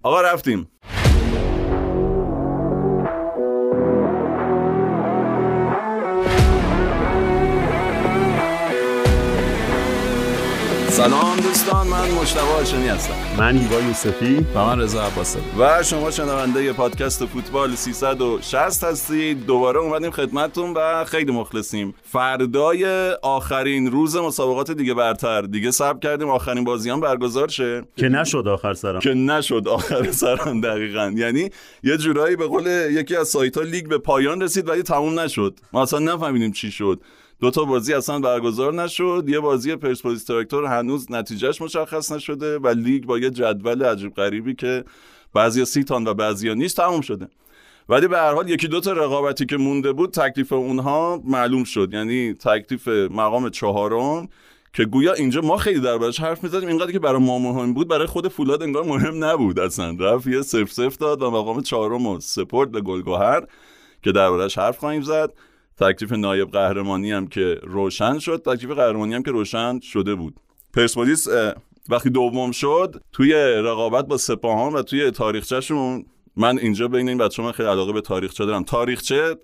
آقا رفتیم. سلام دوستان، من مجتبی هاشمی هستم. من هیوا یوسفی و من رضا عباسی و شما شنونده پادکست فوتبال 360 هستید. دوباره اومدیم خدمتتون و خیلی مخلصیم. فردای آخرین روز مسابقات دیگه برتر دیگه صبر کردیم آخرین بازیان برگزار شه که نشد آخر سران دقیقاً. یعنی یه جورایی به قول یکی از سایت‌ها لیگ به پایان رسید ولی تموم نشد. ما اصلا نفهمیدیم چی شد. 2 تا بازی اصلا برگزار نشد، یه بازی پرسپولیس تراکتور هنوز نتیجهش مشخص نشده و لیگ با یه جدول عجیب غریبی که بعضیا 30 تا و بعضیا نیست تموم شده. ولی به هر حال 1-2 تا رقابتی که مونده بود تکلیف اونها معلوم شد. یعنی تکلیف مقام 4م که گویا اینجا ما خیلی دربارش حرف می‌زدیم، اینقدر که برای ما مهم بود برای خود فولاد انگار مهم نبود اصلا. رفت یه 0-0 داد و مقام 4م سپرد به گلگهر که دربارش حرف خواهیم زد. تکلیف نایب قهرمانی هم که روشن شد، تکلیف قهرمانی هم که روشن شده بود. پرسپولیس وقتی دوم شد توی رقابت با سپاهان و توی تاریخچه‌شون، من اینجا بین این بچه‌ها من خیلی علاقه به تاریخچه دارم، تاریخچه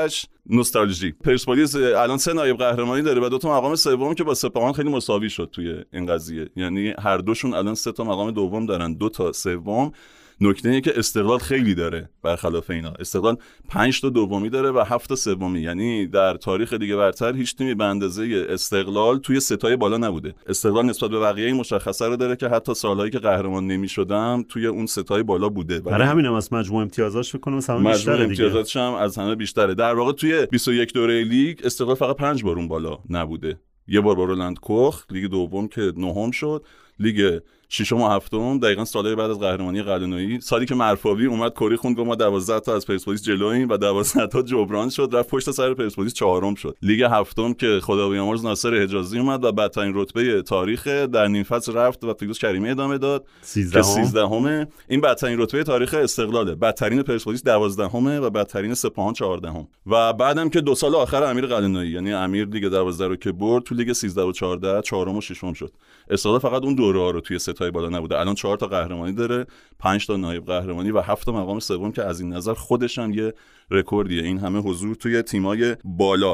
/ نوستالژی. پرسپولیس الان 3 نایب قهرمانی داره و 2 تا مقام سوم که با سپاهان خیلی مساوی شد توی این قضیه. یعنی هر دوشون الان 3 تا مقام دوم دارن، 2 تا سوم. نکته اینه که استقلال خیلی داره برخلاف اینا. استقلال 5 تا دومی داره و 7 تا سومی. یعنی در تاریخ دیگه برتر هیچ تیمی به اندازه استقلال توی ستای بالا نبوده. استقلال نسبت به بقیه این مشخصه رو داره که حتی سالهایی که قهرمان نمی‌شدم توی اون ستای بالا بوده. برای همینم از مجموع امتیازاش فکر کنم مثلا بیشتره دیگه. مجموع امتیازاتش هم از همه بیشتره. در واقع توی 21 دوره لیگ استقلال فقط 5 بار اون بالا نبوده. یه بار با رولند کوخ لیگ دوم که نهم شد، لیگ ششم و هفتم دقیقاً سالهای بعد از قهرمانی قلعه‌نویی، سالی که مرفاوی اومد کری خوند گفت ما 12 تا از پرسپولیس جلوییم و 12 تا جبران شد، رفت پشت سر پرسپولیس 4م شد. لیگ هفتم که خدا بیامرز ناصر حجازی اومد و بدترین رتبه تاریخ در نیم فصل رفت و فیروز کریمی ادامه داد که 13م. این بدترین رتبه تاریخ استقلاله. بدترین پرسپولیس 12مه و بدترین سپاهان 14م. و بعدم که 2 سال آخر امیر قلعه‌نویی، یعنی امیر لیگ 12 رو که برد، تو لیگ 13 و 14 4م و 6م شد. استقلال فقط اون دوره ها رو توی ستای بالا نبوده. الان 4 تا قهرمانی داره، 5 تا نایب قهرمانی و 7 تا مقام سوم که از این نظر خودش هم یه رکوردیه. این همه حضور توی تیمای بالا.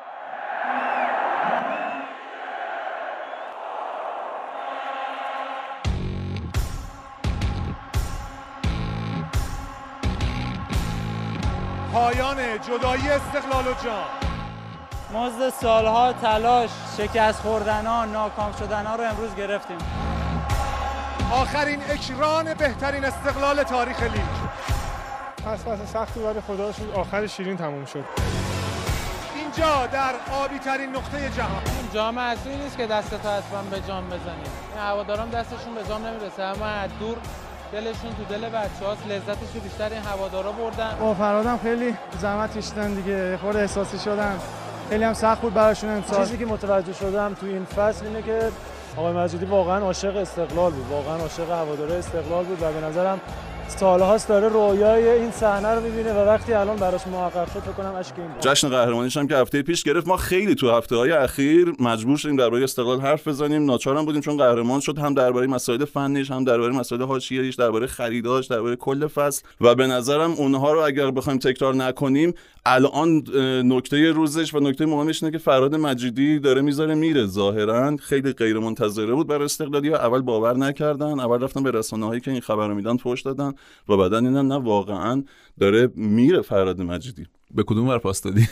پایان جدایی استقلال و جام. مزد سالها تلاش، شکست خوردن‌ها، ناکام شدن‌ها رو امروز گرفتیم. آخرین اکران بهترین استقلال تاریخ لیگ. فصل سختی ولی خدا شکر آخر شیرین تموم شد. اینجا در آبی ترین نقطه جهان. این جام اصلی نیست که دستت حتما به جام بزنید. این هواداران دستشون به جام نمیرسه، اما از دور دلشون تو دل بچه‌هاست، لذتش رو بیشتر این هوادارا بردن. با فرادم خیلی زحمت کشیدن دیگه، خود احساسی شدن. خیلی هم سخت بود براشون امسال. چیزی که متوجه شدم تو این فصل اینه که آقای مجیدی واقعا عاشق استقلال بود، واقعا عاشق هواداره استقلال بود و به نظرم سال‌هاست داره رویای این صحنه رو می‌بینه و وقتی الان براش محقق شد فکر کنم اشک این بود. جشن قهرمانیش هم که هفته پیش گرفت. ما خیلی تو هفته‌های اخیر مجبور شدیم درباره استقلال حرف بزنیم، ناچارم بودیم چون قهرمان شد، هم درباره مسائل فنیش، هم درباره مسائل حاشیه‌ایش، درباره خریداش، درباره کل فصل. و به نظرم اونها رو اگر بخوایم تکرار نکنیم، الان نکته روزش و نکته مهمش اینه که فراد مجیدی داره میذاره میره. ظاهرا خیلی غیر منتظره بود برای استقلالیا، اول باور نکردن، اول رفتن به رسانه‌هایی که این خبر رو میدن فوش دادن و بعدن اینا نه واقعا داره میره فراد مجیدی. به کدوم ور پاس دادی؟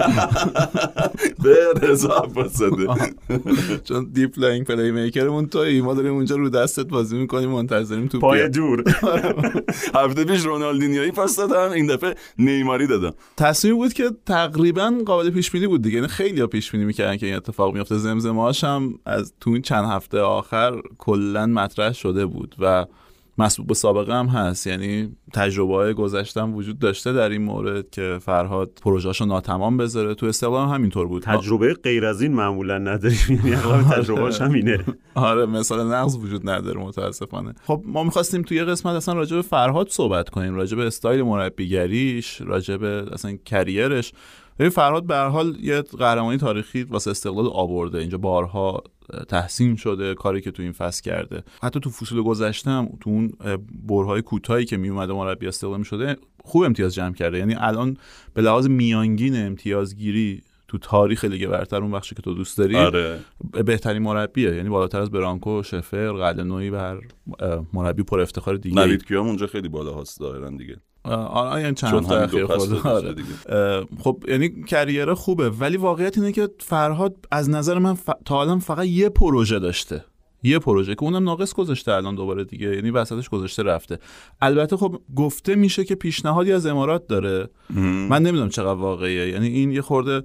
به رضا پاس دادی. چون دیپ لاینگ پلی میکرمون تویی، ما داریم اونجا رو دستت بازی میکنیم، منتظریم تو پای دور. هفته پیش رونالدینیویی پاس دادم، این دفعه نیماری دادم. تصمیم بود که تقریبا قابل پیش بینی بود دیگه، یعنی خیلی‌ها پیش بینی میکردن که این اتفاق میفته. زمزمه‌هاش هم از تو این چند هفته آخر کلا مطرح شده بود و مسبوق به سابقه هم هست. یعنی تجربه‌های گذشته‌ام وجود داشته در این مورد که فرهاد پروژه‌اشو ناتمام بذاره. تو استقلال هم همینطور بود. تجربه غیر از این معمولا نداریم، یعنی اغلب تجربه‌اش همینه. آره مثلا نقض وجود نداره متاسفانه. خب ما می‌خواستیم توی قسمت اصلا راجع به فرهاد صحبت کنیم، راجع به استایل مربیگریش، راجع به اصلا کریرش ببین فرهاد به هر حال یه قهرمانی تاریخی واسه استقلال آورده، اینجا بارها تحسین شده کاری که تو این فصل کرده. حتی تو فصول گذشته هم تو اون برهای کوتاهی که می اومده مربی استقلال میشده خوب امتیاز جمع کرده. یعنی الان به لحاظ میانگین امتیازگیری تو تاریخ لیگ برتر، اون بخشی که تو دوست داری، آره. بهترین مربیه، یعنی بالاتر از برانکو، شفر، قلعه‌نویی و هر مربی پر افتخار دیگه. نوید کیام اونجا خیلی بالا هست ظاهرا دیگه. آره یعنی چند تا اخیر خورده دیگه. خب یعنی کریر خوبه، ولی واقعیت اینه که فرهاد از نظر من تا الان فقط یه پروژه داشته، یه پروژه که اونم ناقص گذاشته الان دوباره دیگه، یعنی وسطش گذاشته رفته. البته خب گفته میشه که پیشنهادی از امارات داره، من نمیدونم چقدر واقعیه. یعنی این یه خورده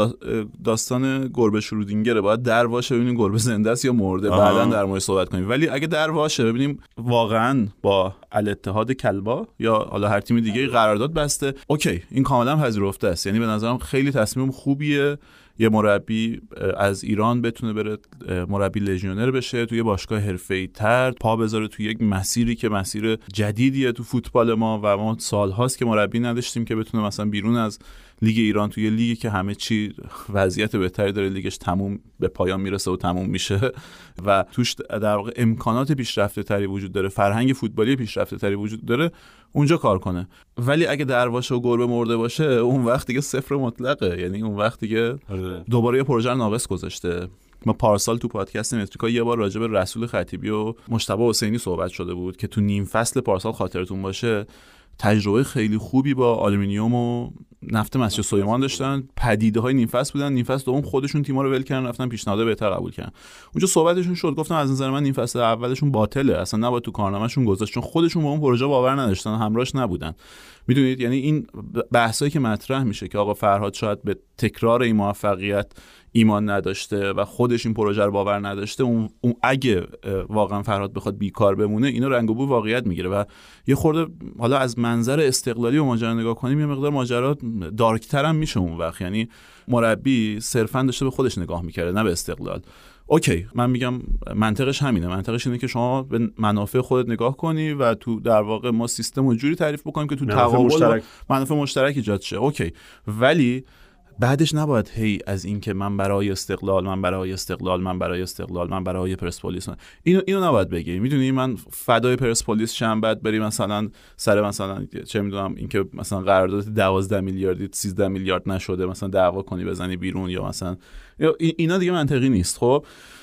داستان گربه شرودینگره، باید در واشه ببینیم گربه زنده است یا مرده، بعداً در موردش صحبت کنیم. ولی اگه در واشه ببینیم واقعاً با الاتحاد کلبا یا حالا هر تیم دیگه قرارداد بسته، اوکی این کاملا پذیرفته است. یعنی به نظرم خیلی تصمیم خوبیه یه مربی از ایران بتونه بره مربی لژیونر بشه، توی باشگاه حرفه‌ای تر پا بذاره توی یک مسیری که مسیر جدیدیه تو فوتبال ما و ما سال‌هاست که مربی نداشتیم که بتونه مثلا بیرون از لیگ ایران توی لیگی که همه چی وضعیت بهتری داره، لیگش تموم به پایان میرسه و تموم میشه و توش در واقع امکانات پیشرفته تری وجود داره، فرهنگ فوتبالی پیشرفته تری وجود داره، اونجا کار کنه. ولی اگه درواشه و گربه مرده باشه اون وقت دیگه صفر مطلقه، یعنی اون وقت دیگه دوباره یه پروژه ناقص گذاشته. ما پارسال تو پادکست متریکا یه بار راجع به رسول خطیبی و مجتبی حسینی صحبت شده بود که تو نیم فصل پارسال خاطرتون باشه تجربه خیلی خوبی با آلومینیوم و نفت مسجد سلیمان داشتن، پدیده‌های نیم فصل بودن، نیم فصل دوم خودشون تیم‌ها رو ول کردن رفتن پیشنهاد بهتر قبول کردن. اونجا صحبتشون شد، گفتم از نظر من نیم فصل اولشون باطله، اصلا نباید تو کارنامه‌شون گذاشت، چون خودشون با اون پروژه باور نداشتن، همراهش نبودن. میدونید یعنی این بحثایی که مطرح میشه که آقا فرهاد شاید به تکرار این موفقیت ایمان نداشته و خودش این پروژه رو باور نداشته، اون اگه واقعا فرهاد بخواد بیکار بمونه اینو رنگ و بو واقعیت میگیره و یه خورده حالا از منظر استقلالی و ماجرا نگاه کنیم یه مقدار ماجرا دارک‌تر هم میشه اون وقت. یعنی مربی صرفا داشته به خودش نگاه میکرده نه به استقلال. اوکی من میگم منطقش همینه، منطقش اینه که شما به منافع خودت نگاه کنی و تو در واقع ما سیستم رو جوری تعریف بکنیم که تو تقابل منافع مشترک ایجاد شه. اوکی ولی بعدش نباید هی از این که من برای استقلال، من برای استقلال، من برای استقلال، من برای پرسپولیس، اینو نباید بگی. میدونی من فدای پرسپولیس شم، بعد بری مثلا سر مثلا چه میدونم اینکه مثلا قرارداد 12 میلیاردی 13 میلیارد نشده مثلا دعوا کنی بزنی بیرون یا مثلا اینا دیگه منطقی نیست. خب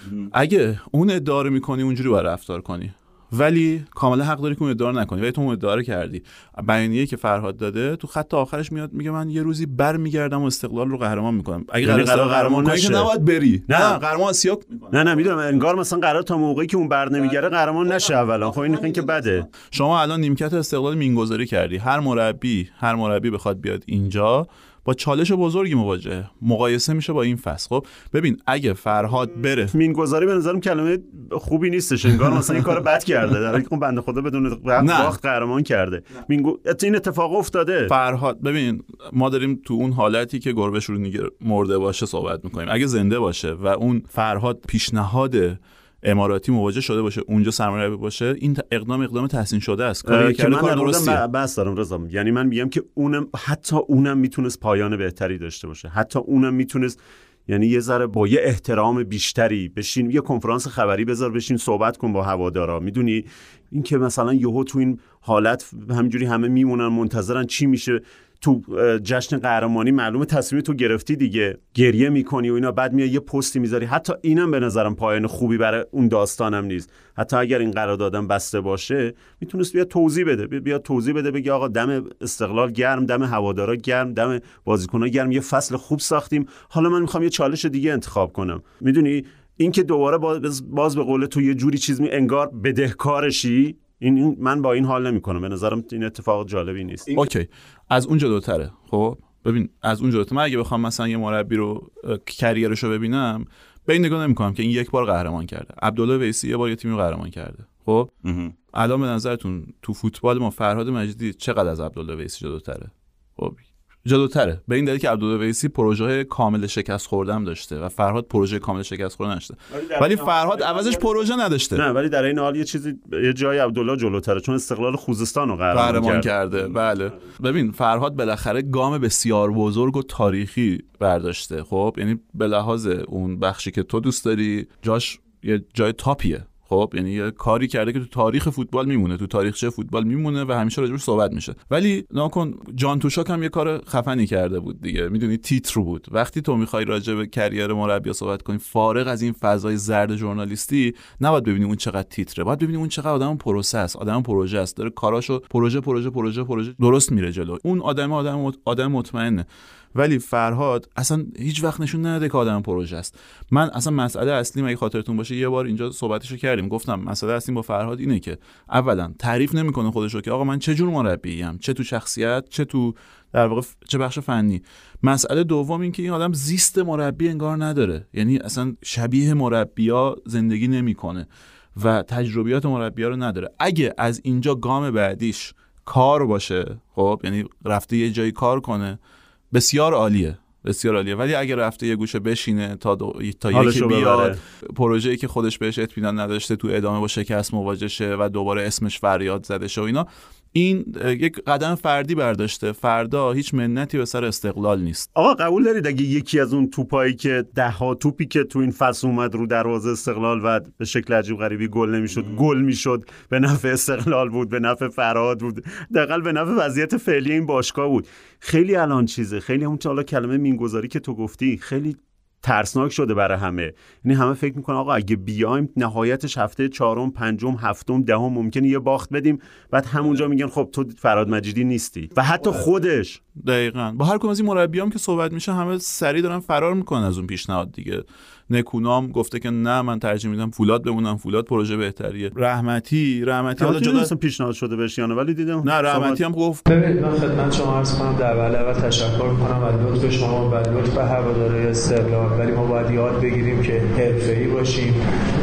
اگه اون ادعا رو میکنی اونجوری باید رفتار کنی، ولی کاملا حق داری که اون ادعا نکنی. ولی تو اون ادعا کردی. بیانیه‌ای که فرهاد داده تو خط آخرش میاد میگه من یه روزی برمیگردم و استقلال رو قهرمان میکنم. اگه قهرمان نشه که نباید بری، نه قهرمان آسیا میکنه. نه میدونم انگار مثلا قرار تا موقعی که اون بر نمیگره قهرمان نشه اولا. خب این که بده. شما الان نیمکت استقلال مینگذاری کردی، هر مربی بخواد بیاد اینجا با چالش بزرگی مقایسه میشه با این فصل. خب ببین اگه فرهاد بره، مینگذاری به نظرم کلمه خوبی نیستش، انگار مثلا این کارو بد کرده، در حالی که بنده خدا بدون وقت قهرمان کرده. این اتفاق افتاده. فرهاد ببین ما داریم تو اون حالتی که گربه شرودینگر مرده باشه صحبت میکنیم. اگه زنده باشه و اون فرهاد پیشنهاد اماراتی مواجه شده باشه اونجا سرمربی باشه، این اقدام تحسین شده است. کاری که کار درستیه. بس دارم رضا، یعنی من میگم که حتی اونم میتونست پایان بهتری داشته باشه، حتی اونم میتونست یعنی یه ذره با یه احترام بیشتری بشین یه کنفرانس خبری بذار بشین صحبت کن با هوادارا. میدونی این که مثلا یهو تو این حالت همینجوری همه میمونن منتظرن چی میشه تو جشن قهرمانی، معلومه تصمیم تو گرفتی دیگه، گریه میکنی و اینا، بعد میای یه پستی میذاری. حتی اینم به نظرم پایان خوبی برای اون داستانم نیست. حتی اگر این قراردادم بسته باشه میتونست بیا توضیح بده بگی آقا دم استقلال گرم، دم هوادارا گرم، دم بازیکن‌ها گرم، یه فصل خوب ساختیم، حالا من میخوام یه چالش دیگه انتخاب کنم. میدونی این که دوباره باز به قول تو یه جوری چیز انگار بدهکارشی، این من با این حال نمی‌کنم. به نظرم این اتفاق جالبی نیست. اوکی از اون جلوتره. خب ببین از اون جلوتره. من اگه بخوام مثلا یه مربی رو کریرشو ببینم به این نگاه نمی‌کنم که این یک بار قهرمان کرده. عبدالله ویسی یه بار یه تیمی قهرمان کرده. خب الان به نظرتون تو فوتبال ما فرهاد مجیدی چقدر از عبدالله ویسی جلوتره؟ خب جلوتره، به این دلیل که عبدالویسی پروژه کامل شکست خوردم داشته و فرهاد پروژه کامل شکست خوردن داشته، ولی فرهاد عوضش پروژه نداشته. نه ولی در این حال یه جای عبدالله جلوتره، چون استقلال خوزستان رو قهرمان کرده. بله ببین فرهاد بالاخره گام بسیار بزرگ و تاریخی برداشته. خب یعنی به لحاظ اون بخشی که تو دوست داری جاش یه جای تاپیه. خب یعنی یه کاری کرده که تو تاریخ فوتبال میمونه، تو تاریخچه فوتبال میمونه و همیشه راجعش صحبت میشه. ولی ناکن جان توشاک هم یه کار خفنی کرده بود دیگه، میدونی تیتر بود. وقتی تو میخوای راجع به کریر مربی صحبت کنی فارغ از این فضای زرد ژورنالیستی، نباید ببینی اون چقدر تیتره، باید ببینی اون چقدر آدم پروسه است، آدم پروژه است، داره کاراشو پروژه درست میره جلو. اون آدم مطمئنه. ولی فرهاد اصلا هیچ وقت نشون نداده که آدم پروژه است. من اصلا مسئله اصلی مگه خاطرتون باشه یه بار اینجا صحبتشو کردیم، گفتم مسئله اصلی با فرهاد اینه که اولا تعریف نمیکنه خودشو که آقا من چه جور مربییم، چه تو شخصیت چه تو در واقع چه بخش فنی. مسئله دوم این که این آدم زیست مربی انگار نداره، یعنی اصلا شبیه مربی‌ها زندگی نمیکنه و تجربیات مربی‌ها رو نداره. اگه از اینجا گام بعدیش کار باشه، خب یعنی رفته یه جایی کار کنه، بسیار عالیه. ولی اگه رفته یه گوشه بشینه تا یکی بیاد پروژه‌ای که خودش بهش اطمینان نداشته تو ادامه با شکست مواجه شه و دوباره اسمش فریاد زده شه و اینا، این یک قدم فردی برداشته، فردا هیچ منتی به سر استقلال نیست. آقا قبول دارید اگه یکی از اون توپایی که 10 توپی که تو این فصل اومد رو دروازه استقلال و به شکل عجیب غریبی گل نمیشد، گل میشد، به نفع استقلال بود، به نفع فرهاد بود، دقیقاً به نفع وضعیت فعلی این باشگاه بود. خیلی الان چیزه، خیلی همون حالا کلمه مینگذاری که تو گفتی خیلی ترسناک شده برای همه. یعنی همه فکر میکنن آقا اگه بیایم نهایتش هفته 4م 5م 7م 10م ممکنه یه باخت بدیم، بعد همونجا میگن خب تو فرهاد مجیدی نیستی. و حتی خودش دقیقاً با هر کدوم از این مربیام که صحبت میشه همه سریع دارن فرار میکنن از اون پیشنهاد دیگه. نکونام گفته که نه من ترجیح میدم فولاد بمونم، فولاد پروژه بهتریه. رحمتی حالا جدا اصلا پیشنهاد شده بهش یا نه، ولی دیدم نه رحمتی هم گفت. ببینید من خدمت شما عرض کنم در اول تشکر میکنم از لطف شما و لطف هواداری استقلال، ولی ما باید یاد بگیریم که حرفه‌ای باشیم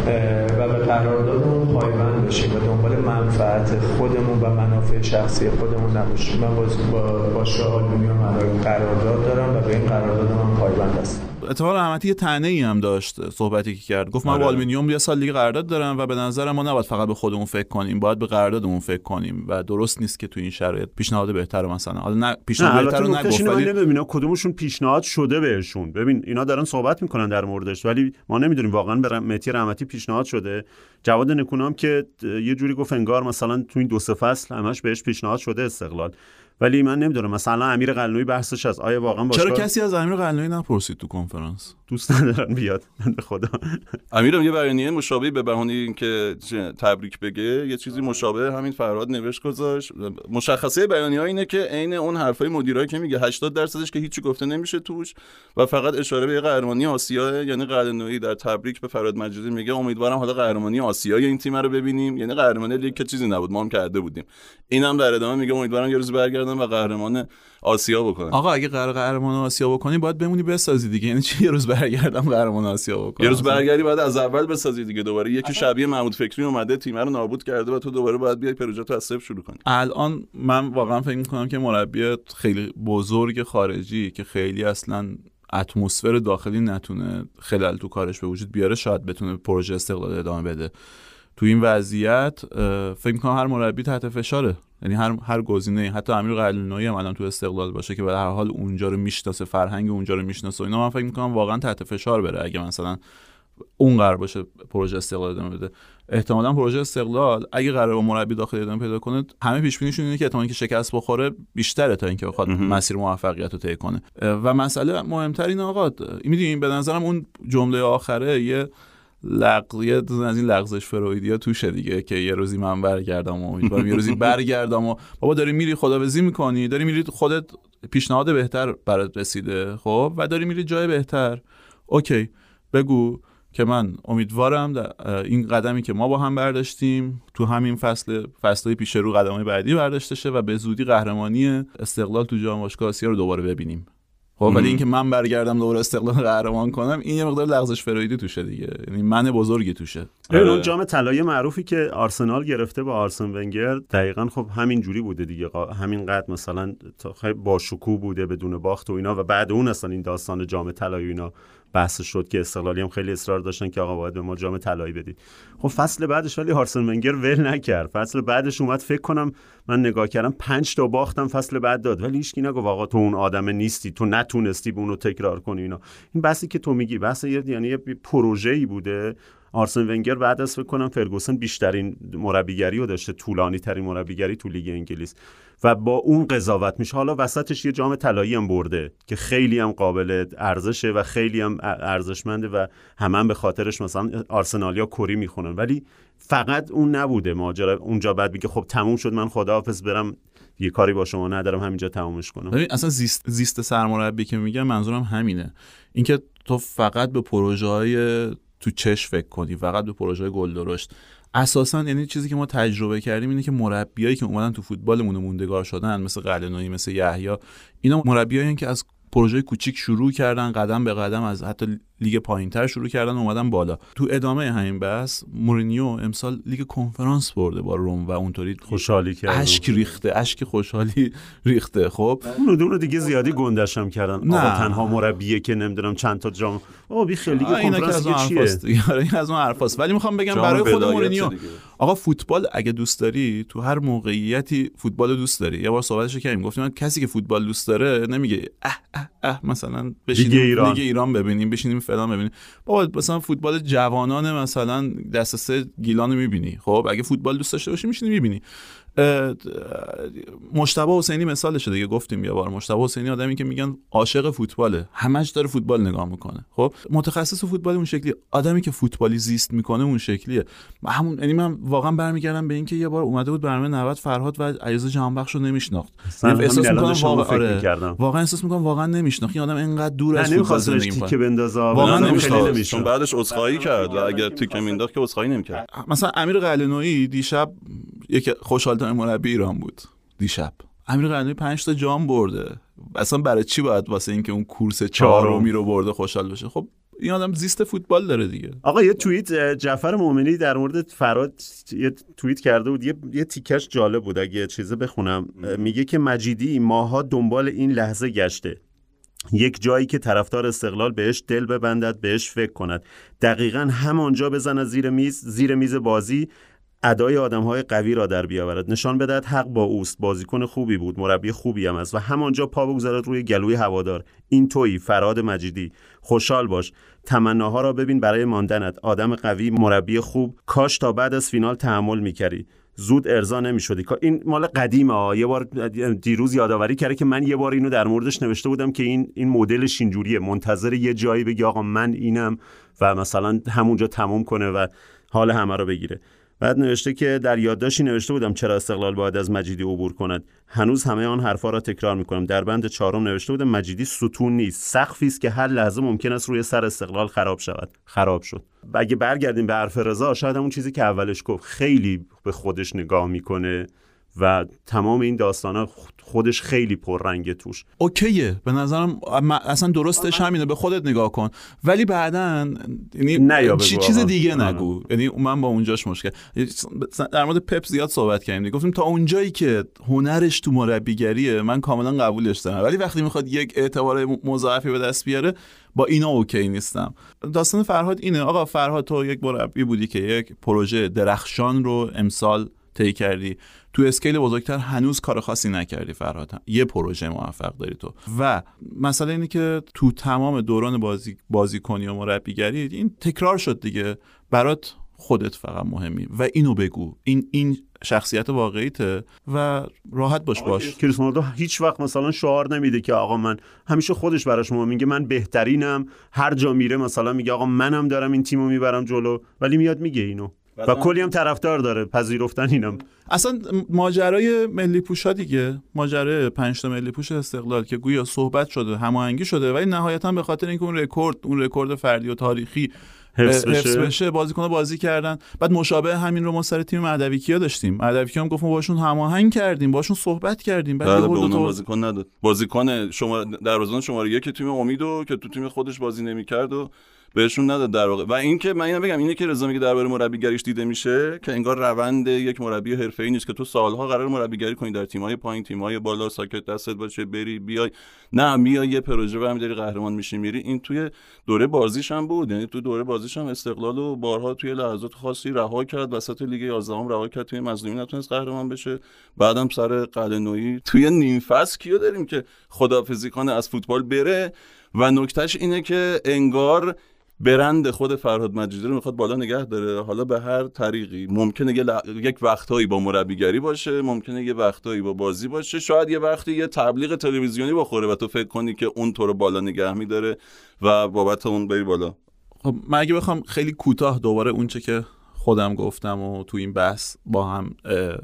و به قراردادمون پایبند باشیم و دنبال منفعت خودمون و منافع شخصی خودمون نباشیم. من با باشگاه آلومینیوم قرارداد دارم و به این قرارداد من پایبند هستم. اتفاقا رحمتی یه طعنه‌ای هم داشت صحبتی که کرد، گفت من با آلومینیوم یه سال دیگه قرارداد دارم و به نظر ما نباید فقط به خودمون فکر کنیم، باید به قراردادمون فکر کنیم و درست نیست که تو این شرایط پیشنهاد بهتر مثلا حالا نه پیشنهاد بهتر رو نگفت ولی نمیدونم کدومشون پیشنهاد شده بهشون. ببین اینا دارن صحبت میکنن در موردش ولی ما نمیدونیم واقعا به مهدی رحمتی پیشنهاد شده. جواد نکونام که یه جوری گفت انگار مثلا تو این 2-3 فصل همش بهش پیشنهاد شده استقلال، ولی من نمیدونم مثلا امیر قلنویی بحثش از آیا واقعا باشگاه. چرا کسی از امیر قلنویی نپرسید تو کنفرانس؟ دوست ندارن بیاد به خدا. امیرم یه بیانیه مشابه به بهونه اینکه تبریک بگه یه چیزی مشابه همین فرهاد نوشت گذاشت. مشخصه بیانیه‌ها اینه که عین اون حرفای مدیرایی که میگه 80%ش که هیچی گفته نمیشه توش و فقط اشاره به قهرمانی آسیا. یعنی قلنویی در تبریک به فرهاد مجیدی میگه امیدوارم حالا قهرمانی آسیای این تیم رو ببینیم، یعنی قهرمانی لیگ که چیزی نبود ما هم کرده بودیم. اینم در ادامه میگه امیدوارم یه روز برگردن و قهرمان آسیا بکنن. آقا اگه قهرمان آسیا بکنی باید بمونی بسازی دیگه، یعنی چی یه روز برگردم قهرمان آسیا بکنم؟ یه روز برگردی بعد از اول بسازی دیگه. دوباره یکی شبیه محمود فکری اومده تیم رو نابود کرده و تو دوباره باید بیای پروژه تو از صفر شروع کنی. الان من واقعا فکر می‌کنم که مربی خیلی بزرگ خارجی که خیلی اصلا اتمسفر داخلی نتونه خلل تو کارش به وجود بیاره شاید بتونه پروژه استقلال ادامه بده. تو این وضعیت فکر می‌کنم هر مربی تحت فشاره، یعنی هر گزینه، حتی امیر قلنویی هم الان تو استقلال باشه که به هر حال اونجا رو میشناسه، فرهنگ اونجا رو میشناسه و اینا، من فکر می‌کنم واقعا تحت فشار بره اگه مثلا اون قرار باشه پروژه استقلال ادامه بده. احتمالاً پروژه استقلال اگه قرار با مربی داخلی ادامه پیدا کنه همه پیش بینیشون اینه که احتمالاً که شکست بخوره بیشتره تا اینکه بخواد مسیر موفقیت رو طی کنه. و مسئله مهمتر اینه آقا میدونین به نظرم اون جمله آخره یه از این لغزش فرویدیا توشه دیگه که یه روزی من برگردم و امیدوارم یه روزی برگردم و بابا داری میری خداویسی میکنی، داری میری خودت پیشنهاد بهتر برات رسیده خب و داری میری جای بهتر، اوکی بگو که من امیدوارم این قدمی که ما با هم برداشتیم تو همین فصلهای پیش رو قدم‌های بعدی برداشته شه و به زودی قهرمانی استقلال تو جام باشگاه آسیا رو دوباره ببینیم. خب ولی اینکه من برگردم دوباره استقلال قهرمان کنم، این یه مقدار لغزش فرویدی توشه دیگه، یعنی من بزرگی توشه. اون جام طلایی معروفی که آرسنال گرفته با آرسن ونگر دقیقاً خب همین جوری بوده دیگه، همین قد مثلا خیلی با شکوه بوده بدون باخت و اینا، و بعد اون اصلا این داستان جام طلایی اینا بحث شد که استقلالی هم خیلی اصرار داشتن که آقا باید به ما جام طلایی بدید. خب فصل بعدش ولی آرسن ونگر ول نکرد، فصل بعدش اومد، فکر کنم من نگاه کردم 5 تا باختم فصل بعد داد، ولی هیچ کی نگفت آقا تو اون آدم نیستی، تو نتونستی اونو تکرار کنی اینا. این بحثی که تو میگی بحث یعنی یه پروژه‌ای بوده. آرسن ونگر بعد از فکر کنم فرگوسن بیشترین مربیگری رو داشته، طولانی ترین مربیگری تو لیگ انگلیس، و با اون قضاوت میشه. حالا وسطش یه جام طلایی هم برده که خیلی هم قابل ارزشه و خیلی هم ارزشمنده و همه به خاطرش مثلا آرسنالیا کری میخونن، ولی فقط اون نبوده ماجرا. اونجا بعد میگه خب تموم شد، من خداحافظ، برم یه کاری با شما ندارم، همینجا تمومش کنم. ببین اصلا زیست سرمربی که میگم منظورم همینه، اینکه تو فقط به پروژه‌های تو چش فکر کنی، فقط به پروژه گل درشت. اساسا یعنی چیزی که ما تجربه کردیم اینه که مربیایی که اومدن تو فوتبالمون موندگار شدن، مثل قلعه‌نویی، مثل یحیی، اینا مربیایی که از پروژه کوچیک شروع کردن، قدم به قدم از حتی لیگ پایینتر شروع کردن و اومدن بالا. تو ادامه همین بحث مورینیو امسال لیگ کنفرانس برده با روم و اونطوری خوشحالی کرد، اشک خوشحالی ریخته. خب اونو دیگه زیادی گندش هم کردن. آقا تنها مربیه که نمیدونم چند تا جام، آقا بی خیلی لیگ کنفرانس چیه؟ این از اون حرفاست. ولی میخوام بگم برای خود مورینیو، آقا فوتبال اگه دوست داری تو هر موقعیتی فوتبال دوست داری. یه بار صحبتش کردیم، گفتیم کسی که فوتبال دوست داره نمیگه مثلا بشینیم لیگ ایران ببینیم، بشینیم فلان ببینیم. بابا مثلا فوتبال جوانان مثلا دسته 3 گیلان میبینی. خب اگه فوتبال دوست داشته باشی میشینی میبینی. مجتبی حسینی مثالشه دیگه، گفتیم یه بار. مجتبی حسینی آدمی که میگن عاشق فوتباله، همش داره فوتبال نگاه میکنه. خب متخصص فوتبال اون شکلی، آدمی که فوتبالی زیست میکنه اون شکلیه. همون یعنی من واقعا برمیگردم به اینکه یه بار اومده بود برنامه 90 فرهاد و علیرضا جهانبخش رو نمیشناخت. احساس میکنم واقعا احساس میکنم واقعا نمیشناخت. این آدم اینقدر دور از فوتبال زندگی میکنه که بندازه، واقعا نمیشناخت. چون بعدش عذرخواهی کرد و اگر تیکه مینداخت که عذرخواهی نمیکرد. مثلا امیر قلعه‌نویی دیشب یک خوشحال‌ترین مربی ایران بود. دیشب امیر قلعه‌نویی 5 تا جام برده. اصلا برای چی باید واسه اینکه اون کورس 4 رو برده خوشحال بشه؟ خب این آدم زیست فوتبال داره دیگه. آقا یه توییت جعفر مومنی در مورد فراد یه توییت کرده بود، یه تیکش جالب بود، اگه چیزی بخونم. میگه که مجیدی ماها دنبال این لحظه گشته، یک جایی که طرفدار استقلال بهش دل ببندد، بهش فکر کند، دقیقاً همانجا بزند زیر میز بازی، ادای آدم‌های قوی را در بیاورد، نشان بدهد حق با اوست، بازیکن خوبی بود، مربی خوبی هم است، و همانجا پا بگذارد روی گلوی هوادار. این تویی فرهاد مجیدی، خوشحال باش، تمناها را ببین برای ماندنت، آدم قوی، مربی خوب، کاش تا بعد از فینال تحمل می‌کردی، زود ارضا نمی‌شدی. این مال قدیمه. یه بار دیروز یادآوری کرده که من یه بار اینو در موردش نوشته بودم که این مدلش اینجوریه، منتظر یه جایی بگی آقا من اینم و مثلا همونجا تموم کنه و حال همه رو بگیره. بعد نوشته که در یادداشتی نوشته بودم چرا استقلال باید از مجیدی عبور کند، هنوز همه آن حرفا را تکرار میکنم. در بند 4 نوشته بودم مجیدی ستون نیست، سقفی است که هر لحظه ممکن است روی سر استقلال خراب شود. خراب شد. اگه برگردیم به حرف رضا، شاید همون چیزی که اولش گفت، خیلی به خودش نگاه میکنه و تمام این داستانا خودش خیلی پررنگه توش. اوکیه به نظرم، اصلا درستش همینه، به خودت نگاه کن، ولی بعداً یعنی چیز دیگه نگو. یعنی من با اونجاش مشکل. در مورد پپ زیاد صحبت کردیم، گفتیم تا اونجایی که هنرش تو مربیگریه من کاملا قبولش دارم، ولی وقتی میخواد یک اعتبار مضاعفی به دست بیاره با اینا اوکی نیستم. داستان فرهاد اینه. آقا فرهاد تو یک مربی بودی که یک پروژه درخشان رو امسال طی کردی، تو اسکیل بزرگتر هنوز کار خاصی نکردی فرهاد، یه پروژه موفق داری تو، و مسئله اینه که تو تمام دوران بازیکنی و مربیگری این تکرار شد دیگه. برات خودت فقط مهمی و اینو بگو، این شخصیت واقعیته و راحت باش. کریستیانو هیچ وقت مثلا شعار نمیده که آقا من، همیشه خودش براش مهمه، میگه من بهترینم، هر جا میره مثلا میگه آقا منم دارم این تیمو میبرم جلو، ولی میاد میگه اینو و کلی هم طرفدار داره، پذیرفتن اینم. اصلا ماجرای ملی پوشا دیگه، ماجرای 5 تا ملی پوش استقلال که گویا صحبت شده، هماهنگی شده، ولی نهایتا به خاطر اینکه اون رکورد فردی و تاریخی حفظ بشه. بازیکن‌ها بازی کردن. بعد مشابه همین رو ما سر تیم مهدویکیا داشتیم. مهدویکیا هم گفت ما باشون هماهنگ کردیم، باشون صحبت کردیم، بعد به اون بازیکن نداد. بازیکن شما دروازه‌بان شماره 1 تیم امیدو که تو تیم خودش بازی نمی‌کرد و بهشون نداد در واقع. و اینکه من اینو بگم، اینه که رضا میگه درباره مربیگریش دیده میشه که انگار روند یک مربی حرفه‌ای نیست که تو سالها قرار مربیگری کنی در تیم‌های پایین، تیم‌های بالا، ساکت دستت باشه، بری بیای. نه، میای یه پروژه برمی‌داری، قهرمان میشی میری. این توی دوره بازیش هم بود، یعنی تو دوره بازیش هم استقلال و بارها توی لحظات خاصی رها کرد، وسط لیگ 11 رها کرد، توی مظلومی نتونست قهرمان بشه. بعدم سر قلعه‌نویی توی نیم فصل کیو داریم که خداحافظی کنه از فوتبال بره. و نکتهش اینه که انگار برند خود فرهاد مجیدی رو میخواد بالا نگه داره، حالا به هر طریقی. ممکنه یک وقتایی با مربیگری باشه، ممکنه یه وقتایی با بازی باشه، شاید یه وقتی یه تبلیغ تلویزیونی بخوره و تو فکر کنی که اون تو رو بالا نگه میداره و بابت اون بری بالا. خب من اگه بخوام خیلی کوتاه دوباره اونچه که خودم گفتم و تو این بحث با هم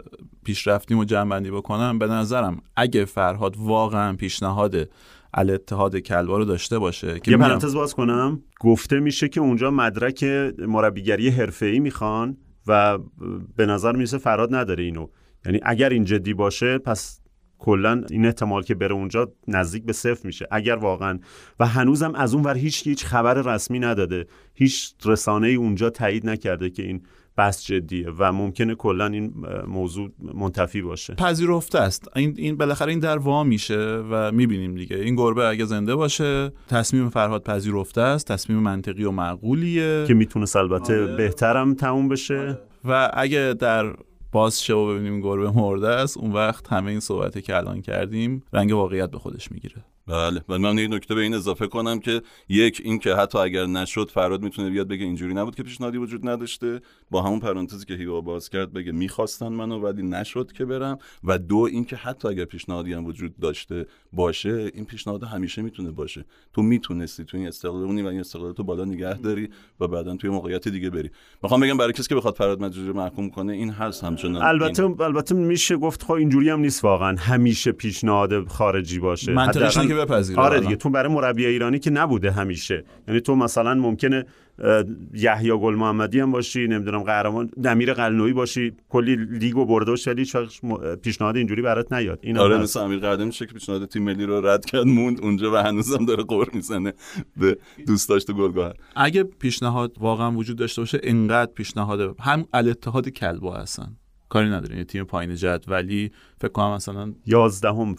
پیش رفتیم و جمع بندی بکنم، به نظرم اگه فرهاد واقعا پیشنهاد الاتحاد کلبا رو داشته باشه که یه پرانتز باز کنم، گفته میشه که اونجا مدرک مربیگری حرفه‌ای میخوان و به نظر میرسه فرهاد نداره اینو. یعنی اگر این جدی باشه پس کلا این احتمال که بره اونجا نزدیک به 0 میشه اگر واقعا. و هنوزم از اون ور هیچ خبر رسمی نداده، هیچ رسانه‌ای اونجا تایید نکرده که این بحث جدیه و ممکنه کلا این موضوع منتفی باشه. پذیرفته است این بالاخره این در وا میشه و میبینیم دیگه این گربه اگه زنده باشه تصمیم فرهاد پذیرفته است، تصمیم منطقی و معقولیه که میتونه البته بهترم تموم بشه. و اگه در باز شه و ببینیم گربه مرده است، اون وقت همه این صحبتی که الان کردیم رنگ واقعیت به خودش میگیره. بله. و من یک نکته به این اضافه کنم که یک این که حتی اگر نشد فرهاد میتونه بیاد بگه اینجوری نبود که پیشنهادی وجود نداشته، با همون پرانتزی که هیوا باز کرد بگه میخواستن منو ولی نشد که برم. و دو این که حتی اگر پیشنهادی هم وجود داشته باشه، این پیشنهاد همیشه میتونه باشه. تو میتونستی تو این استقلالونی و این استقلالتو بالا نگه داری و بعداً توی موقعیت دیگه بری. میخوام بگم برای کسی که بخواد فرهاد مجیدی رو محکوم کنه این هست همچنان. البته میشه گفت خب اینجوری هم نیست واقعا همیشه پیشنهاد خارجی باشه. منطقش اینه که بپذیره. آره دیگه، تو برای مربی ایرانی که نبوده همیشه. یعنی تو مثلا ممکنه یحیی گل محمدی هم باشی، نمیدونم قهرمان امیر قلعه‌نویی باشی، کلی لیگو برده باشی، ولی پیشنهاد اینجوری برات نیاد. این آره مثلا امیر قهرمانی میشه که پیشنهاد تیم ملی رو رد کرد، موند اونجا و هنوزم داره قور میزنه به دوست داشته گلگهر. اگه پیشنهاد واقعا وجود داشته باشه، اینقدر پیشنهاد هم الاتحاد کلبا هستن کاری نداره، یه تیم پایین جدولی فکر کنم مثلا 11ام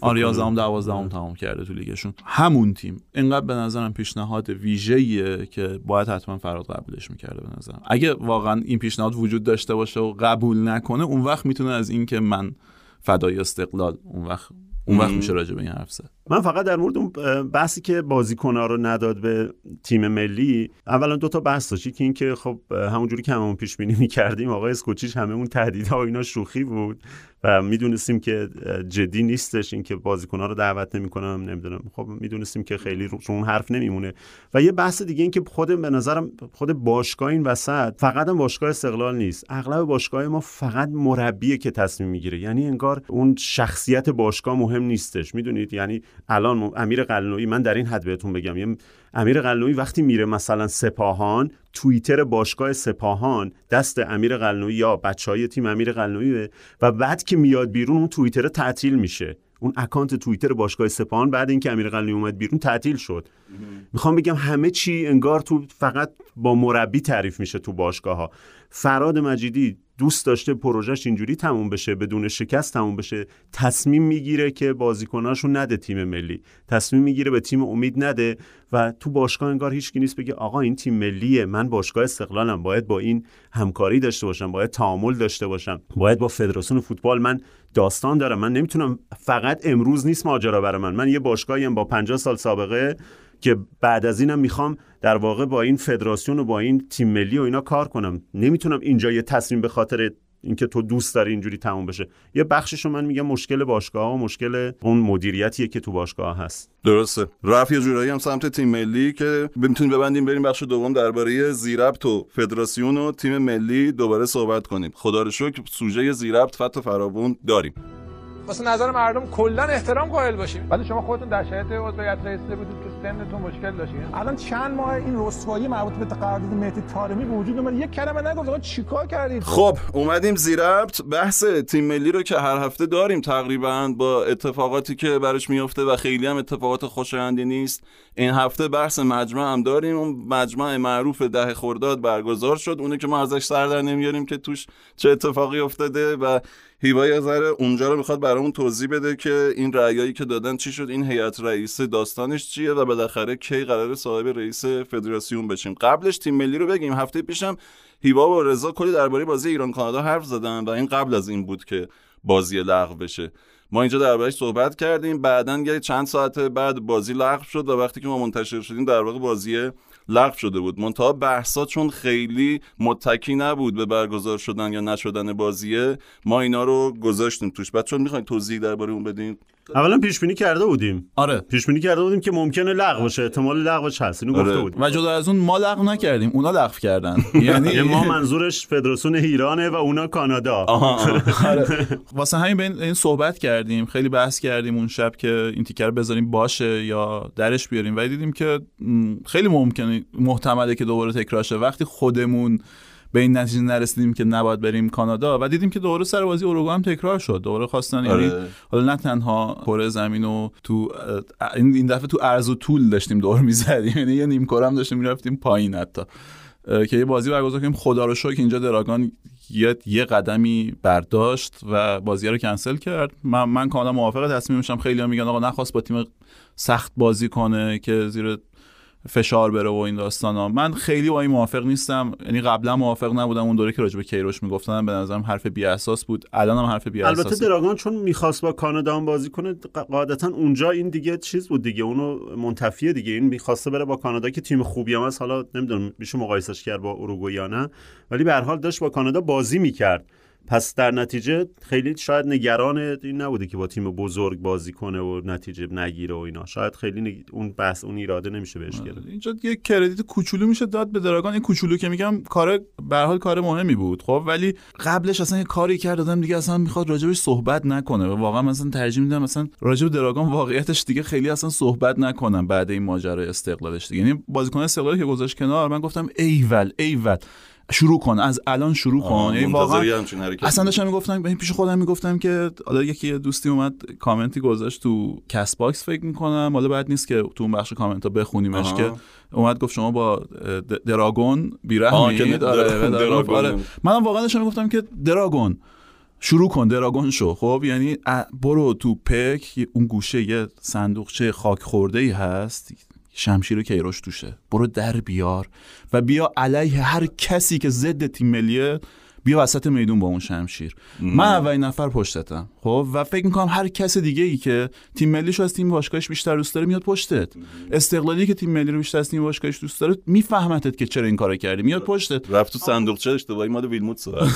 12ام تمام کرده تو لیگشون، همون تیم اینقدر به نظرم پیشنهاد ویژه‌ایه که باید حتما فرهاد قبولش می‌کرده. به نظرم اگه واقعا این پیشنهاد وجود داشته باشه و قبول نکنه، اون وقت میتونه از این که من فدای استقلال، اون وقت میشه راجع به این حرف زد. من فقط در مورد اون بحثی که بازیکن‌ها رو نداد به تیم ملی، اولا دو تا بحث داشت که این که خب همونجوری که همون پیش بینی می‌کردیم آقای اسکوچیچ همه اون تهدیدها و اینا شوخی بود و میدونستیم که جدی نیستش، این که بازیکن‌ها رو دعوت نمی‌کنم، نمیدونم، خب میدونستیم که خیلی رو اون حرف نمیمونه. و یه بحث دیگه این که به نظرم خود باشگاه این وسط فقط هم باشگاه استقلال نیست، اغلب باشگاه ما فقط مربیه که تصمیم میگیره، یعنی انگار اون شخصیت باشگاه مهم نیستش. میدونید یعنی الان امیر قلعه‌نویی، من در این حد بهتون بگم، امیر قلعه‌نویی وقتی میره مثلا سپاهان، توییتر باشگاه سپاهان دست امیر قلعه‌نویی یا بچهای تیم امیر قلعه‌نویی و بعد که میاد بیرون اون توییتر تعطیل میشه، اون اکانت توییتر باشگاه سپاهان بعد اینکه امیر قلعه‌نویی اومد بیرون تعطیل شد. میخوام بگم همه چی انگار تو فقط با مربی تعریف میشه تو باشگاه‌ها. فرهاد مجیدی دوست داشته پروژهش اینجوری تموم بشه، بدون شکست تموم بشه، تصمیم میگیره که بازیکناشو نده تیم ملی، تصمیم میگیره به تیم امید نده و تو باشگاه انگار هیچکی نیست بگه آقا این تیم ملیه، من باشگاه استقلالم، باید با این همکاری داشته باشم، باید تعامل داشته باشم، باید با فدراسیون فوتبال من داستان دارم، من نمیتونم فقط امروز نیست ماجرا برای من یه باشگاهیم با 50 سال سابقه که بعد از اینم میخوام در واقع با این فدراسیون و با این تیم ملی و اینا کار کنم، نمیتونم اینجا یه تصمیم به خاطر اینکه تو دوست داری اینجوری تموم بشه. یه بخششو من میگم مشکل باشگاه و مشکل اون مدیریتیه که تو باشگاه هست. درسته. رفت یه جورایی هم سمت تیم ملی که میتونیم ببندیم بریم بخش دوم درباره زیربط و فدراسیون و تیم ملی دوباره صحبت کنیم. خدا رو شکر سوژه زیربط فتح فراوون داریم. واسه نظر مردم کلا احترام قائل باشیم. ولی شما خودتون در شرایط عضویت رئیسه بودید که سنتون مشکل داشتید. الان چند ماه این رسوایی مربوط به قرارداد مهدی طارمی به وجود اومد، یک کلمه نگفت. آقا چیکار کردید؟ خب اومدیم زیربط بحث تیم ملی رو که هر هفته داریم تقریبا با اتفاقاتی که برش میفته و خیلی هم اتفاقات خوشایندی نیست. این هفته بحث مجمع هم داریم. اون مجمع معروف 10 خرداد برگزار شد، اونی که ما ازش سر در نمیاریم که توش چه اتفاقی افتاده و هیوای از اونجا رو میخواد برامون توضیح بده که این رأیایی که دادن چی شد، این هیئت رئیسه داستانش چیه و بالاخره کی قراره صاحب رئیس فدراسیون بشیم. قبلش تیم ملی رو بگیم. هفته پیشم هیوا و رضا کلی درباره بازی ایران کانادا حرف زدن و این قبل از این بود که بازی لغو بشه. ما اینجا درباره‌اش صحبت کردیم، بعدن یه چند ساعت بعد بازی لغو شد و وقتی که ما منتشر شدیم در واقع بازی لغو شده بود. منتها بحثا چون خیلی متکی نبود به برگزار شدن یا نشدن بازیه، ما اینا رو گذاشتیم توش. بچه‌ها می‌خواید توضیح درباره اون بدین؟ اولا پیش بینی کرده بودیم. آره پیش بینی کرده بودیم که ممکنه لغو بشه، احتمال لغوش هست، اینو گفته بودیم. و جدا از اون ما لغو نکردیم، اونا لغو کردن. یعنی ما منظورش فدراسیون ایرانه و اونا کانادا. واسه همین به این صحبت کردیم، خیلی بحث کردیم اون شب که این تیکر بذاریم باشه یا درش بیاریم و دیدیم که خیلی ممکنه محتمله که دوباره تکرار شه. وقتی خودمون به این نتیجه نرسیدیم که نباید بریم کانادا و دیدیم که دوباره سر بازی اوروگوئه هم تکرار شد، دوباره خواستن یعنی حالا نه تنها کره زمین و تو این دفعه تو عرض و طول داشتیم دور می‌زدیم، یعنی یه نیم کره هم داشتیم می‌رفتیم پایین حتی که یه بازی برگزار کنیم. خدا رو شکر اینجا دراگان یه قدمی برداشت و بازی رو کنسل کرد. من کاملا موافق تصمیمشم. خیلی‌ها میگن آقا نخواست با تیم سخت بازی کنه که زیر فشار بره و این داستانا. من خیلی با این موافق نیستم، یعنی قبلا موافق نبودم. اون دوره که راجع به کیروش میگفتن به نظرم حرف بی اساس بود، الانم حرف بی اساس. البته دراگون چون میخواست با کانادا هم بازی کنه قاعدتا اونجا این دیگه چیز بود دیگه، اونو منتفیه دیگه. این میخواسته بره با کانادا که تیم خوبی هم هست، حالا نمیدونم میشه مقایسش کرد با اروگوئه یا نه، ولی به هر حال داشت با کانادا بازی میکرد. پس در نتیجه خیلی شاید نگران این نبوده که با تیم بزرگ بازی کنه و نتیجه نگیره و اینا. شاید خیلی اون بحث اون ایراده نمیشه بهش گرفت. اینجا یه کردیت کوچولو میشه داد به دراگان. این کوچولو که میگم کار به هر حال کار مهمی بود خب، ولی قبلش اصلا یه کاری کرد آدم دیگه اصلا میخواد راجبش صحبت نکنه. واقعا مثلا ترجیح میدم مثلا راجب دراگان واقعیتش دیگه خیلی اصلا صحبت نکنم بعد این ماجرای استقلالش دیگه. یعنی بازیکن استقلالی که گذاشت کنار، من گفتم ایول شروع کن، از الان شروع کن. یعنی واقعا اصلا داشتم میگفتم پیش خودم میگفتم که حالا یکی دوستی اومد کامنتی گذاشت تو کست باکس فکر میکنم، حالا بعد نیست که تو اون بخش کامنت ها بخونیمش، که اومد گفت شما با دراگون بیرحمید. آره منم واقعا داشتم میگفتم که دراگون شروع کن، دراگون شو. خب یعنی برو تو پک، اون گوشه یه صندوقچه خاک خورده‌ای هست، شمشیر کیروش توشه، برو در بیار و بیا علیه هر کسی که ضد تیم ملیه، بیا وسط میدون با اون شمشیر. من اولین نفر پشتتم خب، و فکر میکنم هر کس دیگه ای که تیم ملیشو از تیم باشگاهش بیشتر دوست داره میاد پشتت. استقلالی که تیم ملی رو بیشتر از تیم باشگاهش دوست داره میفهمتت که چرا این کارو کردی، میاد پشتت. رفت تو صندوقچه اشتباهی مال ویلموت سوار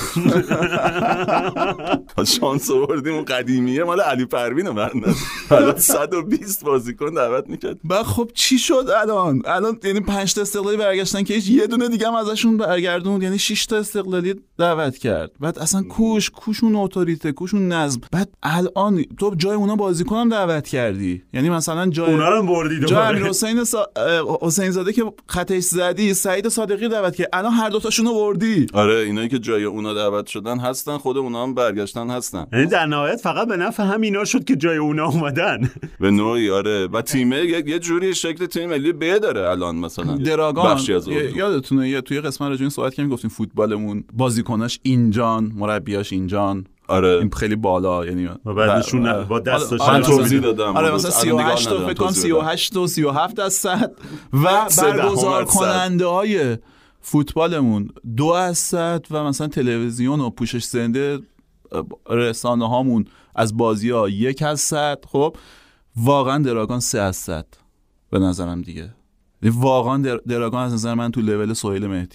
شانس آوردیم اون قدیمیه مال علی پروینه. من حالا 120 بازیکن دعوت میکرد. بعد خب چی شد الان یعنی 5 تا استقلالی برگشتن که هیچ یه دونه دیگه هم ازشون برگردوند، یعنی 6 تا استقلالی دعوت کرد. بعد اصلا کوشون اتوریته، کوشون نظم. بعد الان تو جای اونا بازیکنم دعوت کردی، یعنی مثلا جای اونا رو بردی دوباره. جای امیرحسین حسین زاده که خطش زدی، سعید صادقی دعوت کردی، الان هر دو تاشون رو بردی. آره اینایی که جای اونا دعوت شدن هستن، خود اونا هم برگشتن هستن. یعنی در نهایت فقط به نفع همینا شد که جای اونا اومدن به نوعی. آره و تیمه یه جوری شکل تیم ملی ب داره الان. مثلا دراگان یادتونه توی قسمت راجع به این صحبت کردیم، گفتیم فوتبالمون بازیکناش اینجان، مربیاش اینجان. آره این خیلی بالا، یعنی بعدشون با دستش توضیح دادم. آره مثلا 38 تا فکر کنم 38 و 37% و برگزار کننده های فوتبالمون 2% و مثلا تلویزیون و پوشش زنده رسانه هامون از بازی ها 1%. خب واقعا دراگان 3% به نظرم دیگه. واقعا دراگان از نظر من تو لول سهیل مهدیه.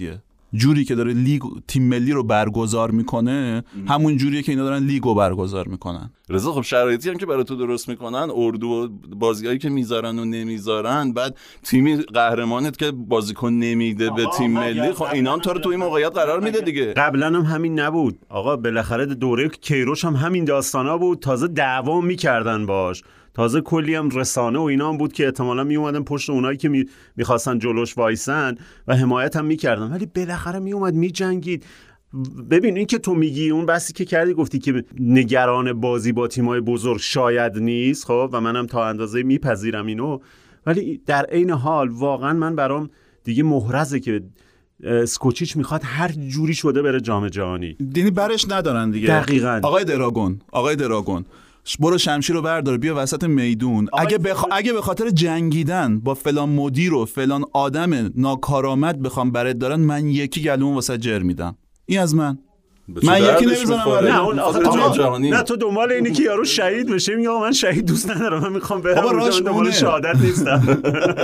جوری که داره لیگ تیم ملی رو برگزار میکنه همون جوریه که اینا دارن لیگو برگزار میکنن. رضا خب شرایطی هم که برای تو درست میکنن، اردو و بازیایی که میذارن و نمیذارن، بعد تیمی قهرمانت که بازیکن نمیده به تیم ملی، خب اینا هم تو این موقعیت قرار میده دیگه. قبلا هم همین نبود آقا، بالاخره دوره کیروش هم همین داستانا بود، تازه دعوا میکردن باش، تازه کلی هم رسانه و اینا هم بود که احتمالاً می اومدن پشت اونایی که میخواستن جلوش وایسن و حمایت هم میکردن، ولی بالاخره می اومد میجنگید. ببین این که تو میگی اون بحثی که کردی، گفتی که نگران بازی با تیمای بزرگ شاید نیست، خب و منم تا اندازه میپذیرم اینو، ولی در عین حال واقعا من برام دیگه محرزه که اسکوچیچ میخواد هر جوری شده بره جام جهانی، یعنی برش ندارن دیگه. دقیقاً. آقای دراگون برو شمشیر رو بردار بیا وسط میدون. اگه به خاطر جنگیدن با فلان مدیر و فلان آدم ناکارآمد بخوام برات دارن، من یکی گلوم واسه جر میدم. این از من یکی نمیزنم. نه تو دنبال اینی که یارو شهید بشه، میگه من شهید دوست ندارم، من میخوام برم اونجا، دنبال شهادت نیستم.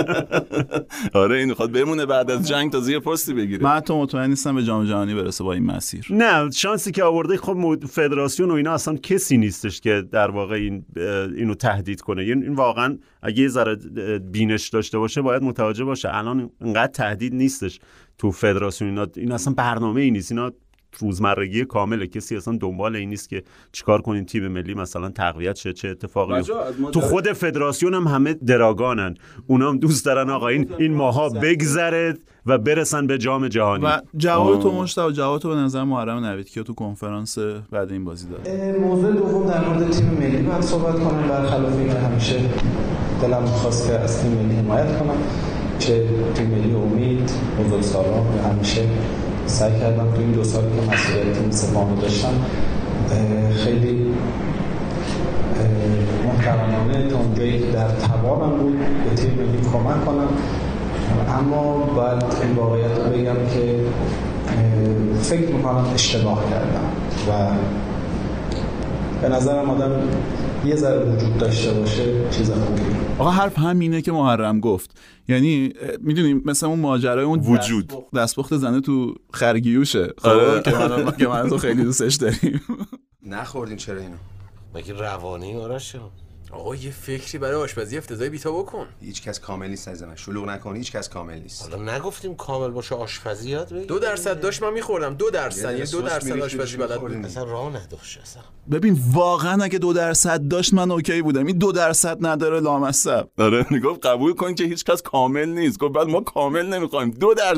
آره این میخواد بمونه بعد از جنگ تا زیر پستی بگیره. من تو مطمئن نیستم به جام جهانی برسه با این مسیر. نه شانسی که آورده، خب فدراسیون و اینا اصلا کسی نیستش که در واقع اینو تهدید کنه. یعنی این واقعا اگه یه ذره بینش داشته باشه باید متوجه باشه الان اینقدر تهدید نیستش تو فدراسیون. اینا اصلا برنامه‌ای نیست، اینا روزمرگی کامله. کسی اصلا دنبال این نیست که چیکار کنیم تیم ملی مثلا تقویت شه، چه اتفاقی تو خود فدراسیون هم همه دراگانن، اونا هم دوست دارن آقا این ماها بگذره و برسن به جام جهانی. و جواب تو مشتاق، جواب تو به نظر محرم نویدکیا تو کنفرانس بعد این بازی داد. موضوع دوم در مورد تیم ملی من صحبت کنم، برخلاف اینکه همیشه دلم می‌خواست که از تیم ملی حمایت کنم، چه تیم ملی امید، بزرگسالان، همیشه سعی کردم تو این 2 سالی که مسئولیت تیم سپاهان داشتم خیلی محترمانه تا اونجایی که در توانم بود به تیم ملی کمک کنم، اما باید این واقعیت رو بگم که فکر میکنم اشتباه کردم و به نظرم آدم یه ذره وجود داشته باشه چیز خوبی. آقا حرف همینه که محرم گفت، یعنی میدونیم مثلا اون ماجرای اون وجود دستپخت زنه تو خرگیوشه که من تو خیلی دوستش داریم. نخوردین چرا اینو؟ مگه روانی آرش؟ آقا یه فکری برای آشپزی افتضاحی بیتا بکن. هیچ کس کامل نیست عزیزم، شلوغ نکن، هیچ کس کامل نیست. حالا نگفتیم کامل باشه آشپزی یاد بگیر. 2% داشت من می‌خوردم، 2% یعنی 2% آشپزی بلد بود. اصلا راه نداشت اصلا. ببین واقعا اگه 2% داشت من اوکی بودم، این 2% نداره لامصب. آره میگفت قبول کن که هیچ کس کامل نیست، گفت بعد ما کامل نمی‌خوایم،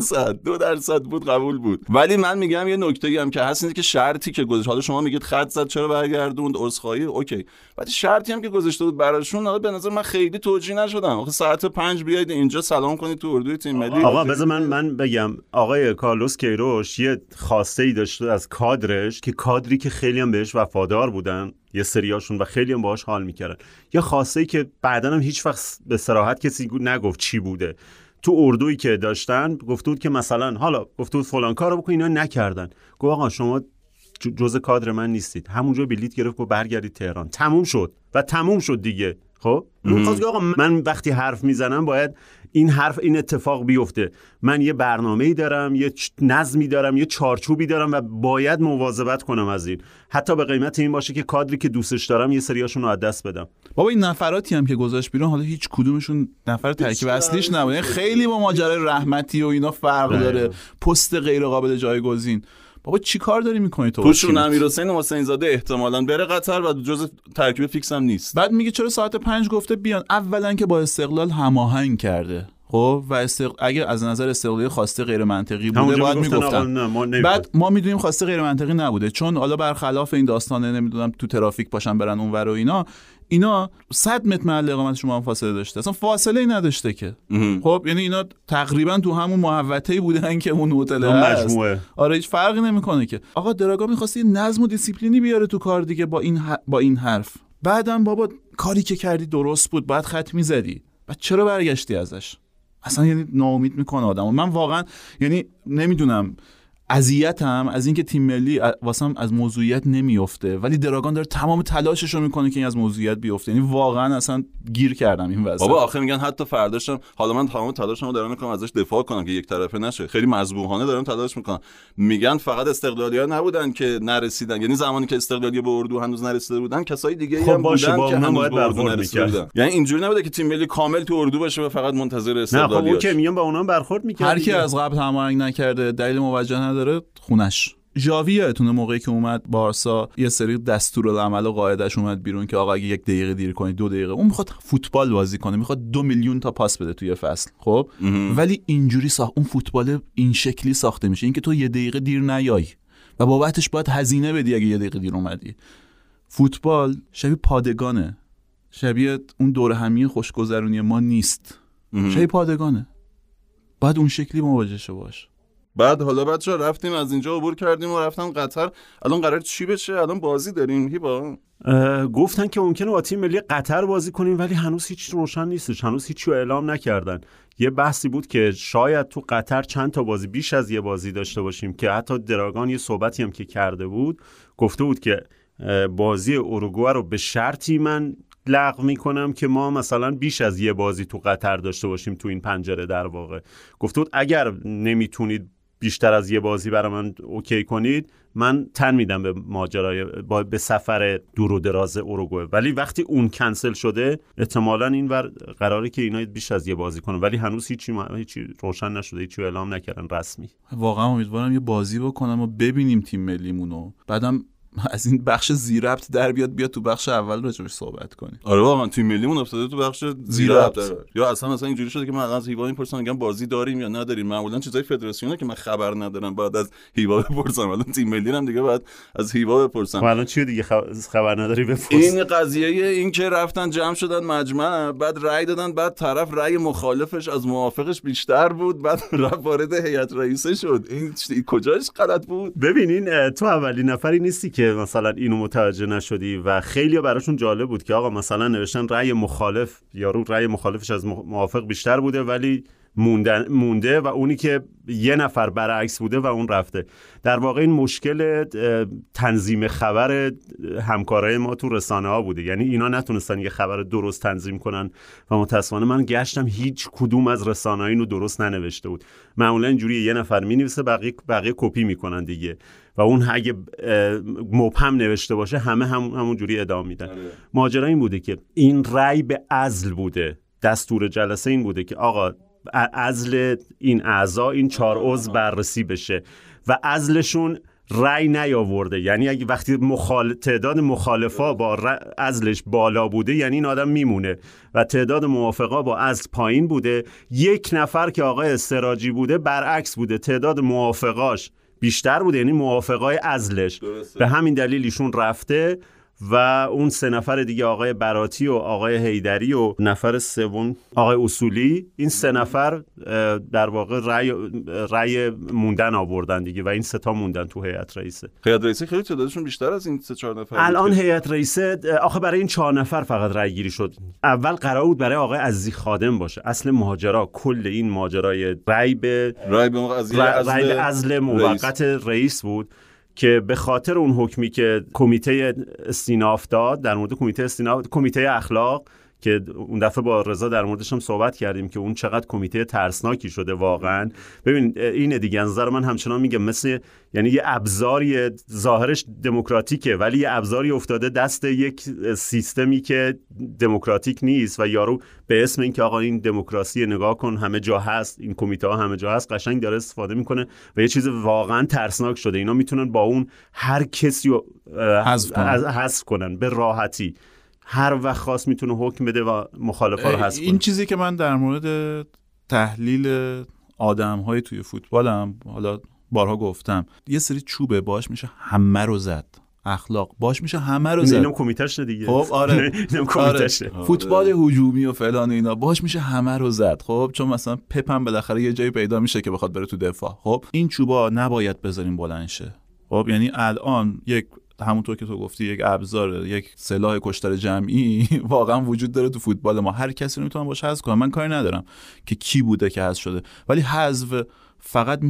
2% بود قبول بود. ولی من میگم یه نکته‌ای هم که هست اینه که شرطی که گذاشت، حالا شما میگید خط زد چرا برگردوند عذرخواهی اوکی، ولی شرطی هم که گذاشته بود براشون به نظر من خیلی توجیه نشدن. آخه ساعت 5 بیاید اینجا سلام کنید تو اردوی تیم ملی. آقا بذار من بگم آقای کارلوس کیروش یه خواسته‌ای داشته از کادرش که کادری که خیلی هم بهش وفادار بودن یه سریاشون و خیلی هم باهاش حال میکردن، یه خواسته ای که بعدن هم هیچ وقت به صراحت کسی نگفت چی بوده. تو اردویی که داشتن گفته بود که مثلا حالا گفته بود فلان کارو بکن، اینا نکردن. گفت آقا شما جزء کادر من نیستید. همونجا بلیت گرفت و برگردید تهران. تموم شد و تموم شد دیگه. خب می‌خواست آقا من وقتی حرف میزنم باید این اتفاق بیفته. من یه برنامه‌ای دارم، یه نظمی دارم، یه چارچوبی دارم و باید مواظبت کنم از این، حتی به قیمت این باشه که کادری که دوستش دارم یه سریاشون رو از دست بدم. بابا این نفراتی هم که گذاشت بیرون حالا هیچ کدومشون نفر ترکیب اصلیش نبود، خیلی با ماجرای رحمتی و اینا فرق داره، پست غیر قابل جایگزین. بابا چی کار داری میکنی تو؟ توشون امیرحسین حسین زاده احتمالاً بره قطر و جزء ترکیب فیکس هم نیست. بعد میگه چرا ساعت 5 گفته بیان؟ اولا که با استقلال هماهنگ کرده، خب و اگه از نظر استقلالی خواسته غیر منطقی بوده باید میگفتن. بعد ما میدونیم خواسته غیر منطقی نبوده، چون حالا برخلاف این داستانه نمیدونم تو ترافیک باشن برن اونور و اینا 100 متر محل اقامت شما هم فاصله داشته، اصلا فاصله ای نداشته که. خب یعنی اینا تقریبا تو همون محوطه‌ای بودن که اون هتل هست. آره هیچ فرقی نمیکنه که. آقا دراگا می‌خواستی نظم و دیسیپلینی بیاره تو کار دیگه با این حرف. بعدم بابا کاری که کردی درست بود، باید خط می‌زدی. بعد چرا برگشتی ازش؟ اصلا یعنی ناامید میکنه آدمو. من واقعا یعنی نمیدونم اذیتم از اینکه تیم ملی واسم از موضوعیت نمیفته، ولی دراگان داره تمام تلاشش رو میکنه که این از موضوعیت بیفته. یعنی واقعا اصلا گیر کردم این وضع. بابا آخه میگن حتی فرداشم، حالا من تمام تلاشمو دارم میکنم ازش دفاع کنم که یک طرفه نشه، خیلی مذبوحانه دارم تلاش میکنم. میگن فقط استقلالی‌ها نبودن که نرسیدن، یعنی زمانی که استقلالی‌ها به اردو هنوز نرسیده بودن کسای دیگه هم بودن که هنوز به اردو نرسیدن. یعنی اینجوری نبوده که تیم ملی کامل تو اردو باشه و فقط منتظر استقلالی‌ها. نه خب اوکی، میگم با اونها برخورد می‌کرد. هر کی از قبل هماهنگ نکرده دلیل موجه نداره خونش. ژاوی یادتونه موقعی که اومد بارسا یه سری دستورالعمل و قاعده‌اش اومد بیرون که آقا اگه 1 دقیقه دیر کنی 2 دقیقه، اون میخواد فوتبال بازی کنه، میخواد 2 میلیون تا پاس بده توی فصل. خب ولی اینجوری اون فوتبال این شکلی ساخته میشه، اینکه تو 1 دقیقه دیر نیای و بابتش باید هزینه بدی اگه 1 دقیقه دیر اومدی. فوتبال شبیه پادگانه، شبیه اون دوره همی خوشگذرونی ما نیست، شبیه پادگانه، باید اون شکلی مواجه شه باش. بعد حالا بچه‌ها رفتیم از اینجا عبور کردیم و رفتن قطر. الان قرار چی بشه؟ الان بازی داریم هیبا. گفتن که ممکنه با تیم ملی قطر بازی کنیم ولی هنوز هیچ روشن نیستش، هنوز هیچی رو اعلام نکردن. یه بحثی بود که شاید تو قطر چند تا بازی بیش از یه بازی داشته باشیم که حتی دراگان یه صحبتی هم که کرده بود گفته بود که بازی اوروگوئه رو به شرطی من لغو میکنم که ما مثلا بیش از یه بازی تو قطر داشته باشیم تو این پنجره. در واقع گفته بود اگر نمیتونید بیشتر از یه بازی برای من اوکی کنید، من تن میدم به ماجرای به سفر دور و دراز اوروگوئه. ولی وقتی اون کنسل شده احتمالاً اینور قراره که اینا بیش از یه بازی کنن، ولی هنوز هیچی روشن نشده، هیچی اعلام نکردن رسمی. واقعا امیدوارم یه بازی بکنم و ببینیم تیم ملیمونو، بعدم از این بخش زیربط در بیاد تو بخش اول راجعش صحبت کنیم. آره واقعا تیم ملیمون افتاده تو بخش زیربط، یا اصلا اینجوری شده که من از هیوا میپرسم میگم بازی داریم یا نداریم. معمولا چیزای فدراسیونه که من خبر ندارم بعد از هیوا بپرسم، الان تیم ملی هم دیگه بعد از هیوا بپرسم. الان چی دیگه خبر نداری بپرس. این قضیه این که رفتن جمع شدن مجمع، بعد رأی دادن، بعد طرف رأی مخالفش از موافقش بیشتر بود، بعد رفت وارد هیئت رئیسه شد. این کجاش غلط بود؟ ببینین تو اولین نفری نیستی که مثلا اینو متوجه نشدی و خیلی براشون جالب بود که آقا مثلا نوشتن رأی مخالف، یارو رأی مخالفش از موافق بیشتر بوده ولی مونده و اونی که یه نفر برعکس بوده و اون رفته. در واقع این مشکل تنظیم خبر همکارای ما تو رسانه ها بوده، یعنی اینا نتونستن یه خبر درست تنظیم کنن و متاسفانه من گشتم هیچ کدوم از رسانه ها اینو درست ننوشته بود. معمولا اینجوری یه نفر مینویسه بقیه کپی میکنن دیگه و اون اگه مبهم نوشته باشه همون جوری ادامه میدن. ماجرا این بوده که این رأی به عزل بوده، دستور جلسه این بوده که آقا عزل این اعضا، این 4 عضو بررسی بشه و عزلشون رأی نیاورده. یعنی اگه وقتی تعداد مخالفا با عزلش بالا بوده یعنی این آدم میمونه و تعداد موافقا با عزل پایین بوده. یک نفر که آقای استراجی بوده برعکس بوده، تعداد موافقاش بیشتر بوده یعنی موافقای عزلش. به همین دلیل ایشون رفته و اون 3 نفر دیگه آقای براتی و آقای حیدری و نفر سوم آقای اصولی، این 3 نفر در واقع رأی موندن آوردن دیگه و این 3 تا موندن تو هیئت رئیسه. هیئت رئیسه خیلی تعدادشون بیشتر از این 3-4 نفر الان هیئت رئیسه آخه برای این 4 نفر فقط رأی گیری شد. اول قرار بود برای آقای عزیزی خادم باشه. اصل ماجرا کل این ماجرای رأی به عزل موقت رئیس بود که به خاطر اون حکمی که کمیته استیناف داد در مورد کمیته اخلاق که اون دفعه با رضا در موردش هم صحبت کردیم که اون چقدر کمیته ترسناکی شده واقعا. ببین اینه دیگه، از نظر من همچنان میگم مثل یعنی یه ابزاری ظاهرش دموکراتیکه ولی یه ابزاری افتاده دست یک سیستمی که دموکراتیک نیست و یارو به اسم اینکه آقا این دموکراسی نگاه کن همه جا هست، این کمیته ها همه جا هست، قشنگ داره استفاده میکنه و یه چیز واقعا ترسناک شده. اینا میتونن با اون هر کسی رو حذف کنن به راحتی، هر وقت خواست میتونه حکم بده و مخالفا رو حذف کنه. این چیزی که من در مورد تحلیل آدم‌های توی فوتبالم حالا بارها گفتم، یه سری چوبه باش میشه همه رو زد، اخلاق باش میشه همه رو زد. اینم کمیته‌شه دیگه. خب آره فوتبال هجومی و فلان اینا باش میشه همه رو زد. خب چون مثلا پپم بالاخره یه جایی پیدا میشه که بخواد بره تو دفاع. خب این چوبا نباید بذاریم بلند شه. خب یعنی الان یک همونطور که تو گفتی یک ابزار، یک سلاح کشتار جمعی واقعا وجود داره تو فوتبال ما. هر کسی رو میتونه باشه حذف کنه. من کاری ندارم که کی بوده که حذف شده، ولی حذف فقط میشه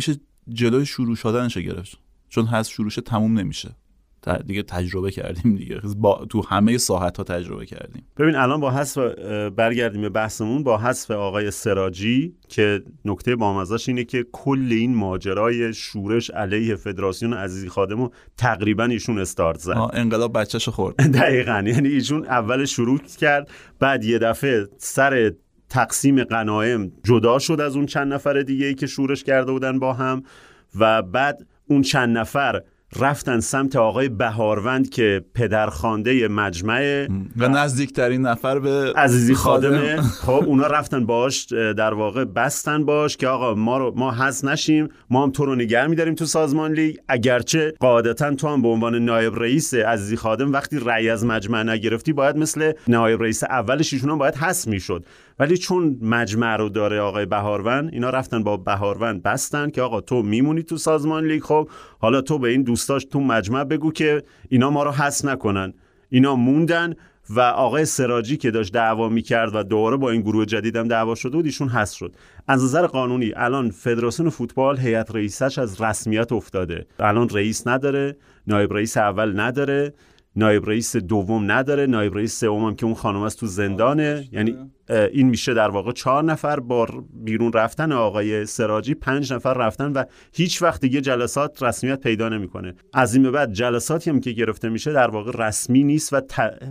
جلوی شروع شدنش گرفت، چون حذف شروعش تموم نمیشه. دیگه تجربه کردیم دیگه، تو همه ساحت‌ها تجربه کردیم. ببین الان با حذف، برگردیم به بحثمون، با حذف آقای سراجی که نکته بامزه‌اش اینه که کل این ماجرای شورش علیه فدراسیون عزیزی خادمو تقریبا ایشون استارت زد. انقلاب بچه‌شو خورد. دقیقاً، یعنی ایشون اول شروع کرد، بعد یه دفعه سر تقسیم غنایم جدا شد از اون چند نفر دیگه‌ای که شورش کرده بودن با هم، و بعد اون چند نفر رفتن سمت آقای بهاروند که پدرخوانده مجمع و نزدیکترین نفر به عزیزی خادمه. خب اونا رفتن باش در واقع بستن باش که آقا ما حذف نشیم، ما هم تو رو نگه می‌داریم تو سازمان لیگ، اگرچه قاعدتاً تو هم به عنوان نایب رئیس عزیزی خادم وقتی رأی از مجمع نگرفتی باید مثل نایب رئیس اولش ایشون هم باید حذف می‌شد، ولی چون مجمع رو داره آقای بهاروند، اینا رفتن با بهاروند بستن که آقا تو میمونی تو سازمان لیگ، خب حالا تو به این دوستاش تو مجمع بگو که اینا ما رو حذف نکنن. اینا موندن و آقای سراجی که داشت دعوا میکرد و دوباره با این گروه جدیدم دعوا شده بود، ایشون حذف شد. از نظر قانونی الان فدراسیون فوتبال هیئت رئیسش از رسمیت افتاده، الان رئیس نداره، نایب رئیس اول نداره، نایب رئیس دوم نداره، نایب رئیس سوم هم که اون خانم است تو زندانه. یعنی این میشه در واقع 4 نفر با بیرون رفتن آقای سراجی 5 نفر رفتن و هیچ وقت دیگه جلسات رسمیت پیدا نمیکنه. از این به بعد جلساتی هم که گرفته میشه در واقع رسمی نیست و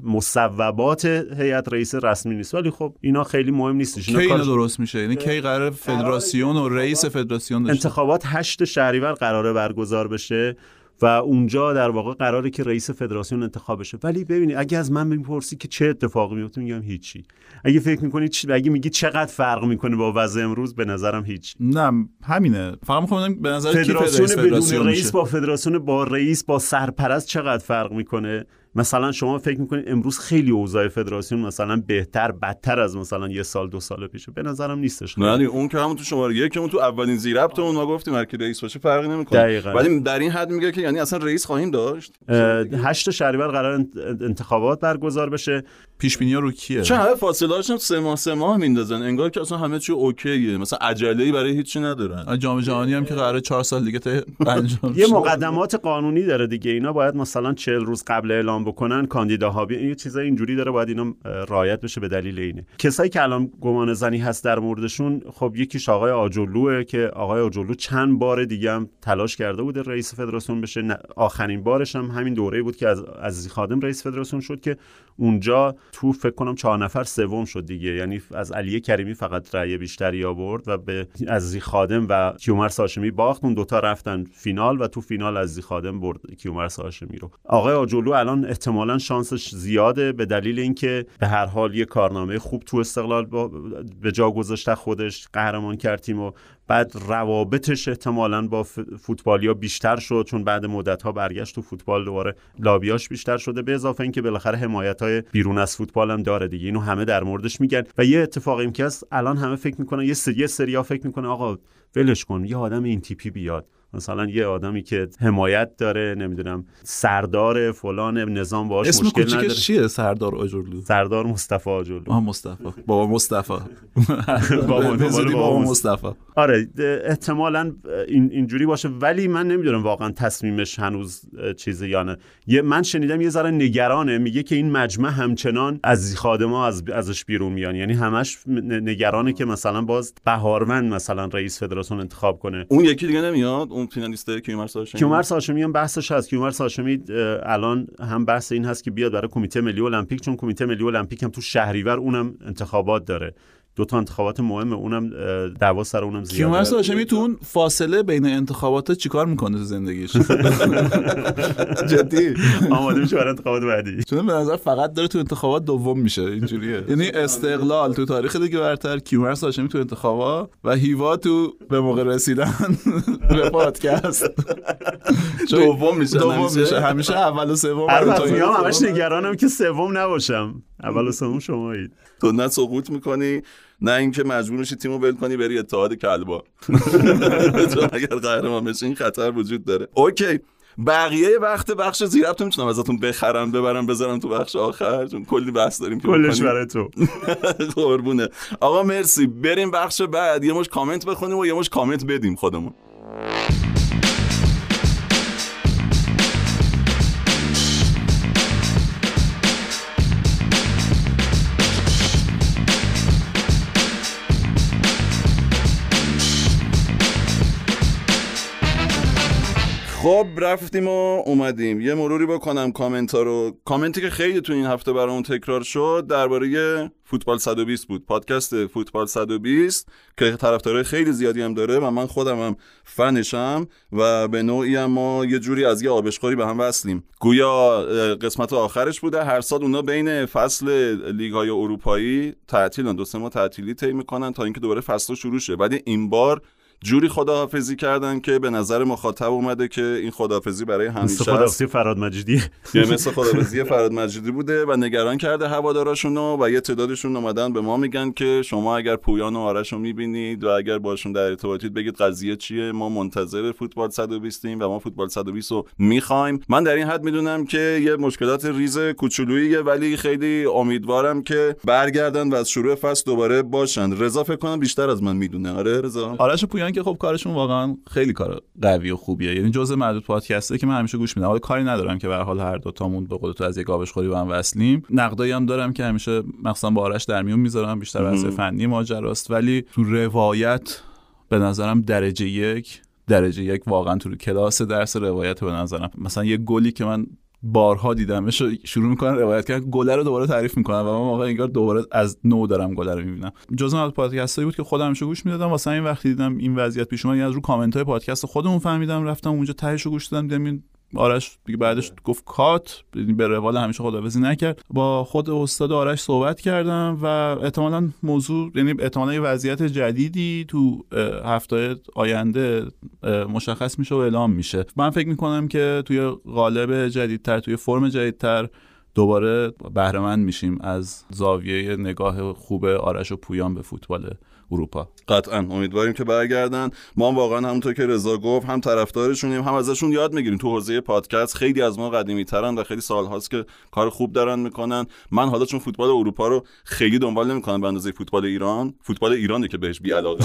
مصوبات هیئت رئیس رسمی نیست، ولی خب اینا خیلی مهم نیست. کی اینا درست میشه؟ یعنی کی قرار فدراسیون و رئیس فدراسیون داشته؟ انتخابات 8 شهریور قراره برگزار بشه و اونجا در واقع قراره که رئیس فدراسیون انتخاب بشه. ولی ببینید اگه از من میپرسی که چه اتفاقی میفته، میگم هیچی. اگه فکر میکنی اگه میگی چقدر فرق میکنه با وضع امروز، به نظرم هیچ. نه همینه، فقط میخوام به نظر فدراسیون بدون رئیس با فدراسیون با رئیس با سرپرست چقدر فرق میکنه. مثلا شما فکر میکنید امروز خیلی اوضاع فدراسیون مثلا بهتر بدتر از مثلا 1 سال 2 سال پیشه؟ به نظرم نیستش. نه اون که همون تو شماره 1 اون تو اولین زیربط اون ما گفتیم هر کی رئیس باشه فرقی نمیکنه، ولی در این حد میگه که یعنی اصلا رئیس خواهیم داشت. 8 شهریور قرار انتخابات برگزار بشه. پیش بینی‌ها رو کیه؟ چه همه فاصله‌اش هم 3 ماه میندازن، انگار که اصلا همه چی اوکیه، مثلا عجله‌ای برای هیچی ندارن. جام جهانی هم که قراره 4 سال دیگه انجام یه مقدمات قانونی داره دیگه، اینا باید مثلا 40 روز قبل اعلام بکنن کاندیداها، یه چیزای اینجوری داره، باید اینا رعایت بشه. به دلیل اینه کسایی که الان گمان زنی هست در موردشون، خب یکیش آقای آجرلوه که آقای آجرلو چند بار دیگه هم تلاش کرده بوده رئیس فدراسیون بشه، آخرین بارش هم همین دوره بود که از عزیزی خادم رئیس فدراسیون شد که اونجا تو فکر کنم 4 نفر سوم شد دیگه، یعنی از علی کریمی فقط رأی بیشتری آورد و به عزیزی خادم و کیومرث هاشمی باخت. اون دوتا رفتن فینال و تو فینال عزیزی خادم برد کیومرث هاشمی رو. آقای آجرلو الان احتمالاً شانسش زیاده به دلیل اینکه به هر حال یه کارنامه خوب تو استقلال به جا گذاشته، خودش قهرمان کرد تیمو، بعد روابطش احتمالاً با فوتبالیا بیشتر شد چون بعد مدت‌ها برگشت تو فوتبال، دوباره لابیاش بیشتر شده، به اضافه اینکه بالاخره حمایت‌های بیرون از فوتبال هم داره دیگه. اینو همه در موردش میگن و یه اتفاقی که هست الان همه فکر میکنن، یه سریا فکر میکنه آقا ولش کن، یه آدم این تیپی بیاد، مثلا یه آدمی که حمایت داره، نمیدونم سردار فلان نظام باهاش مشکل نداره. اسم چیه سردار آجرلو؟ سردار مصطفی آجرلو. مصطفی بابا مصطفی بابا مصطفی. آره احتمالاً اینجوری باشه، ولی من نمیدونم واقعا تصمیمش هنوز چیزی یا نه. من شنیدم یه ذره نگرانه، میگه که این مجمع همچنان از خادما ازش بیرون میان، یعنی همش نگرانه که مثلا باز بهاروند مثلا رئیس فدراسیون انتخاب کنه. اون یکی دیگه نمیاد، اون فینالیست کیومرث هاشمی هم بحثش هست. کیومرث هاشمی الان هم بحث این هست که بیاد برای کمیته ملی المپیک، چون کمیته ملی المپیک هم تو شهریور اونم انتخابات داره، 2 تا انتخابات مهمه، اونم دعوا سر اونم زیاده. کیومرث هاشمی تو اون فاصله بین انتخابات چیکار میکنه تو زندگیش؟ جدی آماده میشه برای انتخابات بعدی؟ چون به نظر فقط داره تو انتخابات دوم میشه، اینجوریه. یعنی استقلال تو تاریخ دیگه برتر، کیومرث هاشمی تو انتخابات و هیوا تو به موقع رسیدن به پادکست دوم میشه. همیشه اول و سوم. البته همش نگرانم که سوم نباشم، اول و سوم شمایید. تو نه سقوط میکنی نه اینکه مجبور میشی تیمو ول کنی بری اتحاد کلبا. اگر قهرمان بشی این خطر وجود داره. اوکی، بقیه وقت بخش زیربط میتونم ازتون بخرم ببرم بذارم تو بخش آخر، چون کلی بحث داریم که کلش برای تو. قربونه آقا، مرسی. بریم بخش بعد، یه مش کامنت بخونیم و یه مش کامنت بدیم خودمون. خب رفتیم و اومدیم یه مروری بکنم کامنتا رو. کامنتی که خیلی تو این هفته برامون تکرار شد درباره فوتبال 120 بود، پادکست فوتبال 120 که طرفدارای خیلی زیادی هم داره و من خودم هم فنشم و به نوعی هم ما یه جوری از یه آبشخوری به هم وصلیم. گویا قسمت آخرش بوده. هر سال اونا بین فصل لیگ‌های اروپایی تعطیلن، 2-3 ماه تعطیلی طی می‌کنن تا اینکه دوباره فصل شروع شه. ولی این بار جوری خداحافظی کردن که به نظر مخاطب اومده که این خداحافظی برای همیشه است. خداحافظی فراد مجیدی مثل خداحافظی فراد مجیدی بوده و نگران کرده هواداراشونو و یه تعدادشون اومدن به ما میگن که شما اگر پویان و آرش رو میبینید و اگر باشون در ارتباطید بگید قضیه چیه، ما منتظر فوتبال 120 ایم و ما فوتبال 120 رو میخوایم. من در این حد میدونم که یه مشکلات ریز کوچولوییه ولی خیلی امیدوارم که برگردن و از شروع فصل دوباره باشن. رضا فکر کنم بیشتر از من میدونه. آره رضا، آرش و پویان که خب کارشون واقعا خیلی کار قوی و خوبیه، یعنی جزء معدود پادکسته که من همیشه گوش میدم. حالا کاری ندارم که به هر حال هر دو تامون به قول تو از یک آبشخوری به هم وصلیم. نقدایی هم دارم که همیشه مثلا با آرش در میون میذارم، بیشتر بحث فنی ماجراست، ولی تو روایت به نظرم درجه یک واقعا تو کلاس درس روایت به نظرم. مثلا یه گلی که من بارها دیدمش شروع میکنن روایت کردن، گل رو دوباره تعریف میکنن و من واقعا انگار دوباره از نو دارم گل رو میبینم. جزء از پادکستایی بود که خودم همیشه گوش میدادم. واسه این وقتی دیدم این وضعیت پیش اومد، از رو کامنت های پادکست خودمون فهمیدم، رفتم اونجا تهش رو گوش دادم، دیدم آرش دیگه بعدش گفت کات به روال همیشه خداحافظی نکرد. با خود استاد آرش صحبت کردم و احتمالاً موضوع، یعنی احتمالاً یه وضعیت جدیدی تو هفته آینده مشخص میشه و اعلام میشه. من فکر میکنم که توی قالب جدیدتر، توی فرم جدیدتر دوباره بهره مند میشیم از زاویه نگاه خوب آرش و پویان به فوتبال اروپا. قطعا امیدواریم که برگردن. ما واقعا همونطور که رضا گفت هم طرفدارشونیم، هم ازشون یاد میگیریم. تو حوزه پادکست خیلی از ما قدیمی ترن و خیلی سالهاست که کار خوب دارن میکنن. من حالا چون فوتبال اروپا رو خیلی دنبال نمیکنم به اندازه فوتبال ایران، فوتبال ایرانی که بهش بی علاقه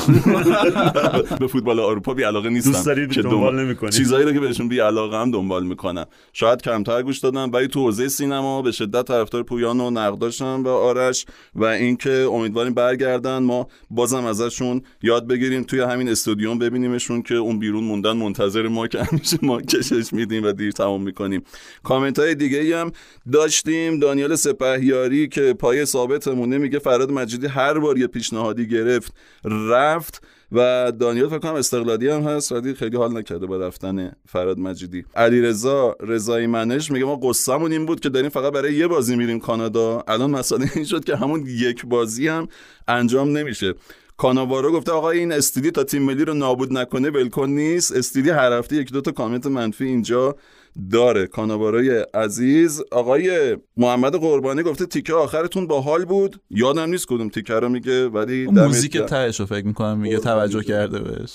به فوتبال اروپا بی علاقه نیستم، دوست دارید دنبال نمیکنی چیزایی رو که بهشون بی علاقه هم دنبال میکنم. شاید کمتر گوش دادم، ولی تو حوزه سینما به شدت طرفدار پویان و نقداشم و آرش و اینکه امیدواریم برگردن. ما بازم ازشون یاد بگیریم، توی همین استودیوم ببینیمشون که اون بیرون موندن منتظر ما که همیشه ما کشش میدیم و دیر تمام میکنیم. کامنت های دیگه ای هم داشتیم. دانیال سپهیاری که پای ثابتمونه میگه فراد مجیدی هر بار یه پیشنهادی گرفت رفت و دانیال فکر کنم استقلالی هم هست ولی خیلی حال نکرده با رفتن فراد مجیدی. علیرضا رضایی منش میگه ما قصه‌مون این بود که داریم فقط برای یه بازی میریم کانادا، الان مسئله این شد که همون یک بازی هم انجام نمیشه. کاناوارو گفته آقا این استیدی تا تیم ملی رو نابود نکنه ولکن نیست. استیدی هر هفته یک دو تا کامنت منفی اینجا داره. کاناواروی عزیز. آقای محمد قربانی گفته تیکه آخرتون باحال بود، یادم نیست کدوم تیکه رو میگه ولی موزیک تهش رو فکر میکنم میگه توجه کرده بهش.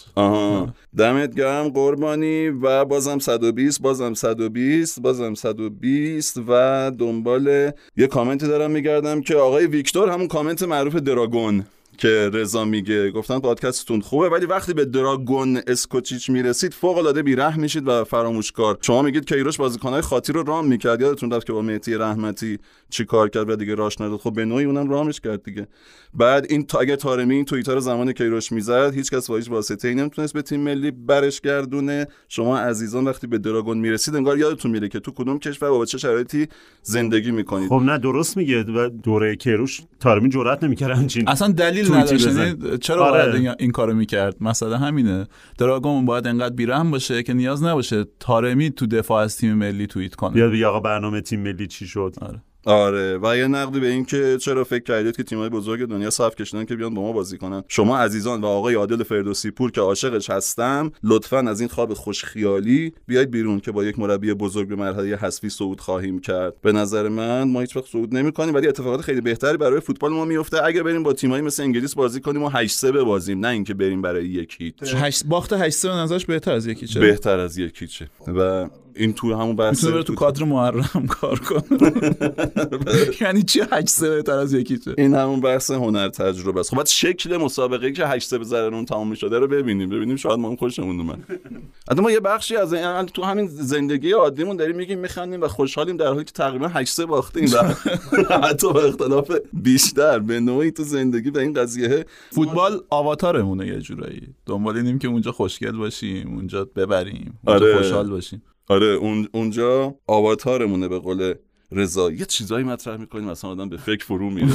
دمت گرم قربانی. و بازم 120 بازم 120 بازم 120 و دنبال یه کامنتی دارم میگردم که آقای ویکتور، همون کامنت معروف دراگون که رضا میگه، گفتن پادکستتون خوبه ولی وقتی به دراگون اسکوچیچ میرسید فوق العاده بی‌رحم میشید و فراموشکار. شما میگید کیروش بازیکن‌های خاطی رو رام میکرد، یادتون رفت که با مهدی رحمتی چی کار کرد و دیگه راش نداد. خب به نوعی اونم رامش کرد دیگه. بعد این اگه طارمی این توییتر زمان کیروش میزد هیچ کس با هیچ واسطه‌ای نمیتونست به تیم ملی برش گردونه. شما عزیزان وقتی به دراگون میرسید انگار یادتون میره که تو کدوم کشور و با چه شرایطی زندگی میکنید. خب نه درست میگه و دوره کیروش طارمی جرئت نمیکرد همچین اصلا دلیل نداشت. چرا باید این کارو میکرد؟ مثلا همینه، دراگون باید انقدر بیرحم باشه که نیاز نباشه طارمی تو دفاع از تیم ملی توییت کنه. بیاد بگه آقا برنامه تیم ملی چی شد. آره و یه نقدی به این که چرا فکر کردید که تیم‌های بزرگ دنیا صف کشیدن که بیان با ما بازی کنن. شما عزیزان و آقای عادل فردوسی پور که عاشقش هستم، لطفاً از این خواب خوش خیالی بیاید بیرون که با یک مربی بزرگ به مرحله حذفی صعود خواهیم کرد. به نظر من ما هیچ وقت صعود نمی‌کنیم ولی اتفاقات خیلی بهتری برای فوتبال ما میفته اگه بریم با تیم‌های مثل انگلیس بازی کنیم و 8-3 ببازیم، نه اینکه بریم برای 1-0. باخت 8-3 به نظرش بهتر از 1-0. بهتر از 1-0 و این تو همون بحث میتونه تو کادر محرم کار کنه. یعنی چی 8-3 بهتر از یکیشه؟ این همون بحث هنر تجربه است. خب بعد شکل مسابقه‌ای که 8-3 به ضرر اون تمام می‌شده رو ببینیم شاید ما هم خوشمون اومد. البته ما یه بخشی از این تو همین زندگی عادیمون داریم میگیم میخندیم و خوشحالیم در حالی که تقریبا 8-3 باختیم و حتی با اختلاف بیشتر به نوعی تو زندگی به این قضیه. فوتبال آواتارمونه یه جورایی، دنبال اینیم که اونجا خوشگل باشیم، اونجا ببریم، اونجا خوشحال باشیم. آره اونجا آواتارمونه به قول رضا. یه چیزایی مطرح میکنیم مثلا آدم به فکر فرو میره.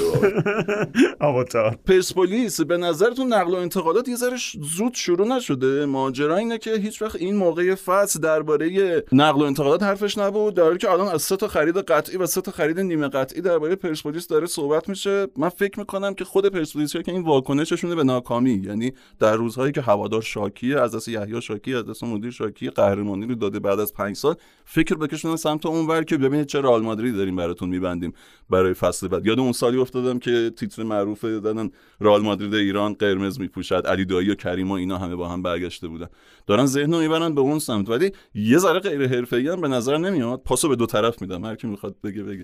آواتار پرسپولیس به نظرتون نقل و انتقالات یه ذره زود شروع نشده؟ ماجرا اینه که هیچ وقت این موقع فصل درباره نقل و انتقالات حرفش نبود، در حالی که الان از 3 تا خرید قطعی و 3 تا خرید نیمه قطعی درباره پرسپولیس داره صحبت میشه. من فکر میکنم که خود پرسپولیسیا که این واکنششونه به ناکامی، یعنی در روزهایی که هوادار شاکیه، از دست یحیی شاکی، از دست مدیر شاکی، قهرمانی رو داده بعد از 5 سال، فکر بکشونن سمت اونور که ببینید چه رئال مادرید داریم براتون میبندیم برای فصل بعد. یاد اون سالی افتادم که تیتر معروف دادن رئال مادرید ایران قرمز میپوشد، علی دایی و کریم و اینا همه با هم برگشته بودن، دارن ذهنو میبرن به اون سمت. ولی یه ذره غیر حرفه‌ای هم به نظر نمیاد. پاسو به دو طرف میدم، هر کی میخواد بگه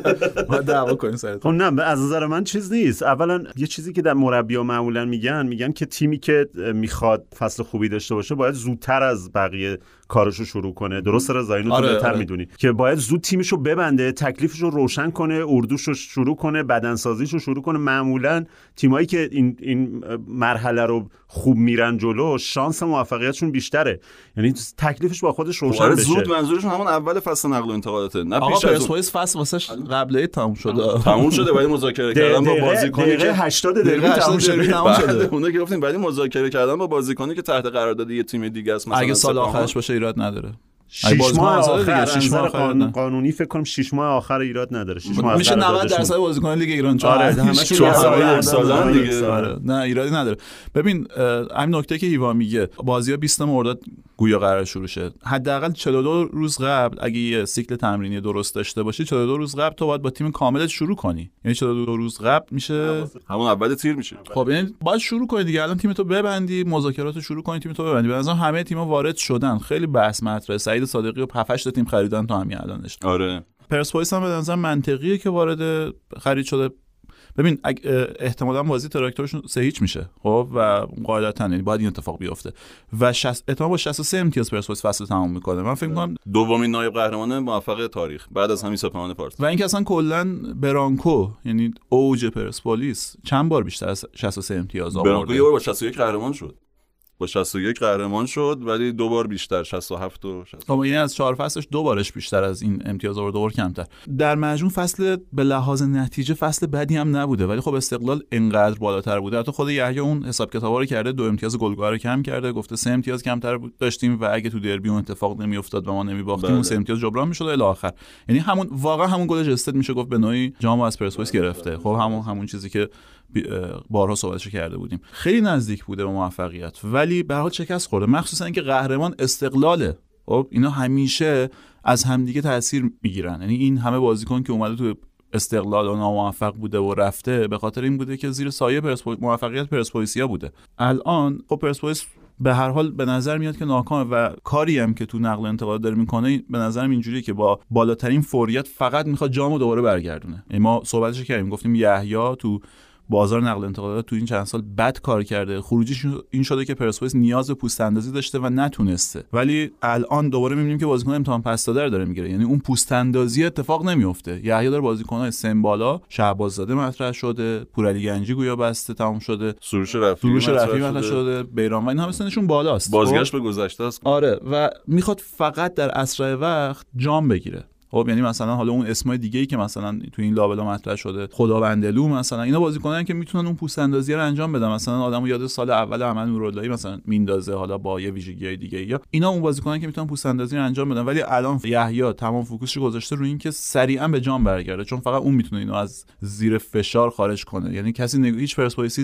ما دعوا کنیم سرت. خب نه، از نظر من چیز نیست. اولا یه چیزی که در مربی‌ها معمولا میگن که تیمی که میخواد فصل خوبی داشته باشه باید زودتر از بقیه کارشو شروع کنه. درسته رضا؟ اینو تو بهتر میدونی که باید زود تیمشو ببنده، تکلیفشو روشن کنه، اردوشو شروع کنه، بدنسازیشو شروع کنه. معمولا تیمایی که این مرحله رو خوب میرن جلو شانس موفقیتشون بیشتره، یعنی تکلیفش با خودش روشن بشه. زود منظورشون همون اول فصل نقل و انتقالاته، نه پیش از اون. پرسپولیس فصل واسش قبله تموم شده ولی مذاکره کردن با بازیکنی که 80 دقیقه تموم شده. اونا که گفتیم ولی مذاکره کردن با بازیکنی که تحت قرارداد یه تیم دیگه است، مثلا اگه سال آخرش باشه ایراد نداره. 6 ماه آخر 6 ماه قانونی فکر کنم 6 ماه آخر ایراد نداره. 6 ماه میشه 90% بازیکن لیگ ایران چون همشون یک سالن دیگه. نه ایرادی نداره. ببین همین نکته که هیوا میگه، بازی‌ها 20 مرداد گویا قرار شروع شه. حداقل 42 روز قبل اگه یه سیکل تمرینی درست داشته باشی 42 روز قبل تو باید با تیم کاملت شروع کنی. یعنی 42 روز قبل میشه همون اول تیر میشه. خب یعنی باید شروع کنی دیگه. الان تیمتو ببندی، مذاکراتو شروع کنی، تیمتو ببندی. به نظرم همه تیم‌ها وارد شدن. خیلی بحث مطرحه. سعید صادقی و 7-8 تا تیم خریدن تا همین الانش. آره. پرسپولیس هم به نظر منطقیه که وارد خرید شده. ببین احتمالاً بازی تراکتورشون 3-0 میشه. خب و قاعدتاً یعنی باید این اتفاق بیفته و احتمال با 63 امتیاز پرسپولیس فصل تموم میکنه. من فکر می‌کنم دومین نایب قهرمان موفق تاریخ بعد از همین سپاهان پارس. و اینکه اصلا کلاً برانکو یعنی اوج پرسپولیس چند بار بیشتر از 63 امتیاز آورده. برانکو یه بار با 61 قهرمان شد. با 61 قهرمان شد ولی 2 بار بیشتر، 67 و 60. خب این از 4 فصلش 2 بارش بیشتر از این امتیاز آورد، 2 بار کمتر. در مجموع فصل به لحاظ نتیجه فصل بدی هم نبوده، ولی خب استقلال اینقدر بالاتر بوده. حتی خود یحیی اون حساب کتابا رو کرده، 2 امتیاز گلگوهر رو کم کرده، گفته 3 امتیاز کمتر داشتیم و اگه تو دربی اون اتفاق نمیافتاد و ما نمیباختیم اون 3 امتیاز جبران میشد الی آخر. یعنی همون واقعا همون گل جستد میشه گفت به نوعی جامو از پرسپولیس گرفته. خب همون چیزی که بارها صحبتش کرده بودیم. خیلی نزدیک بوده به موفقیت ولی به هر حال شکست خورده، مخصوصا اینکه قهرمان استقلاله. خب اینا همیشه از همدیگه تاثیر میگیرن. یعنی این همه بازیکن که اومده تو استقلال و ناموفق بوده و رفته به خاطر این بوده که زیر سایه موفقیت پرسپولیسیا بوده. الان خب پرسپولیس به هر حال به نظر میاد که ناکامه و کاری هم که تو نقل و انتقالات داره میکنه به نظرم اینجوریه که با بالاترین فوریت فقط میخواد جامو دوباره برگردونه. ما صحبتش کردیم، گفتیم یحیی تو بازار نقل و انتقالات تو این چند سال بد کار کرده. خروجیش این شده که پرسپولیس نیاز به پوست اندازی داشته و نتونسته، ولی الان دوباره میبینیم که بازیکن امتحان پس داده داره میگیره. یعنی اون پوست اندازی اتفاق نمیفته. یحیی داره بازیکن‌های سمبالا، شهباززاده مطرح شده، پورعلی گنجی گویا بسته تموم شده، سروش رفیعی مطرح شده، بیرام و این همه سنشون بالاست. بازگشت به گذشته است. آره و میخواد فقط در اسرع وقت جام بگیره. خب یعنی مثلا حالا اون اسمای دیگه‌ای که مثلا تو این لابلا مطرح شده، خداوندلو مثلا، اینا بازیکنان که میتونن اون پوست اندازی رو انجام بدن. مثلا آدمو یاد سال اول احمد نوراللهی مثلا میندازه، حالا با یه ویژگی‌های دیگه، یا اینا اون بازیکنان که میتونن پوست اندازی رو انجام بدن. ولی الان یحیی تمام فوکوسش گذاشته روی این که سریعا به جام برگرده، چون فقط اون میتونه اینو از زیر فشار خارج کنه. یعنی کسی هیچ پرسپولیسی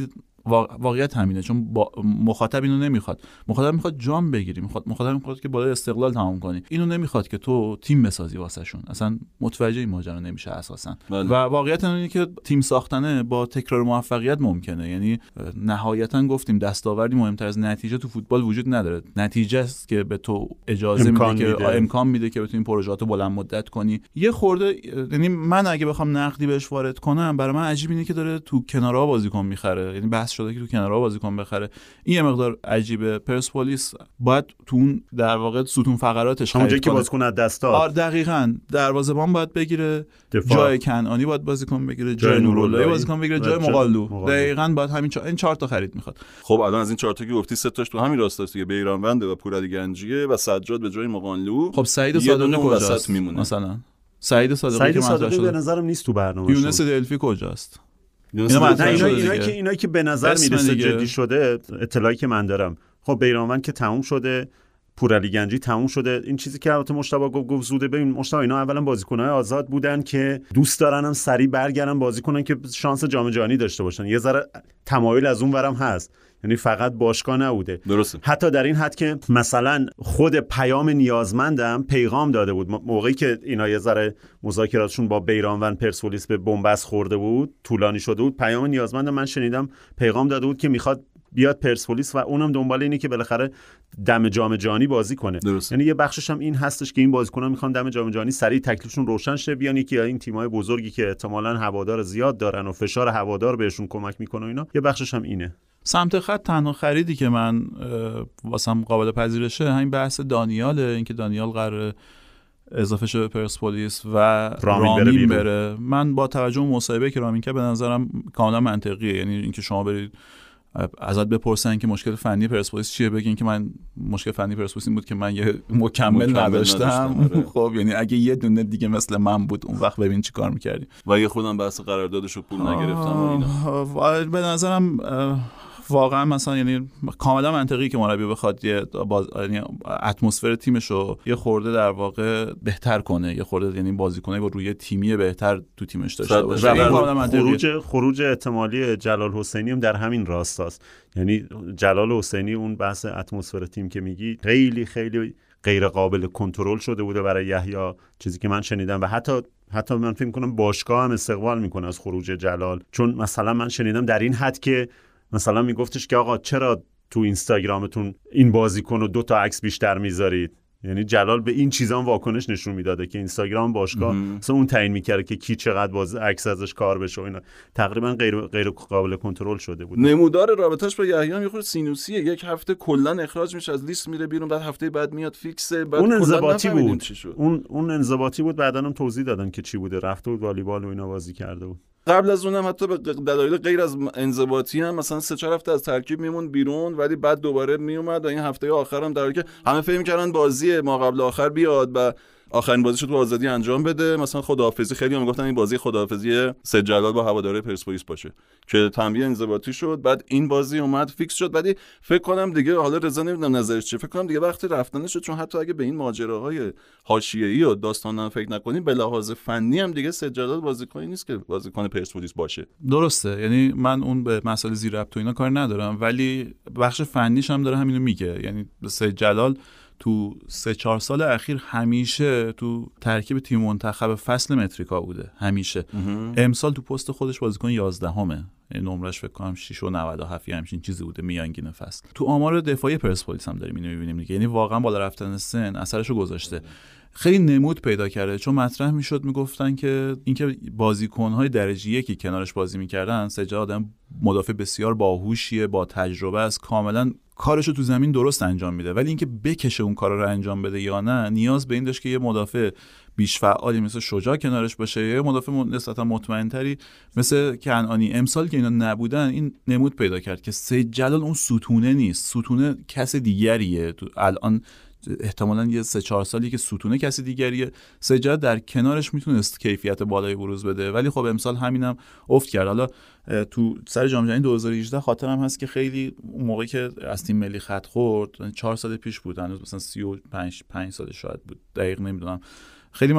واقعیت همینه، چون مخاطب اینو نمیخواد. مخاطب میخواد جام بگیری، مخاطب میخواد که بالای استقلال تمام کنی. اینو نمیخواد که تو تیم بسازی واسهشون. اصلا متوجه این ماجرا نمیشه اساسا. و واقعیت اینه که تیم ساختنه با تکرار موفقیت ممکنه. یعنی نهایتا گفتیم دستاوردی مهمتر از نتیجه تو فوتبال وجود نداره. نتیجه است که به تو اجازه میده که امکان میده که بتونی پروژه‌اتو بلند مدت کنی. یه خورده یعنی من اگه بخوام نقدی بهش وارد کنم، برای من عجیب اینه که داره تو کنارها بازیکن میخره. یعنی بحث شده که تو کنارها بازیکن بخره. این یه مقدار عجیبه. پرسپولیس باید تو اون در واقع ستون فقراتش اونجایی که بازیکن از دست داد. دقیقاً دروازه‌بان باید بگیره، جای کنعانی باید بازیکن بگیره، جای نوراللهی بازیکن بگیره، جای مقالدو. دقیقاً باید همین این 4 تا خرید میخواد. خب الان از این 4 تا که گفتی 3 تاش تو همین راستاست دیگه، بیرانوند و پورعلی گنجیه و سجاد به جای مقالدو. خب سعید صادقی کجاست مثلا؟ سعید صادقی به نظرم نیست تو برنامه. یونس دلفی کجاست؟ اینا که به نظر میرسه جدی شده، اطلاعی که من دارم. خب بیرانوند که تموم شده، پورعلی گنجی تموم شده. این چیزی که البته مشتبه گفت زوده. ببین مشتبه اینا اولا بازیکن‌های آزاد بودن که دوست دارن هم سریع برگردن بازی کنن که شانس جام جهانی داشته باشن. یه ذره تمایل از اون ورم هست، یعنی فقط باشگاه نبوده. درسته. حتی در این حد که مثلا خود پیام نیازمندم پیغام داده بود موقعی که اینا یه ذره مذاکراتشون با بیرانوند پرسپولیس به بنبست خورده بود، طولانی شده بود، پیام نیازمندم من شنیدم پیغام داده بود که میخواد بیاد پرسپولیس و اونم دنبال اینه که بالاخره دم جام جهانی بازی کنه. یعنی یه بخشش هم این هستش که این بازیکن‌ها میخوان دم جام جهانی سریع تکلیفشون روشن شه، بیان یکی از این تیم‌های بزرگی که احتمالاً هوادار زیاد دارن و فشار هوادار بهشون کمک میکنه اینا. یه بخشش هم اینه. سمت خط تنها خریدی که من واسم قابل پذیرشه همین بحث دانیاله، اینکه دانیال قراره اضافه شه به پرسپولیس و رامین بره. من با توجه به مصاحبه که رامین که به نظرم کاملا منطقیه. یعنی اینکه شما برید ازت بپرسن که مشکل فنی پرسپولیس چیه، بگین که من مشکل فنی پرسپولیس این بود که من یه مکمل نداشتم. خب یعنی اگه یه دونه دیگه مثل من بود اون وقت ببین چی کار می‌کردی. و یه خودم بحث قراردادشو پول نگرفتم و اینا. به نظرم واقعا مثلا یعنی کاملا منطقی که مربی بخواد یه یعنی اتمسفر تیمشو یه خورده در واقع بهتر کنه، یه خورده یعنی بازیکنای با روی تیمی بهتر تو تیمش داشته باشه. خروج احتمالی جلال حسینی هم در همین راستاست. یعنی جلال حسینی اون بحث اتمسفر تیم که میگی خیلی خیلی غیر قابل کنترل شده بوده برای یحیی، چیزی که من شنیدم و حتی من فکر می‌کنم باشگاه هم استقبال میکنه از خروج جلال. چون مثلا من شنیدم در این حد که مثلا میگفتش که آقا چرا تو اینستاگرامتون این بازیکن رو 2 تا عکس بیشتر میذارید. یعنی جلال به این چیزا واکنش نشون میداده که اینستاگرام باشگاه مثلا اون تعیین میکرده که کی چقدر عکس ازش کار بشه و اینا. تقریبا غیر قابل کنترل شده بود. نمودار رابطش با یحیی یه خورده سینوسیه. یک هفته کلا اخراج میشه از لیست، میره بیرون، بعد هفته بعد میاد فیکسه. بعد اون انضباطی بود. اون انضباطی بود. بعدن هم توضیح دادن که چی بوده. رفته بود والیبال و اینا بازی کرده بود. قبل از اونم حتی به دلایل غیر از انضباطی هم مثلا 3-4 هفته از ترکیب میمون بیرون، ولی بعد دوباره میومد و این هفته آخر هم در حالی که همه فکر می‌کردن بازی ما قبل آخر بیاد و آخرین بازیشو تو آزادی انجام بده، مثلا خداحافظی، خیلی هم میگفتن این بازی خداحافظی سید جلال با هواداره پرسپولیس باشه که تنبیه انضباطی شد. بعد این بازی اومد فیکس شد. بعدی فکر کنم دیگه، حالا رضا نمیدونم نظرش چیه، فکر کنم دیگه وقتی رفتن شد، چون حتی اگه به این ماجراهای حاشیه‌ای و داستانا فکر نکنیم، به لحاظ فنی هم دیگه سید جلال بازیکنی نیست که بازیکن پرسپولیس باشه. درسته، یعنی من اون به مسائل زیر ربط و اینا کار ندارم، ولی بخش فنیش هم داره همینو میگه. یعنی سید جلال تو 3-4 سال اخیر همیشه تو ترکیب تیم منتخب فصل متریکا بوده، همیشه. امسال تو پست خودش بازیکن 11همه، یعنی نمرش فکر کنم 6.97 همچین چیزی بوده میانگین فصل. تو آمار دفاعی پرسپولیس هم داریم اینو می‌بینیم دیگه، یعنی واقعا بالا رفتن سن اثرشو گذاشته. خیلی نمود پیدا کرده، چون مطرح میشد میگفتن که اینکه بازیکن‌های درجه یکی کنارش بازی می‌کردن، سجاد آدم مدافع بسیار باهوشیه، با تجربه است، کاملا کارشو تو زمین درست انجام میده، ولی اینکه بکشه اون کارا رو انجام بده یا نه، نیاز به این داشت که یه مدافع بیش فعالی مثل شجاع کنارش باشه، یا مدافع نسبتا مطمئن‌تری مثل کنعانی. امسال که اینا نبودن، این نمود پیدا کرد که سید جلال اون ستونه نیست، ستونه کس دیگریه. تو الان احتمالاً یه 3-4 سالی که ستونه کسی دیگریه، سجاد در کنارش میتونست کیفیت بالای بروز بده، ولی خب امسال همینم افت کرد. حالا تو سر جام جهانی 2018 خاطرم هست که خیلی اون موقعی که از تیم ملی خط خورد، 4 سال پیش بود، هنوز مثلا 35 سال شاید بود، دقیق نمیدونم، خیلی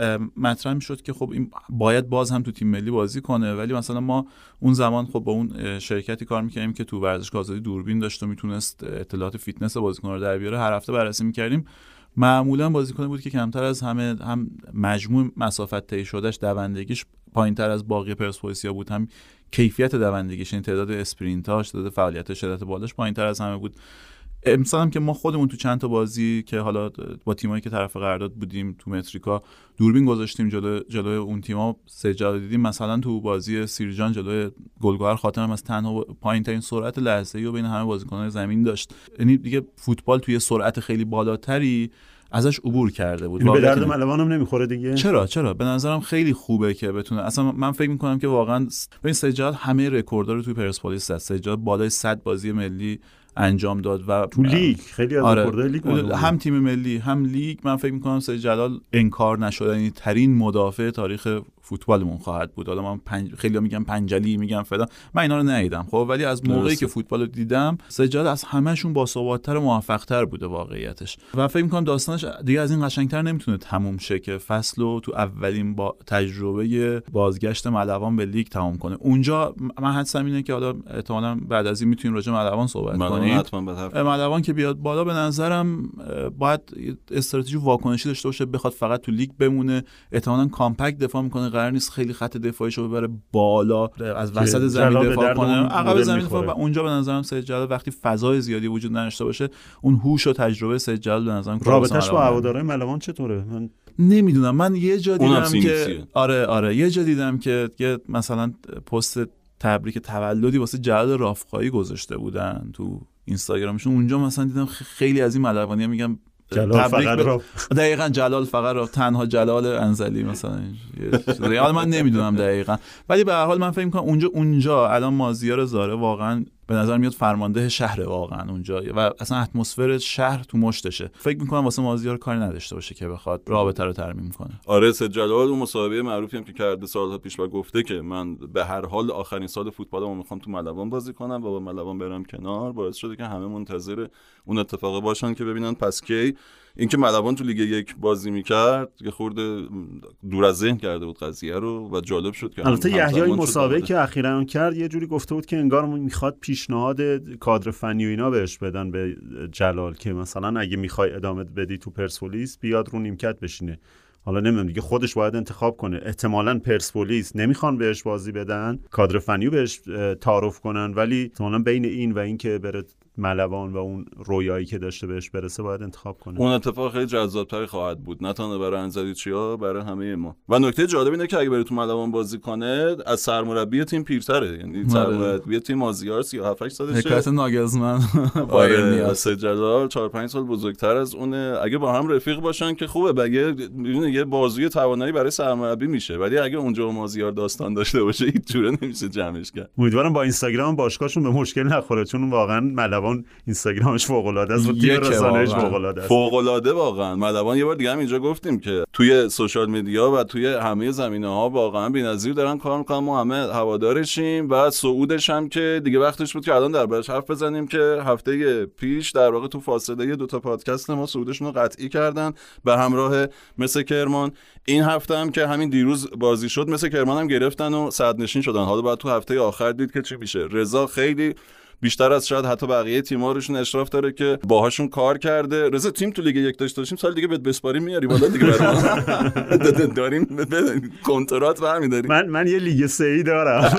مطرح میشد که خب این باید باز هم تو تیم ملی بازی کنه، ولی مثلا ما اون زمان خب با اون شرکتی کار میکردیم که تو ورزشگاه آزادی دوربین داشت و میتونست اطلاعات فیتنس بازیکن‌ها رو در بیاره، هر هفته بررسی میکردیم. معمولا بازیکن بود که کمتر از همه هم مجموع مسافت طی شدهش دوندگیش پایینتر از باقی پرسپولیسیا بود، هم کیفیت دوندگیش، یعنی تعداد اسپرینتاش، تعداد فعالیت شدت بالاش پایینتر از همه بود. امسال هم که ما خودمون تو چند تا بازی که حالا با تیمایی که طرف قرارداد بودیم تو متریکا دوربین گذاشتیم جلوی اون تیم‌ها سجاده دیدیم. مثلا تو بازی سیرجان جلوی گلگهر خاطرم از تنها پایین‌ترین سرعت لحظه‌ای رو بین همه بازیکن‌های زمین داشت، یعنی دیگه فوتبال توی سرعت خیلی بالاتری ازش عبور کرده بود. به درد ملوان هم نمیخوره دیگه. چرا به نظرم خیلی خوبه که بتونه، اصلا من فکر می‌کنم که واقعا ببین سجاد همه رکوردها رو توی پرسپولیس زد. سجاد بالای 100 بازی ملی انجام داد و تو لیگ خیلی از رکوردهای لیگ هم تیم ملی هم لیگ. من فکر می‌کنم سید جلال انکار نشدنی ترین مدافع تاریخ فوتبالمون خواهد بود. حالا من خیلی‌ها میگن پنجلی، میگن فلان، من اینا رو ندیدم خب، ولی از موقعی که فوتبال رو دیدم سید جلال از همه‌شون باثبات‌تر و موفق‌تر بوده واقعیتش، و فکر می‌کنم داستانش دیگه از این قشنگ‌تر نمیتونه تموم شه که فصل رو تو اولین تجربه بازگشت ملوان به لیگ تمام کنه. اونجا من حدسم اینه که حالا احتمالاً بعد از این میتونیم راجع به ملوان صحبت کنیم. ملوان که بیاد بالا به نظرم باید استراتژی واکنشی داشته باشه، بخواد فقط تو لیگ بمونه، احتمالاً کامپکت دفاع میکنه، قرار نیست خیلی خط دفاعیشو ببره بالا، از وسط زمین دفاع کنه، عقب زمین دفاع. و اونجا به نظرم سید جلال وقتی فضای زیادی وجود نداشته باشه، اون هوش و تجربه سید جلال به نظرم رابطش با هوادارهای ملوان چطوره؟ من نمیدونم. من یه جا دیدم که آره یه جا دیدم که مثلا پست تبریک تولدی واسه جلال رافقایی گذاشته بودن تو اینستاگرامشون. اونجا مثلا دیدم خیلی از این ملوانی‌ها میگم جلال فقط دقیقاً جلال فقط تنها جلال انزلی مثلا ریال، من نمیدونم دقیقاً، ولی به هر حال من فکر می‌کنم اونجا الان مازیار زاره واقعاً به نظر میاد فرمانده شهر واقعا اونجا، و اصلا اتمسفر شهر تو مشتشه. فکر میکنم واسه مازیار کاری نداشته باشه که بخواد رابطه رو ترمیم کنه. آره سید جلال اون مصاحبه معروفی هم که کرده سالها پیش و گفته که من به هر حال آخرین سال فوتبالمو میخوام تو ملوان بازی کنم و با ملوان برم کنار، باعث شده که همه منتظر اون اتفاق باشن که ببینن پس کی اینکه ملوان تو لیگ 1 بازی میکرد یه خورده دور از ذهن کرده بود قضیه رو و جالب شد که البته یحیی مسابقه که اخیراً کرد یه جوری گفته بود که انگار میخواد پیشنهاد کادر فنی و اینا بهش بدن به جلال که مثلا اگه میخوای ادامه بدی تو پرسپولیس بیاد رو نیمکت بشینه. حالا نمیدونم دیگه، خودش باید انتخاب کنه. احتمالاً پرسپولیس نمیخوان بهش بازی بدن، کادر فنی بهش تعارف کنن، ولی احتمالاً بین این و این که بره ملوان و اون رویایی که داشته بهش برسه باید انتخاب کنه. اون اتفاق خیلی جذاب‌تر خواهد بود، نه تنها برای انزلیچیا، برای همه ما. و نکته جالب اینه که اگه بره تو ملوان بازی کنه از سرمربی تیم پیرتره، یعنی سرمربی تیم مازیار 37 سالشه، حکایت ناگلزمن بایر نیاز. سید جلال 4-5 سال بزرگتر از اونه. اگه با هم رفیق باشن که خوبه، بگه یه بازوی توانایی برای سرمربی میشه، ولی اگه اونجا مازیار داستان داشته باشه هیچ جوره نمیشه جمعش کرد. امیدوارم با اینستاگرام باشگاهشون به مشکل نخوره، چون واقعا ملوان اینستاگرامش فوق العاده است و تیم رسانه‌اش فوق العاده است. فوق العاده واقعا. ملوان یه بار دیگه هم اینجا گفتیم که توی سوشال میدیا و توی همه زمینه‌ها واقعا بی‌نظیر دارن کار می‌کنن، ما همه هوادارشیم. و صعودش هم که دیگه وقتش بود که الان دربارش حرف بزنیم که هفته پیش در واقع تو فاصله 2 تا پادکست ما صعودشون رو قطعی کردن به همراه مثل کرمان. این هفته هم که همین دیروز بازی شد مثل کرمان هم گرفتن و صدرنشین شدن. حالا بعد تو هفته آخر دید که چی میشه. رضا خیلی بیشتر از شاید حتی بقیه تیم‌هاشون اشراف داره که باهاشون کار کرده. رضا تیم تو لیگ 1 داشته باشیم سال دیگه بهت بسپاریم میاری بالا دیگه برام داریم کنترات برمی‌داریم. من یه لیگ 3 دارم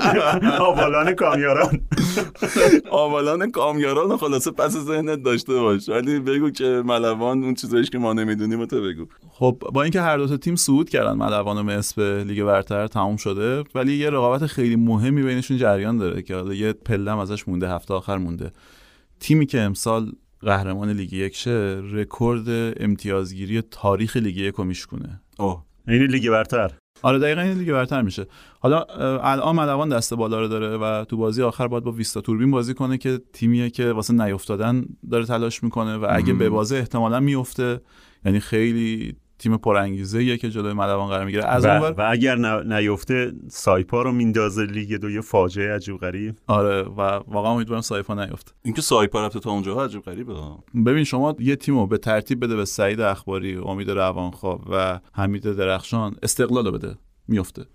آوالان کامیاران خلاصه پس ذهنت داشته باش، ولی بگو که ملوان اون چیزایش که ما نمیدونیم تو بگو. خب با اینکه هر دو تا تیم صعود کردن، ملوان و مس به لیگ برتر تموم شده، ولی یه رقابت خیلی مهمی بینشون جریان داره که حالا یه پله‌ام ازش مونده، هفته آخر مونده. تیمی که امسال قهرمان لیگ 1 شه رکورد امتیازگیری تاریخ لیگ 1 رو میشکنه. این لیگ برتر. آره دقیقاً این لیگ برتر میشه. حالا الان ملوان دست بالا رو داره و تو بازی آخر باید با ویستا توربین بازی کنه که تیمیه که واسه نیافتادن داره تلاش میکنه و اگه به بازی احتمالاً میفته، یعنی خیلی تیم پرانگیزه‌ایه که جلوی ملوان قرار میگیره. از اونور و اگر نیفته سایپا رو میندازه لیگ 2 یه فاجعه عجیب غریب. آره و واقعا امیدوارم سایپا نیفته. اینکه سایپا رفته تا اونجا عجیب غریبه. ببین شما یه تیمو به ترتیب بده به سعید اخباری، امید روانخواه و حمید درخشان، استقلال بده میفته.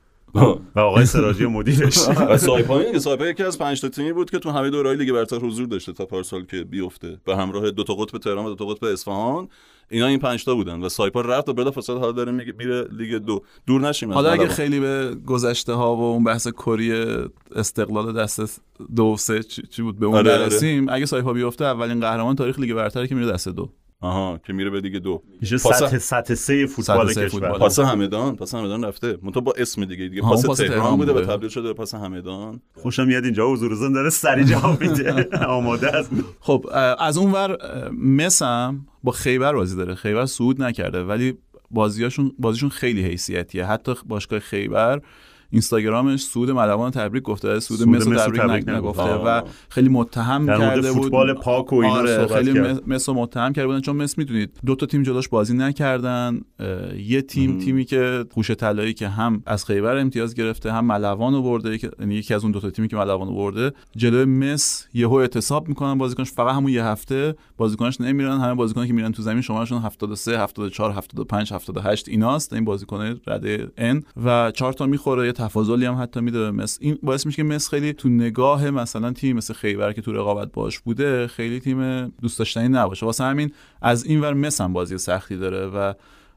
و آقای سراجی مدیرش. سایپا یکی از 5 تا تیمی بود که تو همه دوره‌های لیگ برتر حضور داشته تا پارسال که بیفته، به همراه 2 تا قطب تهران و 2 تا قطب اصفهان. اینا این 5 تا بودن و سایپا رفت و بلافاصله حالا داره میره لیگ 2. دور نشیم. حالا اگه خیلی به گذشته ها و اون بحث کری استقلال دست 2 3 چی بود به اون برسیم، اگه سایپا بیفته اولین قهرمان تاریخ لیگ برتره که میره دست 2. که میره به لیگ 2 میشه سطح 3 فوتبال کشور. پاس همدان رفته منتها با اسم دیگه پاس تهران بوده و تبدیل شده به پاس همدان. خوشم میاد اینجا حضور زن داره سری جواب میده. آماده است. خب از اون ور مس هم با خیبر بازی داره. خیبر صعود نکرده ولی بازیشون خیلی حیثیتیه. حتی باشگاه خیبر اینستاگرامش سود ملوان تبریک گفته، سود مس تبریک نگفته و خیلی متهم کرده بود فوتبال پاک و اینا صحبت خیلی کرد. مس رو متهم کرده بودن چون مس میدونید 2 تا تیم جلوش بازی نکردن. یه تیمی که خوش طلایی که هم از خیبر امتیاز گرفته هم ملوان رو برده، یعنی یکی از اون 2 تا تیمی که ملوان رو برده، جلوی مس یهو اعتصاب میکنن بازیکنش، فقط همون یه هفته بازیکناش نمیرن. همه بازیکنایی که میرن تو زمین شمارشون 73 74 75 78 ایناست، این بازیکنای رده ان و 4 تا میخوره، تفاضلی هم حتی میده به مس. این باعث میشه که مس خیلی تو نگاه مثلا تیم مثل خیبر که تو رقابت باش بوده خیلی تیم دوست داشتنی نباشه. واسه همین از این ور مس هم بازی سختی داره و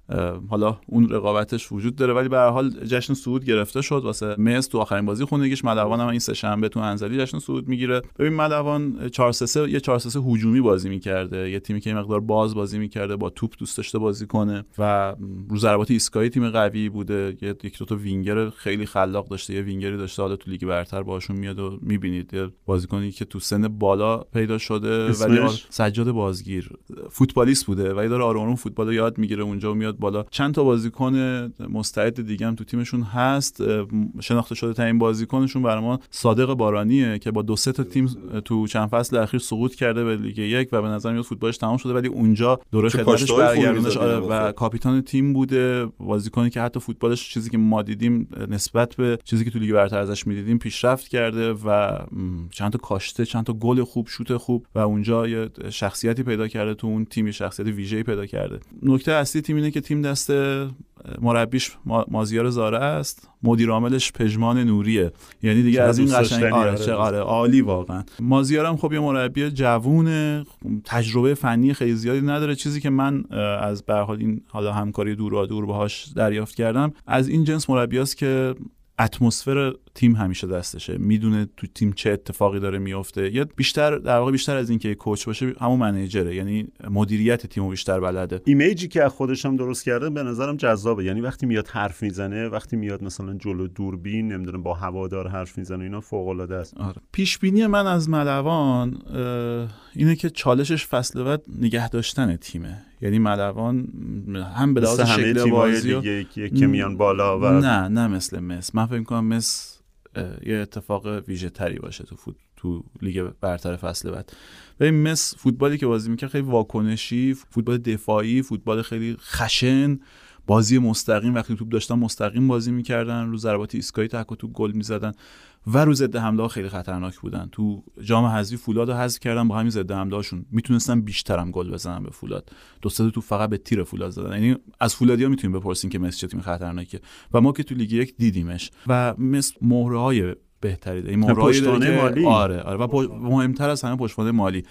حالا اون رقابتش وجود داره ولی به هر حال جشن صعود گرفته شد واسه مس تو آخرین بازی خونگیش. ملوان هم این سه شنبه تو انزلی جشن صعود میگیره. ببین ملوان 4-3 یه 4-3 هجومی بازی میکرده، یه تیمی که این مقدار باز بازی میکرده، با توپ دوست داشته بازی کنه و رو ضربات ایستگاهی تیم قوی بوده. یک دو تا وینگر خیلی خلاق داشته، یه وینگری داشته حالا تو لیگ برتر باشون میاد و میبینید یه بازیکنی که تو سن بالا پیدا شده ولی سجاد بازگیر فوتبالیست بوده ولی داره آروم فوتبالو یاد میگیره اونجا و میاد بالا. چند تا بازیکن مستعد دیگه هم تو تیمشون هست. شناخته شده ترین بازیکنشون برای ما صادق بارانیه که با 2-3 تا تیم تو چند فصل اخیر سقوط کرده به لیگ 1 و به نظر میاد فوتبالش تمام شده ولی اونجا دوره خدمتش برگردونش و کاپیتان تیم بوده. بازیکنی که حتی فوتبالش چیزی که ما دیدیم نسبت به چیزی که تو لیگ برتر ازش می‌دیدیم پیشرفت کرده و چند تا کاشته، چند تا گل خوب، شوت خوب و اونجا یه شخصیتی پیدا کرده تو اون تیم، شخصیت ویژه‌ای پیدا کرده. نکته اصلی تیم اینه که تیم دست مربیش مازیار زاره است، مدیر عاملش پژمان نوریه، یعنی دیگه از این قشنگ عالی واقعا. مازیار هم خب یه مربی جوونه، تجربه فنی خیلی زیادی نداره. چیزی که من از به هر حال این حالا همکاری دور باهاش دریافت کردم از این جنس مربیاست که اتمسفر تیم همیشه دستشه، میدونه تو تیم چه اتفاقی داره میفته. یا بیشتر از این که کوچ باشه همون منیجره، یعنی مدیریت تیمو بیشتر بلده. ایمیجی که از خودش هم درست کرده به نظرم جذابه، یعنی وقتی میاد حرف میزنه، وقتی میاد مثلا جلو دوربین نمیدونم با هوادار حرف میزنه، اینا فوق العاده است. آره. پیش بینی من از ملوان اینه که چالشش فصل بعد نگه داشتن تیمه، یعنی ملوان هم به لحاظ شکل بازی دیگه که میان بالا و نه مثل مس. من فکر می‌کنم مس یه اتفاق ویژه تری باشه تو لیگ برتر فصل بعد. ببین مس فوتبالی که بازی می‌کنه خیلی واکنشی، فوتبال دفاعی، فوتبال خیلی خشن، بازی مستقیم، وقتی توپ داشتن مستقیم بازی می‌کردن، رو ضربات ایستگاهی تک و توپ گل می‌زدن و رو ضد حمله ها خیلی خطرناک بودن. تو جام حذفی فولاد رو حذف کردن، با همین ضد حمله هاشون میتونستن بیشتر هم گل بزنن به فولاد. دو سه تو فقط به تیر فولاد زدن. یعنی از فولادیا میتونیم بپرسین که مس چه تیم خطرناکه و ما که تو لیگ 1 دیدیمش و مس مهره‌های بهتری داره، این پشتوانه مالی. آره و مهمتر از همه پشتوانه مالی.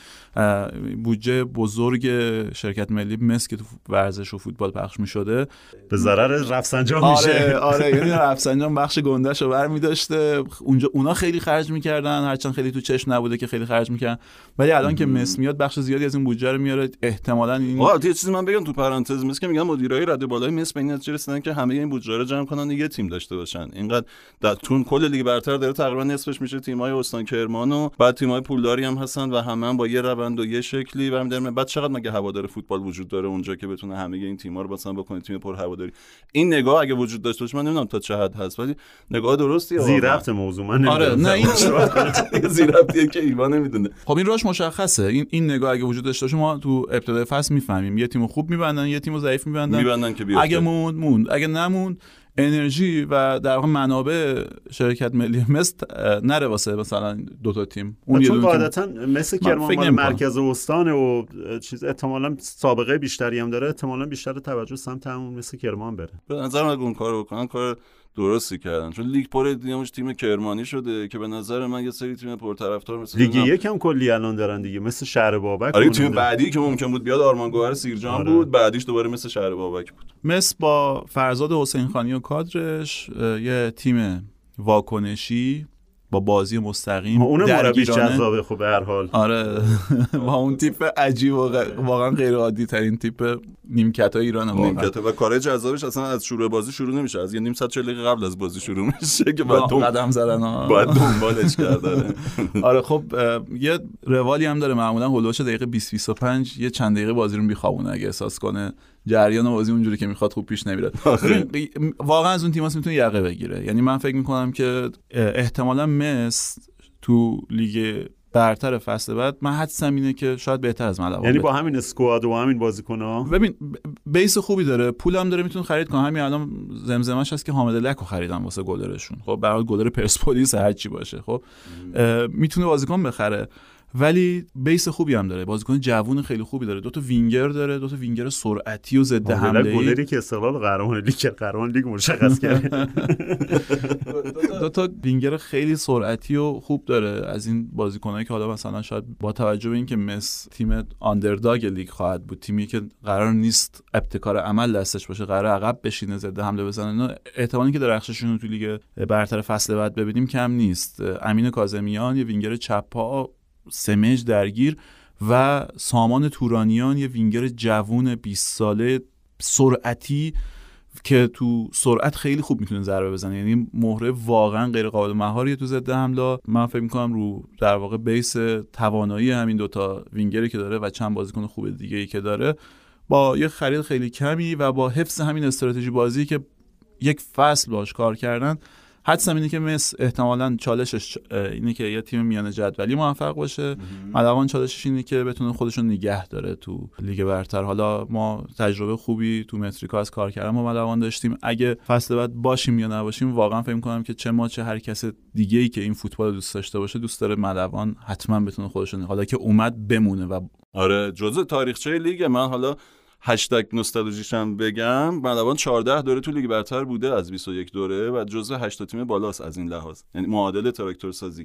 بودجه بزرگ شرکت ملی مس که تو ورزش و فوتبال پخش می‌شده به ضرر رفسنجان میشه. آره یعنی رفسنجان بخش گنده‌شو برمی‌داشته، اونجا اونا خیلی خرج می‌کردن، هرچند خیلی تو چشم نبوده که خیلی خرج می‌کردن، ولی الان که مس میاد بخش زیادی از این بودجه رو میاره. احتمالاً این یه چیزی من بگم تو پرانتز، مس که میگن مدیرای رده بالای مس به این نتیجه رسیدن که همه این بودجه رو جمع کنن یه تیم داشته باشن. اینقدر در تون کل لیگ برتر داره تقریبا نصفش میشه تیم‌های استان کرمان و بعد تیم‌های پولداری هم هستن و همه با یه روند و یه شکلی و بعد چقدر مگه هوادار فوتبال وجود داره اونجا که بتونه همه این تیم‌ها رو مثلا بکنه تیم پر هواداری. این نگاه اگه وجود داشته باشه من نمیدونم تا چه حد هست ولی نگاه درستیه. زیربط موضوع من نمیدونم. آره نه این زیربطیه که ایوان نمیدونه. خب این راش مشخصه. این نگاه اگه وجود داشته باشه ما تو ابتدای فصل میفهمیم یه تیمو خوب میبندن یه تیمو ضعیف میبندن که بیفته. اگه موند اگه نموند انرژی و در واقع منابع شرکت ملی مس نره واسه مثلا دو تا تیم. اون چون قاعدتا مثل کرمان مال مرکز استان و چیز احتمالاً سابقه بیشتری هم داره، احتمالاً بیشتر توجه سمت همون مثل کرمان بره. به نظر من اون کارو بکنن کار درستی کردن، چون لیگ پر دیگه‌اش تیم کرمانی شده که به نظر من یه سری تیم پرطرفدار مثل لیگ یک هم کلی الان دارن دیگه، مثل شهر بابک. آره تیم بعدی که ممکن بود بیاد آرمان گوهر سیرجان بود، بعدیش دوباره مثل شهر بابک بود. مثل با فرزاد حسین خانی و کادرش یه تیم واکنشی با بازی مستقیم اونم مربی جذابه. خب به هر حال آره با اون تیپ عجیب و واقعا غیر عادی ترین تیپ نیمکتای ایران هم نیمکت و کار جذابش اصلا از شروع بازی شروع نمیشه، از یه نیم ساعت 40 دقیقه قبل از بازی شروع میشه که بعد قدم زدن باید دنبالش کردن. آره خب یه روالی هم داره معمولا هولوش دقیقه 20-25 یه چند دقیقه بازی رو میخوابونه اگه احساس کنه جریان بازی اونجوری که میخواد خوب پیش نمیره. واقعا از اون تیماست میتونه یقه بگیره. یعنی من فکر میکنم که احتمالاً مس تو لیگ برتر فصل بعد من حدسم اینه که شاید بهتر از ملوان، یعنی با همین اسکواد و همین بازیکن‌ها ببین بیس خوبی داره، پولم داره، میتونه خرید کنه. همین الان زمزمه‌اش هست که حامد لکو خریدن واسه گلرشون. خب به هر حال گلر پرسپولیس هر چی باشه خب میتونه بازیکن بخره، ولی بیس خوبی هم داره، بازیکن جوون خیلی خوبی داره، دو تا وینگر داره، دو تا وینگر سرعتی و ضد حمله. گلری که استقلال قهرمان لیگ مشخص کرده. دو تا وینگر خیلی سرعتی و خوب داره. از این بازیکنایی که حالا مثلا شاید با توجه به اینکه مس تیم آندرداگ لیگ خواهد بود، تیمی که قرار نیست ابتکار عمل دستش باشه، قرار عقب بشینه ضد حمله بزنه، احتمالی که درخششون رو تو لیگ برتر فصل بعد ببینیم کم نیست. امین کاظمیان یه وینگر چپ پا سمج درگیر و سامان تورانیان یه وینگر جوون 20 ساله سرعتی که تو سرعت خیلی خوب میتونه ضربه بزنه. یعنی مهره واقعا غیر قابل مهاریه تو ضد حمله. من فکر میکنم رو در واقع بیس توانایی همین دوتا وینگری که داره و چند بازیکن خوب دیگه ای که داره، با یه خرید خیلی کمی و با حفظ همین استراتژی بازی که یک فصل باش کار کردن، حدسم اینه که مس احتمالاً چالشش اینه که یه تیم میانه جدولی موفق باشه. ملوان چالشش اینه که بتونه خودشون نگه داره تو لیگ برتر. حالا ما تجربه خوبی تو متریکا از کار کردن با ملوان داشتیم. اگه فصل بعد باشیم یا نباشیم واقعا فکر می‌کنم که چه ما چه هر کس دیگه‌ای که این فوتبال دوست داشته باشه دوست داره ملوان حتما بتونه خودشون حالا که اومد بمونه. و آره جزء تاریخچه لیگ من حالا هشتگ نوستالژیشم بگم، ملوان 14 دوره تو لیگ برتر بوده از 21 دوره و جزو 8 تیم بالاست از این لحاظ، یعنی معادل تراکتور سازی.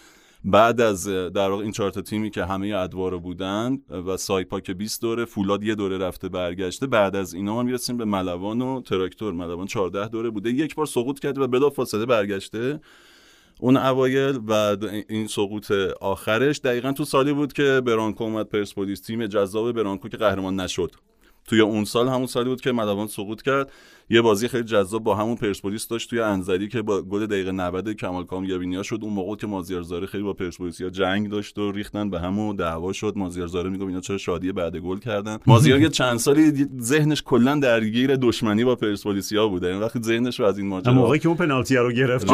بعد از در واقع این 4 تا تیمی که همه ادوار بودن و سایپا که 20 دوره، فولاد یه دوره رفته برگشته، بعد از اینا ما میرسیم به ملوان و تراکتور. ملوان 14 دوره بوده، یک بار سقوط کرده و بلافاصله برگشته اون اوایل و این سقوط آخرش دقیقاً تو سالی بود که برانکو اومد پرسپولیس، تیم جذاب برانکو که قهرمان نشد. توی اون سال همون سالی بود که ملوان سقوط کرد. یه بازی خیلی جذاب با همون پرسپولیس داشت توی انزلی که با گل دقیقه 90 کمال کامیابینیا شد. اون موقع که مازیار زاره خیلی با پرسپولیسیا جنگ داشت و ریختن به هم و دعوا شد. مازیار زاره میگه اینا چرا شادی بعد گل کردن. مازیار یه چند سالی ذهنش کلا درگیر دشمنی با پرسپولیسیا بوده. این وقتی ذهنش رو از این ماجرا موقعی که اون پنالتی رو گرفت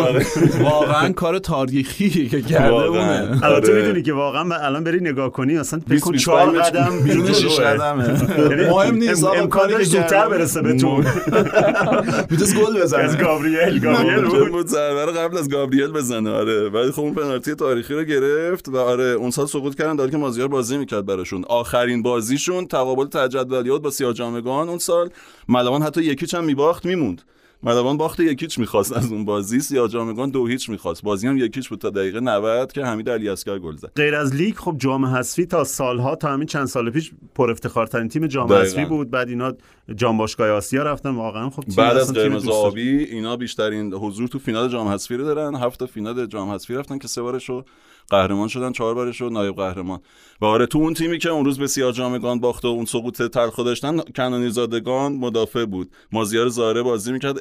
واقعا کار تاریخی که کرده اونه. البته میدونی که واقعا الان بری نگاه کنی اصلا فکر 4 قدم بیرون 6 قدمه. مهم نیست آقا کاری که زودتر برسه به تو. میتونست گل بزنه از گابریل بود ضربه قبل از گابریل بزنه. آره ولی خب اون پنالتی تاریخی رو گرفت و آره اون سال سقوط کردن داره که مازیار بازی میکرد براشون. آخرین بازیشون تقابل تجددالیات با سیاه‌جامگان اون سال ملوان حتی یکیچ هم میباخت میموند. ملوان باخت 1-0 می‌خواست از اون بازی، سیاه‌جامگان 2-0 می‌خواست. بازی هم 1-0 بود تا دقیقه 90 که حمید علیاصغر گل زد. غیر از لیگ خب جام حذفی تا سالها تا همین چند سال پیش پر افتخارترین تیم جام حذفی بود. بعد اینا جام باشگاه آسیا رفتن. واقعا خب بعد از قرمز آبی اینا بیشترین حضور تو فینال جام حذفی رو دارن. 7 تا فینال جام حذفی رفتن که 3 بارشو قهرمان شدن، 4 بارشو نایب قهرمان. و آره تو اون تیمی که اون روز به سیاه‌جامگان باخت و اون سقوط تلخ داشتن، کنانی زادگان مدافع بود، مازیار زاره بازی میکرد،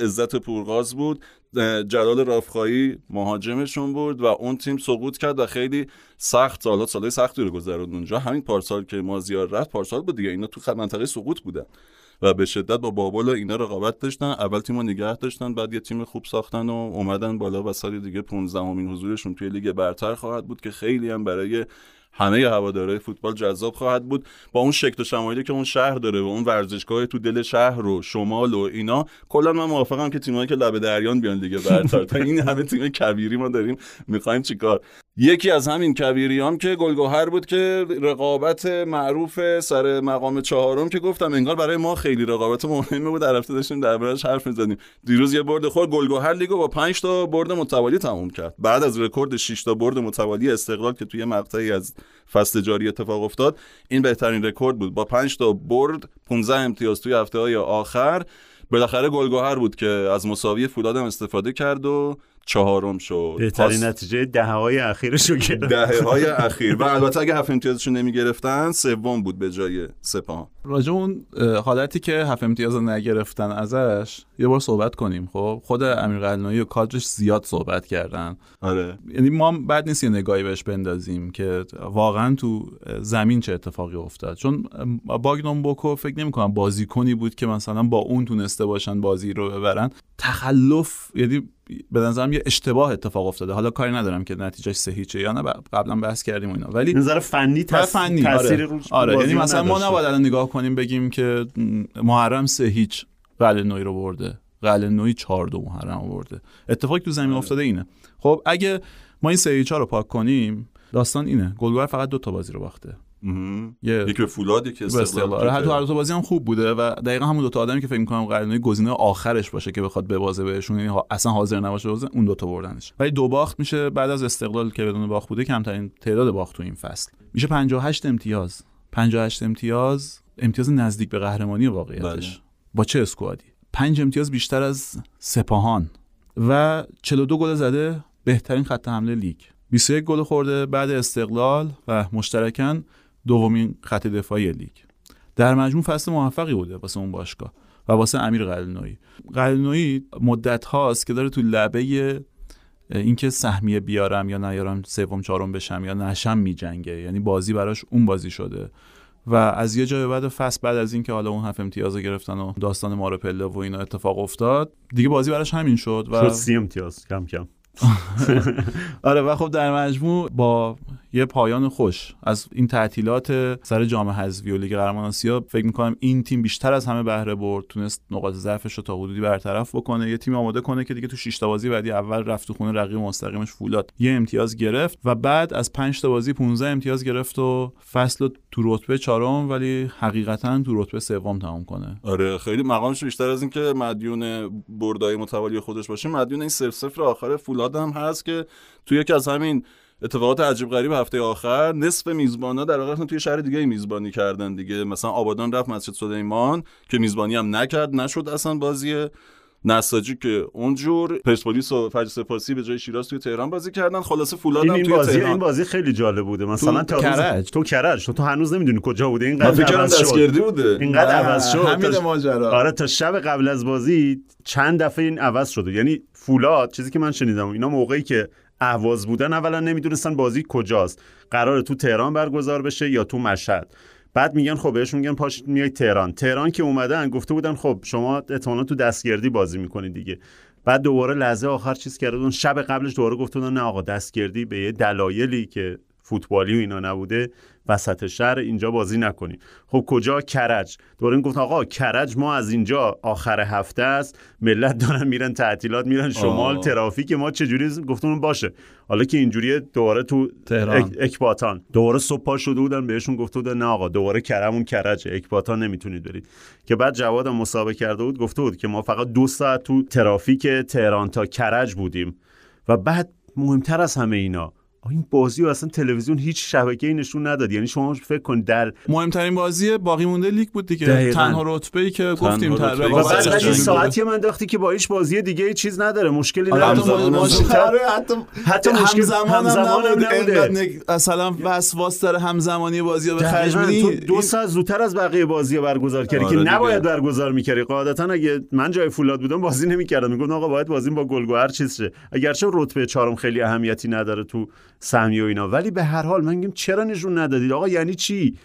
عزت پورغاز بود، جلال رافخایی مهاجمشون بود و اون تیم سقوط کرد و خیلی سخت سالهای سختی رو گذروند اونجا. همین پارسال که مازیار رفت پارسال بود دیگه، اینا تو منطقه سقوط بودن و به شدت با بابل و اینا رقابت داشتن. اول تیمو نگه داشتن، بعد یه تیم خوب ساختن و اومدن بالا و سال دیگه 15مین حضورشون توی لیگ برتر خواهد بود که خیلی هم برای همه هوادارهای فوتبال جذاب خواهد بود. با اون شکل و شمایلی که اون شهر داره و اون ورزشگاه تو دل شهر و شمال و اینا، کلا من موافقم که تیمایی که لب دریان بیان لیگ برتر. تا این همه تیم کبیری ما داریم، می‌خوایم چیکار؟ یکی از همین کبیریام که گلگهر بود که رقابت معروف سر مقام 4 که گفتم انگار برای ما خیلی رقابت مهمی بود، در هفته داشتیم دربارش حرف می‌زدیم. دیروز یه برد خورد، گلگهر لیگو با 5 تا برد متوالی تموم کرد بعد از رکورد 6 تا برد متوالی استقلال که توی مقطعی از فصل جاری اتفاق افتاد. این بهترین رکورد بود، با 5 تا برد 15 امتیاز توی هفته‌های آخر. بالاخره گلگهر بود که از مساوی فولاد هم استفاده کرد و 4م شد. بهترین نتیجه دهه‌های اخیرشو گرفت. دهه‌های اخیر و البته اگه 7 امتیازشو نمیگرفتن 3م بود به جای سپاهان. راجع اون حالتی که 7 امتیاز نگرفتن ازش یه بار صحبت کنیم. خب خود امیر قلعه‌نویی و کادرش زیاد صحبت کردن. آره، یعنی ما بعد نیست یه نگاهی بهش بندازیم که واقعا تو زمین چه اتفاقی افتاد، چون باگنون بوکو فکر نمی‌کنم بازیکنی بود که مثلا با اون تونسته باشن بازی رو ببرن. تخلف، یعنی به نظرم یه اشتباه اتفاق افتاده. حالا کاری ندارم که نتیجهش 3-0 یا نه، قبلا بحث کردیم اینا، ولی نظر فنی تاثیر روش. آره یعنی مثلا ما نباید الان نگاه کنیم بگیم که محرم 3-0 قلعه‌نویی رو برده، قلعه‌نویی 4-2 محرم برده. اتفاقی تو زمین افتاده اینه. خب اگه ما این 3-4 رو پاک کنیم، داستان اینه گلگهر فقط 2 تا بازی رو باخته. یکی به فولاد، یکی استقلال. حتی هر دو تا بازی هم خوب بوده و دقیقاً همون 2 تا آدمی که فکر می‌کنم قلعه‌نویی گزینه آخرش باشه که بخواد ببازه بهشون، یعنی اصلا حاضر نباشه اون 2 تا بردنش. ولی 2 باخت میشه بعد از استقلال که بدون باخت بوده کمترین تعداد باخت تو این فصل. میشه 58 امتیاز. 58 امتیاز نزدیک به قهرمانی واقعیتش. با چه اسکوادی؟ 5 امتیاز بیشتر از سپاهان و 42 گل زده، بهترین خط حمله لیگ. 21 گل خورده بعد استقلال و مشترکاً دومین خط دفاعی لیگ. در مجموع فصل موفقی بوده واسه اون باشگاه و واسه امیر قلعه‌نویی. قلعه‌نویی مدت هاست که داره تو لبه اینکه سهمیه بیارم یا نیارم، 3م 4م بشم یا نشم میجنگه. یعنی بازی براش اون بازی شده و از یه جای بعد فصل، بعد از اینکه حالا اون 7 امتیاز گرفتن و داستان مارو پله و اینا اتفاق افتاد، دیگه بازی براش همین شد و 30 امتیاز کم کم. آره و خب در مجموع با یه پایان خوش از این تعطیلات سر جام حذفی و لیگ قهرمانان آسیا، فکر می‌کنم این تیم بیشتر از همه بهره برد، تونست نقاط ضعفش رو تا حدودی برطرف بکنه، یه تیم آماده کنه که دیگه تو 6 تا بازی بعدی اول رفت تو خونه رقیب مستقیمش فولاد، یه امتیاز گرفت و بعد از 5 تا بازی 15 امتیاز گرفت و فصل تو رتبه 4م ولی حقیقتا تو رتبه 3م تموم کنه. آره خیلی مقامش بیشتر از این که مدیون بردای متوالی خودش باشه، مدیون این 0-0 آخر فولاد هم هست که توی یکی از همین اتفاقات عجیب غریب هفته آخر نصف میزبانا در واقع توی شهر دیگه میزبانی کردن دیگه. مثلا آبادان رفت مسجد سلیمان که میزبانی هم نکرد، نشد اصلا بازی. نساجی که اونجور، پرسپولیس و فجر سپاسی به جای شیراز توی تهران بازی کردن. خلاصه فولاد هم توی تهران. این بازی خیلی جالب بوده. مثلا تو کرج تو هنوز نمیدونی کجا بوده، اینقدر دستگردی بوده، اینقدر عوض شد همین ماجرا. آره تا شب قبل از بازی چند دفعه این عوض شده. یعنی فولاد، چیزی که من شنیدم، اینا موقعی که اهواز بودن اولا نمیدونستن بازی کجاست، قراره تو تهران برگزار بشه یا تو مشهد. بعد میگن خب بهشون میگن پاش میای تهران که اومدن گفته بودن خب شما احتمالاً تو دستگردی بازی میکنید دیگه. بعد دوباره لحظه آخر چیز کردن، شب قبلش دوباره گفته بودن نه آقا دستگردی به یه دلایلی که فوتبالی و اینا نبوده وسط شهر، اینجا بازی نکنید. خب کجا؟ کرج. دوباره گفت آقا کرج ما از اینجا آخر هفته است، ملت دارن میرن تعطیلات، میرن شمال، ترافیک ما چجوری؟ گفتم باشه. حالا که اینجوریه دوباره تو تهران اکباتان دوباره صبح پا شده بودن بهشون گفته بودن نه آقا دوباره کرمون کرجه، اکباتان نمیتونید برید. که بعد جواد مسابقه کرده بود گفته بود که ما فقط 2 ساعت تو ترافیک تهران تا کرج بودیم. و بعد مهمتر از همه اینا، این بازی رو اصلا تلویزیون هیچ شبکه‌ای نشون نداد. یعنی شما فکر کن در مهمترین بازی باقی مونده لیگ بود دیگه، تنها رتبه‌ای که گفتیم و بعد این ساعتی من انداختی که با هیچ بازی دیگه چیز نداره، مشکلی نداره، حتی مشکل همزمان نبوده. مثلا وسواس داره همزمانی بازی رو به خرج میدی، تو 2 ساعت زودتر از بقیه بازی‌ها برگزار کردی که نباید برگزار می‌کردی. قاعدتاً اگه من جای فولاد بودم بازی نمی‌کردم، میگم آقا باید بازی با گلگهر چیز شه، اگرچه رتبه 4 خیلی اهمیتی نداره تو سهمیه و اینا، ولی به هر حال من میگم چرا نشون ندادید آقا، یعنی چی؟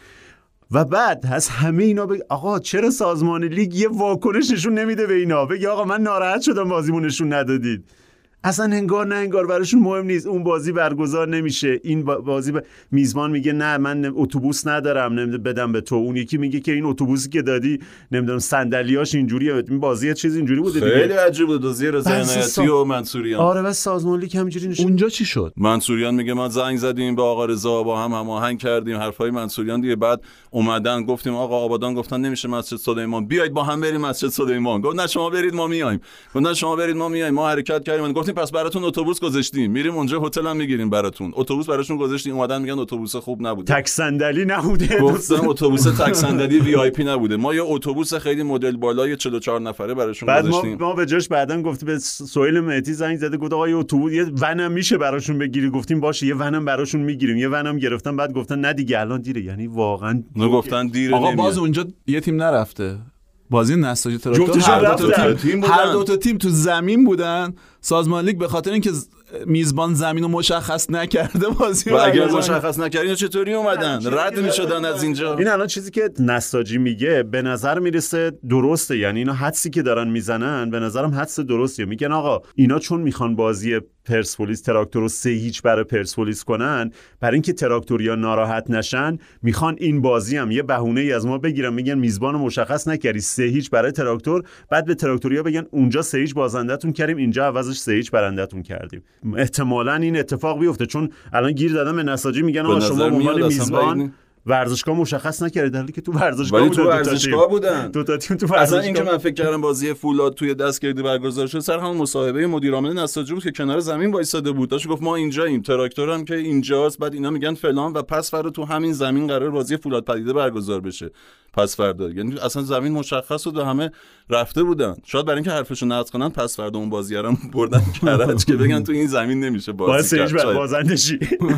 و بعد از همه اینا آقا چرا سازمان لیگ یه واکنش نشون نمیده به اینا، بگی آقا من ناراحت شدم بازیمون نشون ندادید. اصلا انگار نه انگار براشون مهم نیست. اون بازی برگزار نمیشه، این بازی میزبان میگه نه من اتوبوس ندارم نمیدونم بدم به تو، اون یکی میگه که این اتوبوسی که دادی نمیدونم صندلیاش اینجوریه. این بازی چیز اینجوری بوده دیگه، خیلی عجیب بود. وزیر عنایتی و منصوریان. آره بس سازمان لیگ همینجوری نشون. اونجا چی شد؟ منصوریان میگه ما زنگ زدیم به آقا رضا، با هم هماهنگ کردیم، حرفای منصوریان دیگه. بعد اومدن گفتیم آقا آبادان گفتن نمیشه مسجد سلیمان، بیاید با هم بریم مسجد سلیمان. گفت نه شما برید ما میایم. گفت نه شما برید ما میایم. ما حرکت کردیم، گفتیم پس براتون اتوبوس گذاشتیم، میریم اونجا هتل هم میگیریم براتون. اتوبوس براشون گذاشتیم، اومدن میگن اتوبوس خوب نبوده، تک صندلی نبوده. گفتم اتوبوس تک صندلی وی آی پی نبوده، ما یه اتوبوس خیلی مدل بالای 44 نفره براشون گذاشتیم. بعد ما به جاش بعدن گفت به سهیل مهدی زنگ زده گفت آقا یه اتوبوس یه ونم میشه براشون بگیری، گفتیم باشه یه ونم براشون میگیریم، یه ونم گرفتن، بعد گفتن نه دیگه الان دیره. یعنی واقعا گفتن دیره. آقا باز اونجا یه تیم نرفته، بازی نساجی تراکتور هر دو تا تیم تو زمین بودن. سازمان لیگ به خاطر اینکه میزبان زمینو مشخص نکرده بازی و اگر مشخص نکردین چطوری اومدن رد میشدن از اینجا. این الان چیزی که نساجی میگه به نظر میرسه درسته، یعنی اینا حدسی که دارن میزنن به نظرم حدس درستیه. میگن آقا اینا چون میخوان بازی پرسپولیس تراکتور رو 3-0 برای پرسپولیس کنن، برای اینکه تراکتوریا ناراحت نشن میخوان این بازی هم یه بهونه ای از ما بگیرن، میگن میزبانو مشخص نکردی 3-0 برای تراکتور، بعد به تراکتوریا بگن اونجا 3-0 بازندتون کردیم، اینجا عوضش 3-0 برندتون کردیم. احتمالاً این اتفاق بیفته، چون الان گیر دادن به نساجی میگن آقا شما به عنوان میزبان ورزشگاه مشخص نکردید، در حالی که تو ورزشگاه بودن دو تا تیم تو ورزشگاه. اصلا اینکه من فکر کردم بازی فولاد توی دستگیردی برگزار شد سر همون مصاحبه مدیر عامل نساجی بود که کنار زمین وایساده بود، داشت گفت ما اینجاییم، تراکتور هم که اینجاست، بعد اینا میگن فلان و پس فردا تو همین زمین قرار بازی فولاد پدیده برگزار بشه پس فردا. یعنی اصلا زمین مشخص بود و همه رفته بودن. شاید برای اینکه حرفشو نقض کنن پس فردا اون بازیگرا رو بردن کرج که بگن تو این زمین نمیشه بازی کرد، بازندشی.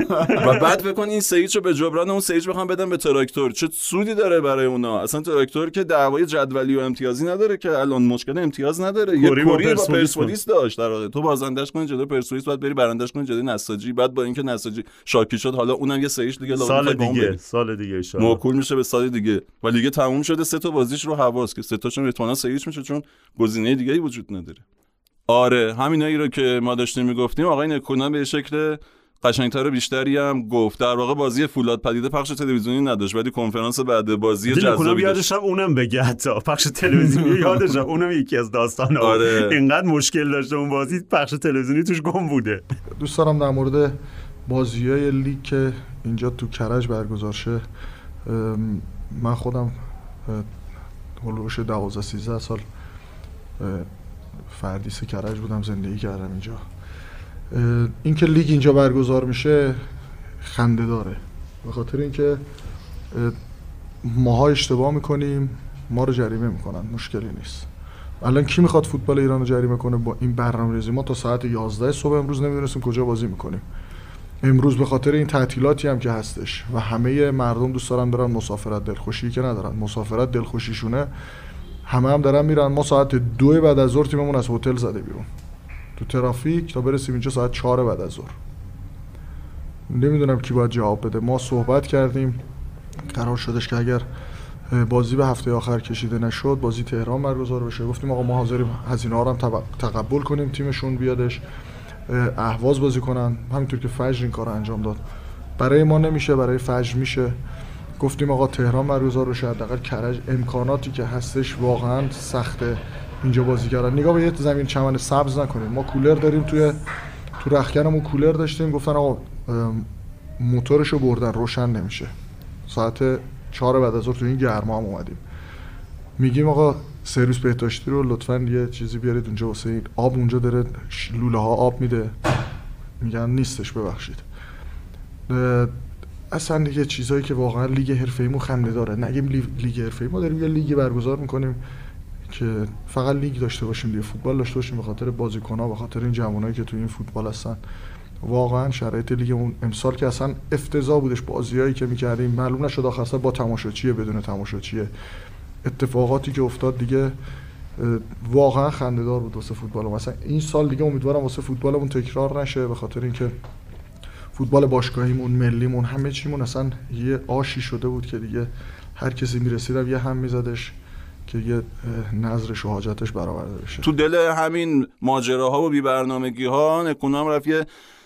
و بعد بکن این سیچو به جبران اون سیچ بخوام بدن به تراکتور، چه سودی داره برای اونا؟ اصلا تراکتور که دعوای جدولی و امتیازی نداره که الان مشکل امتیاز نداره، یه کوری با پرسپولیس داشت در واقع. تو بازندش کنی جلوی پرسپولیس، بعد بری برندش کنی جلوی نساجی، بعد با اینکه نساجی شاکی شد حالا اونم یه سیچ دیگه سال دیگه ان شاءالله موکول میشه به سال دیگه و لیگ تموم شده. 3 تا بازیش رو حواس که 3 تاشون احتمالاً سیچ میشه چون گزینه دیگه‌ای وجود نداره. آره همینایی رو که ما داشتیم میگفتیم آقای نکونا به شکل قشنگتر و بیشتری هم گفت. در واقع بازی فولاد پدیده پخش تلویزیونی نداشت، ولی کنفرانس بعد بازی جذابی یادشم اونم بگه، حتی پخش تلویزیونی یادشم اونم یکی از داستانا. آره. اینقدر مشکل داشته اون بازی، پخش تلویزیونی توش گم بوده. دوست دارم در مورد بازی‌های لیگ که اینجا تو کرج برگزار شه، من خودم هولوش 12-13 سال فردیس کرج بودم، زندگی کردم اینجا. این که لیگ اینجا برگزار میشه خنده داره، به خاطر اینکه ماها اشتباه میکنیم ما رو جریمه میکنن، مشکلی نیست. الان کی میخواد فوتبال ایران رو جریمه کنه با این برنامه‌ریزی؟ ما تا ساعت 11 صبح امروز نمیدونستیم کجا بازی میکنیم. امروز به خاطر این تعطیلاتی هم که هستش و همه مردم دوست دارن برن مسافرت، دلخوشی که ندارن، مسافرت دلخوشیشونه، همه هم دارن میرن. ما ساعت 2 بعد از ظهر تیممون از هتل زده بیرون تو ترافیک تا برسیم اینجا ساعت 4 بعد از ظهر. نمیدونم کی باید جواب بده. ما صحبت کردیم، قرار شدش که اگر بازی به هفته آخر کشیده نشد بازی تهران برگزار بشه. گفتیم آقا ما حاضریم هزینه ها رو هم تقبل کنیم، تیمشون بیادش اهواز بازی کنن، همینطور که فجر این کار رو انجام داد. برای ما نمیشه، برای فجر میشه. گفتیم آقا تهران برگزار بشه، حداقل کرج امکاناتی که هستش واقعا سخته اینجا بازی کردن. نگاه به یه زمین چمن سبز نکنیم. ما کولر داریم، تو رختکنمون کولر داشتیم، گفتن آقا موتورشو بردن روشن نمیشه. ساعت 4 بعد از ظهر تو این گرما هم اومدیم، میگیم آقا سرویس بهداشتی رو لطفاً یه چیزی بیارید اونجا واسه آب، اونجا داره لوله ها آب میده، میگن نیستش ببخشید. اصلا دیگه چیزایی که واقعا لیگ حرفه‌ایمون خنده داره. نگیم لیگ حرفه‌ای، ما داریم یه لیگ برگزار میکنیم که فقط لیگ داشته باشیم، دیگه فوتبال داشته باشیم به خاطر بازیکن‌ها، به خاطر این جوانایی که توی این فوتبال هستن. واقعا شرایط لیگ اون امسال که اصلا افتضاح بودش، بازیایی که می‌کردیم معلوم نشد آخر سر با تماشاچیه بدون تماشاچیه، اتفاقاتی که افتاد دیگه واقعا خنده‌دار بود واسه فوتبال. مثلا این سال دیگه امیدوارم واسه فوتبالمون تکرار نشه، به خاطر اینکه فوتبال باشگاهیمون، ملیمون، همه چیمون اصلا یه آشی شده بود که دیگه هر کسی میرسید یه هم میزدش که یه نظرش و حاجتش برآورده بشه. تو دل همین ماجراها و بی‌برنامگی‌ها نکونام رفت یه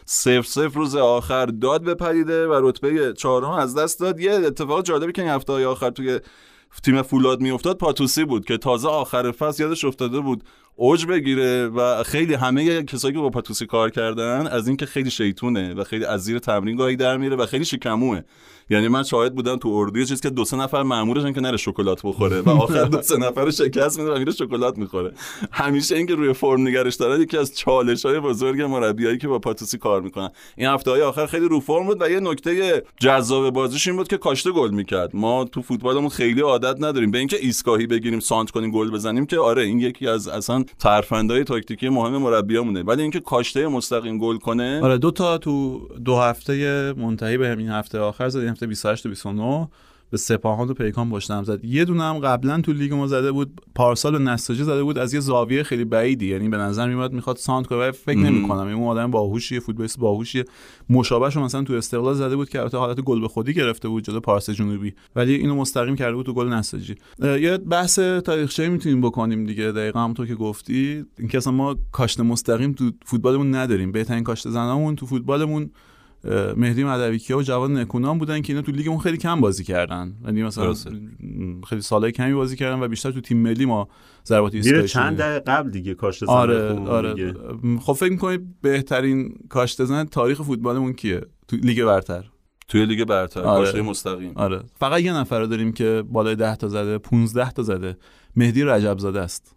0-0 روز آخر داد بپریده و رتبه 4 از دست داد. یه اتفاق جالبی که این هفته‌های آخر توی تیم فولاد میافتاد پاتوسی بود که تازه آخر فصل یادش افتاده بود اوج بگیره و خیلی همه کسایی که با پاتوسی کار کردن از این که خیلی شیطونه و خیلی از زیر تمرین گاهی در میره و خیلی شکموه. یعنی من شاهد بودم تو اردو چیزی که 2-3 نفر مامورشن که نره شکلات بخوره و آخر 2-3 نفر رو شکست میده و میره شکلات میخوره. همیشه این که روی فرم نگرش داره یکی از چالش‌های بزرگ مربیایی که با پاتوسی کار میکنن. این هفته‌های آخر خیلی رو فرم بود و یه نکته جذاب بازیش این بود که کاشته گل میکرد. ما تو فوتبالمون خیلی عادت نداریم به اینکه ایستگاهی بگیریم سانت کنیم گل بزنیم، که آره این یکی از اصلا ترفندهای تاکتیکی مهم مربیامونه، ولی اینکه کاشته مستقیم گل کنه. آره دو تا تو 2 هفته منتهی به همین هفته آخر زد، هفته 28 و 29 به سپاهان و پیکان پشتم زد. یه دونه هم قبلا تو لیگ ما زده بود، پارسال و نساجی زده بود از یه زاویه خیلی بعیدی، یعنی به نظر میاد میخواد سانت کنه. فکر نمی‌کنم این آدم باهوشیه، فوتبالیست باهوشیه. مشابهش مثلا تو استقلال زده بود که البته حالت گل به خودی گرفته بود جلوی پارس جنوبی، ولی اینو مستقیم کرده بود تو گل نساجی. یه بحث تاریخچه‌ای میتونیم بکنیم دیگه، دقیقاً همونطور که گفتی، اینکه اصلا ما کاشته مستقیم تو فوتبالمون نداریم. بهترین کاشته زنامون تو فوتبالمون مهدی مدویکیا و جواد نکونام بودن که اینا تو لیگمون خیلی کم بازی کردن، یعنی مثلا خیلی سالای کمی بازی کردن و بیشتر تو تیم ملی ما ضربات ایستگاهی چند دقیقه قبل دیگه کاشته زن. آره. دیگه. خب فکر می‌کنید بهترین کاشته زن تاریخ فوتبالمون کیه تو لیگ برتر؟ توی لیگ برتر کاشته مستقیم. آره فقط یه نفر رو داریم که بالای 10 تا زده، 15 تا زده. مهدی رجبزاده است.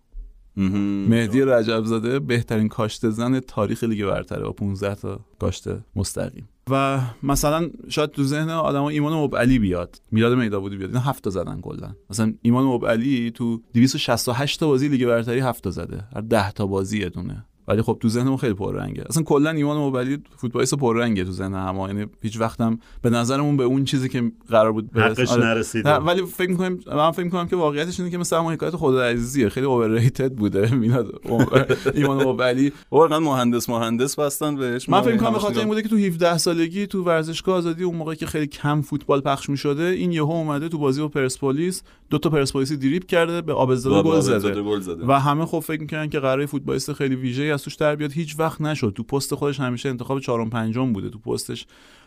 مهدی رجبزاده بهترین کاشته زن تاریخ لیگ برتره با 15 تا کاشته مستقیم. و مثلا شاید تو ذهن آدما ایمان مبعلی بیاد، میلاد میداودی بیاد، اینا 7 تا زدن کلا. مثلا ایمان مبعلی تو 268 تا بازی لیگ برتری 7 تا زده، هر 10 تا بازی یه دونه. ولی خب تو ذهنمون خیلی پررنگه. اصلا کلا ایمان مبعلی فوتبالیست پررنگه تو ذهن همه، یعنی هیچ وقتم به نظرمون به اون چزی که قرار بود حقش نرسید. ولی من فکر می‌کنم که واقعیتش اینه که مثلا همون حکایت خدا عزیزیه، خیلی اورریتد بوده میلاد ایمان مبعلی. واقعا مهندس بستن بهش. من فکر می‌کنم به خاطر این بوده که تو 17 سالگی تو ورزشگاه آزادی اون موقعی که خیلی کم فوتبال پخش می‌شده، این یهو اومده تو بازی با پرسپولیس 2 تا پرسپولیسی دریبل کرده، به آبزاده گل زده و همه خب فکر می‌کنن که قراره فوتبالیست خیلی ویژه‌ای از توش در بیاد. هیچ وقت نشد. تو پست خودش همیشه انتخاب 4 و 5 بوده. تو پستش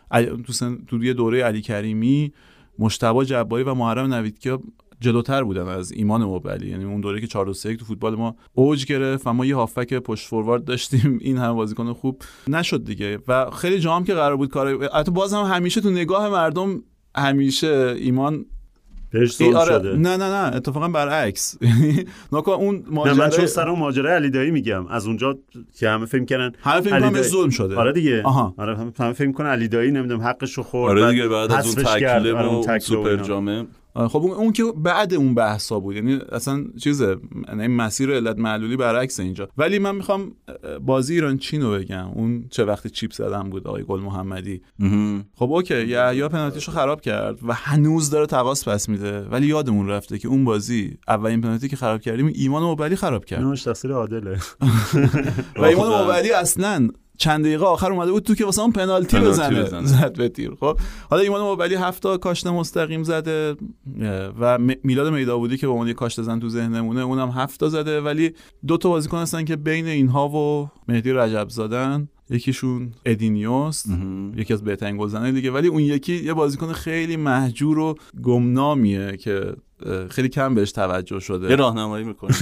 تو یه دوره علی کریمی، مجتبی جباری و محرم نویدکیا جلوتر بودن از ایمان مبعلی، یعنی اون دوره که 4-3 تو فوتبال ما اوج گرفت و ما یه هافک پشت فوروارد داشتیم، این هم بازیکن خوب نشد دیگه و خیلی جام که قرار بود کار، البته باز هم همیشه تو نگاه مردم همیشه ایمان شده. نه اتفاقا برعکس. ناکن اون ماجرا، من چون سر اون ماجرای علی دایی میگم، از اونجا که همه فکر کردن علی ظلم شده. آره دیگه. آره همه فکر میکنن علی دایی نمیدونم حقشو خورد. آره دیگه بعد از اون تکلیف و سوپر جامه. خب اون که بعد اون بحثا بود، یعنی اصلا چیزه، یعنی مسیر علت معلولی برعکس اینجا. ولی من میخوام بازی ایران چین رو بگم، اون چه وقتی چیپ زدن بود آقای گل محمدی. خب اوکی، یا پنالتیشو خراب کرد و هنوز داره تقاص پس میده، ولی یادمون رفته که اون بازی اولین پنالتی که خراب کردیم ایمان مبعلی خراب کرد. اینش تقصیر عادله. و ایمان مبعلی اصلا چند دقیقه آخر اومده بود تو که واسه اون پنالتی بزنه، زد به تیر. خب حالا ایمان مبعلی 7 تا کاشته مستقیم زده و میلاد میداودی که به عنوان کاشته زن تو ذهنمونه اونم 7 تا زده، ولی 2 تا بازیکن هستن که بین اینها و مهدی رجبزادن، یکیشون ادینیوست، یکی از بهترین گلزنای لیگ، ولی اون یکی یه بازیکن خیلی مهجور و گمنامیه که خیلی کم بهش توجه شده. یه راهنمایی میکنه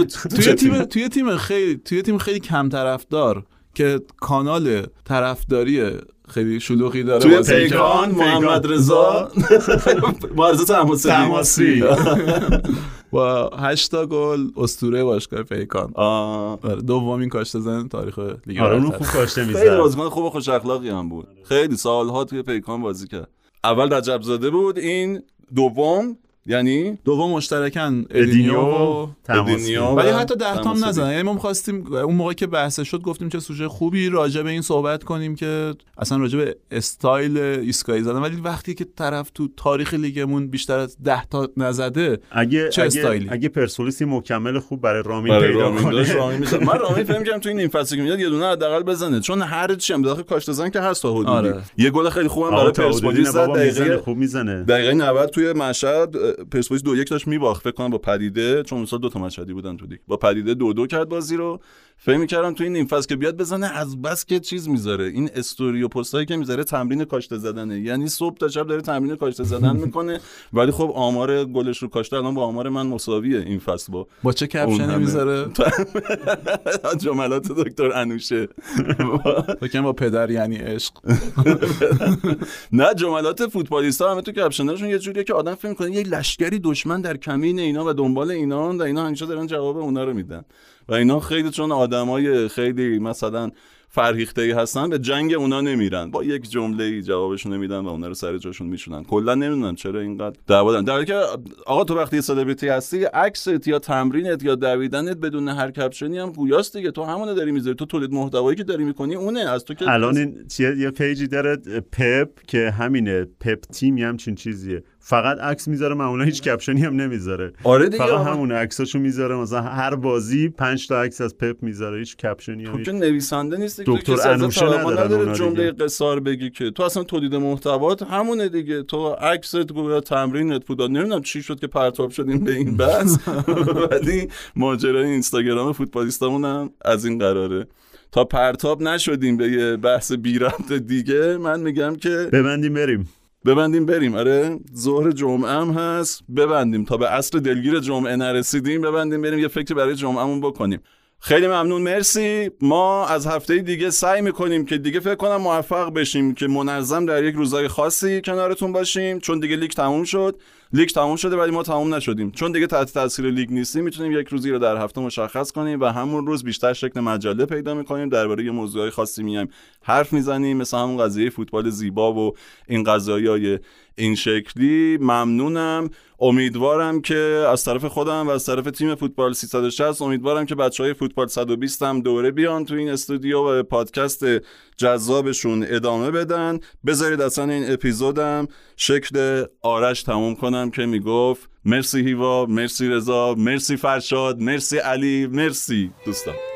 توی تیم خیلی کم طرفدار که کانال طرفداری خیلی شلوغی داره توی پیکان محمد رضا معرض تماسی با 8 گل اسطوره باشگاه پیکان. دومین کاشته زن تاریخ لیگ. آره اون خوب کاشته میزد. خیلی بازیکن خوب و خوش اخلاقی هم بود. خیلی سال‌ها توی پیکان بازی کرد. اول رجب زاده بود، این دوم یعنی دوم مشترکاً ادینیو ولی حتی 10 تا هم نزدن. یعنی ما می‌خواستیم اون موقع که بحث شد گفتیم چه سوژه خوبی راجع به این صحبت کنیم که اصلا راجع به استایل ایستگاهی زدن، ولی وقتی که طرف تو تاریخ لیگمون بیشتر از 10 تا نزده چه استایلی. اگه پرسپولیس مکمل خوب برای رامین پیدا کنه من رامین فهم کردم تو این فصلی که میاد یه دونه حداقل بزنه، چون هر چی هم داخل کاشته زن که هست تا حدودی. یه گل خیلی خوبم برای پرسپولیس زد، دقیقه خوب میزنه. دقیقه 90 توی مشهد پرسپولیس 2-1 داشت میباخت فکر کنم با پدیده، چون مثلا 2 تا مشهدی بودن تو لیگ، با پدیده 2-2 کرد بازی رو. فکر می‌کردم تو این نیم فصل که بیاد بزنه از بس که چیز میذاره، این استوری و پستایی که میذاره تمرین کاشته زدنه، یعنی صبح تا شب داره تمرین کاشته زدن میکنه، ولی خب آمار گلش رو کاشته الان با آمار من مساویه این فصل. با چه کپشنی میذاره؟ جملات دکتر انوشه فکر با پدر یعنی عشق. نه جملات فوتبالیستا همه تو کپشناشون یه جوریه که آدم فکر می‌کنه یه لشکری دشمن در کمین اینا و دنبال اینا و اینا همیشه دارن جواب اونا رو میدن و اینا خیلی چون آدمای خیلی مثلا فرهیخته‌ای هستن به جنگ اونا نمیرن، با یک جمله‌ای جوابشون نمیدن و اونا رو سر جاشون میشونن. کلا نمیدونم چرا اینقدر دعوا دارن، در حالی که آقا تو وقتی سلبریتی هستی عکست یا تمرینت یا دویدنت بدون هر کپشنی هم گویاست دیگه، تو همونو داری میذاری، تو تولید محتوایی که داری میکنی اونه. از تو که الان این یه پیجی داره پپ که همینه، پپ تیم هم چین چیزیه، فقط عکس میذاره، معمولا هیچ کپشنی هم نمیذاره. آره دیگه فقط همون عکساشو میذاره، مثلا هر بازی 5 تا عکس از پپ میذاره، هیچ کپشنی هم. تو که نویسنده نیستی، دکتر انوشه نداره جمله قصار بگی که تو اصلا تولید محتوات همونه دیگه، تو عکست گویا تمرینت بود. نمیدونم چی شد که پرتاب شدیم به این بحث ولی ماجرای اینستاگرام فوتبالیستامون هم از این قراره. تا پرتاب نشدیم به یه بحث بی ربط دیگه، من میگم که ببندیم بریم. آره ظهر جمعه هم هست، ببندیم تا به عصر دلگیر جمعه نرسیدیم، ببندیم بریم یه فکری برای جمعهمون بکنیم. خیلی ممنون، مرسی. ما از هفته دیگه سعی میکنیم که دیگه فکر کنم موفق بشیم که منظم در یک روزای خاصی کنارتون باشیم، چون دیگه لیگ تموم شده ولی ما تموم نشدیم، چون دیگه تحت تاثیر لیگ نیستیم. میتونیم یک روزی رو در هفته مشخص کنیم و همون روز بیشتر شکل مجله پیدا میکنیم، درباره یه موضوعای خاصی میایم حرف میزنیم، مثل همون قضیه فوتبال زیبا و این قضایای این شکلی. ممنونم. امیدوارم که از طرف خودم و از طرف تیم فوتبال 360 امیدوارم که بچهای فوتبال 120 هم دوره بیان تو این استودیو و پادکست جذابشون ادامه بدن. بذارید اصلا این اپیزودم شکل آرش تموم کنم که میگفت مرسی هیوا، مرسی رضا، مرسی فرشاد، مرسی علی، مرسی دوستان.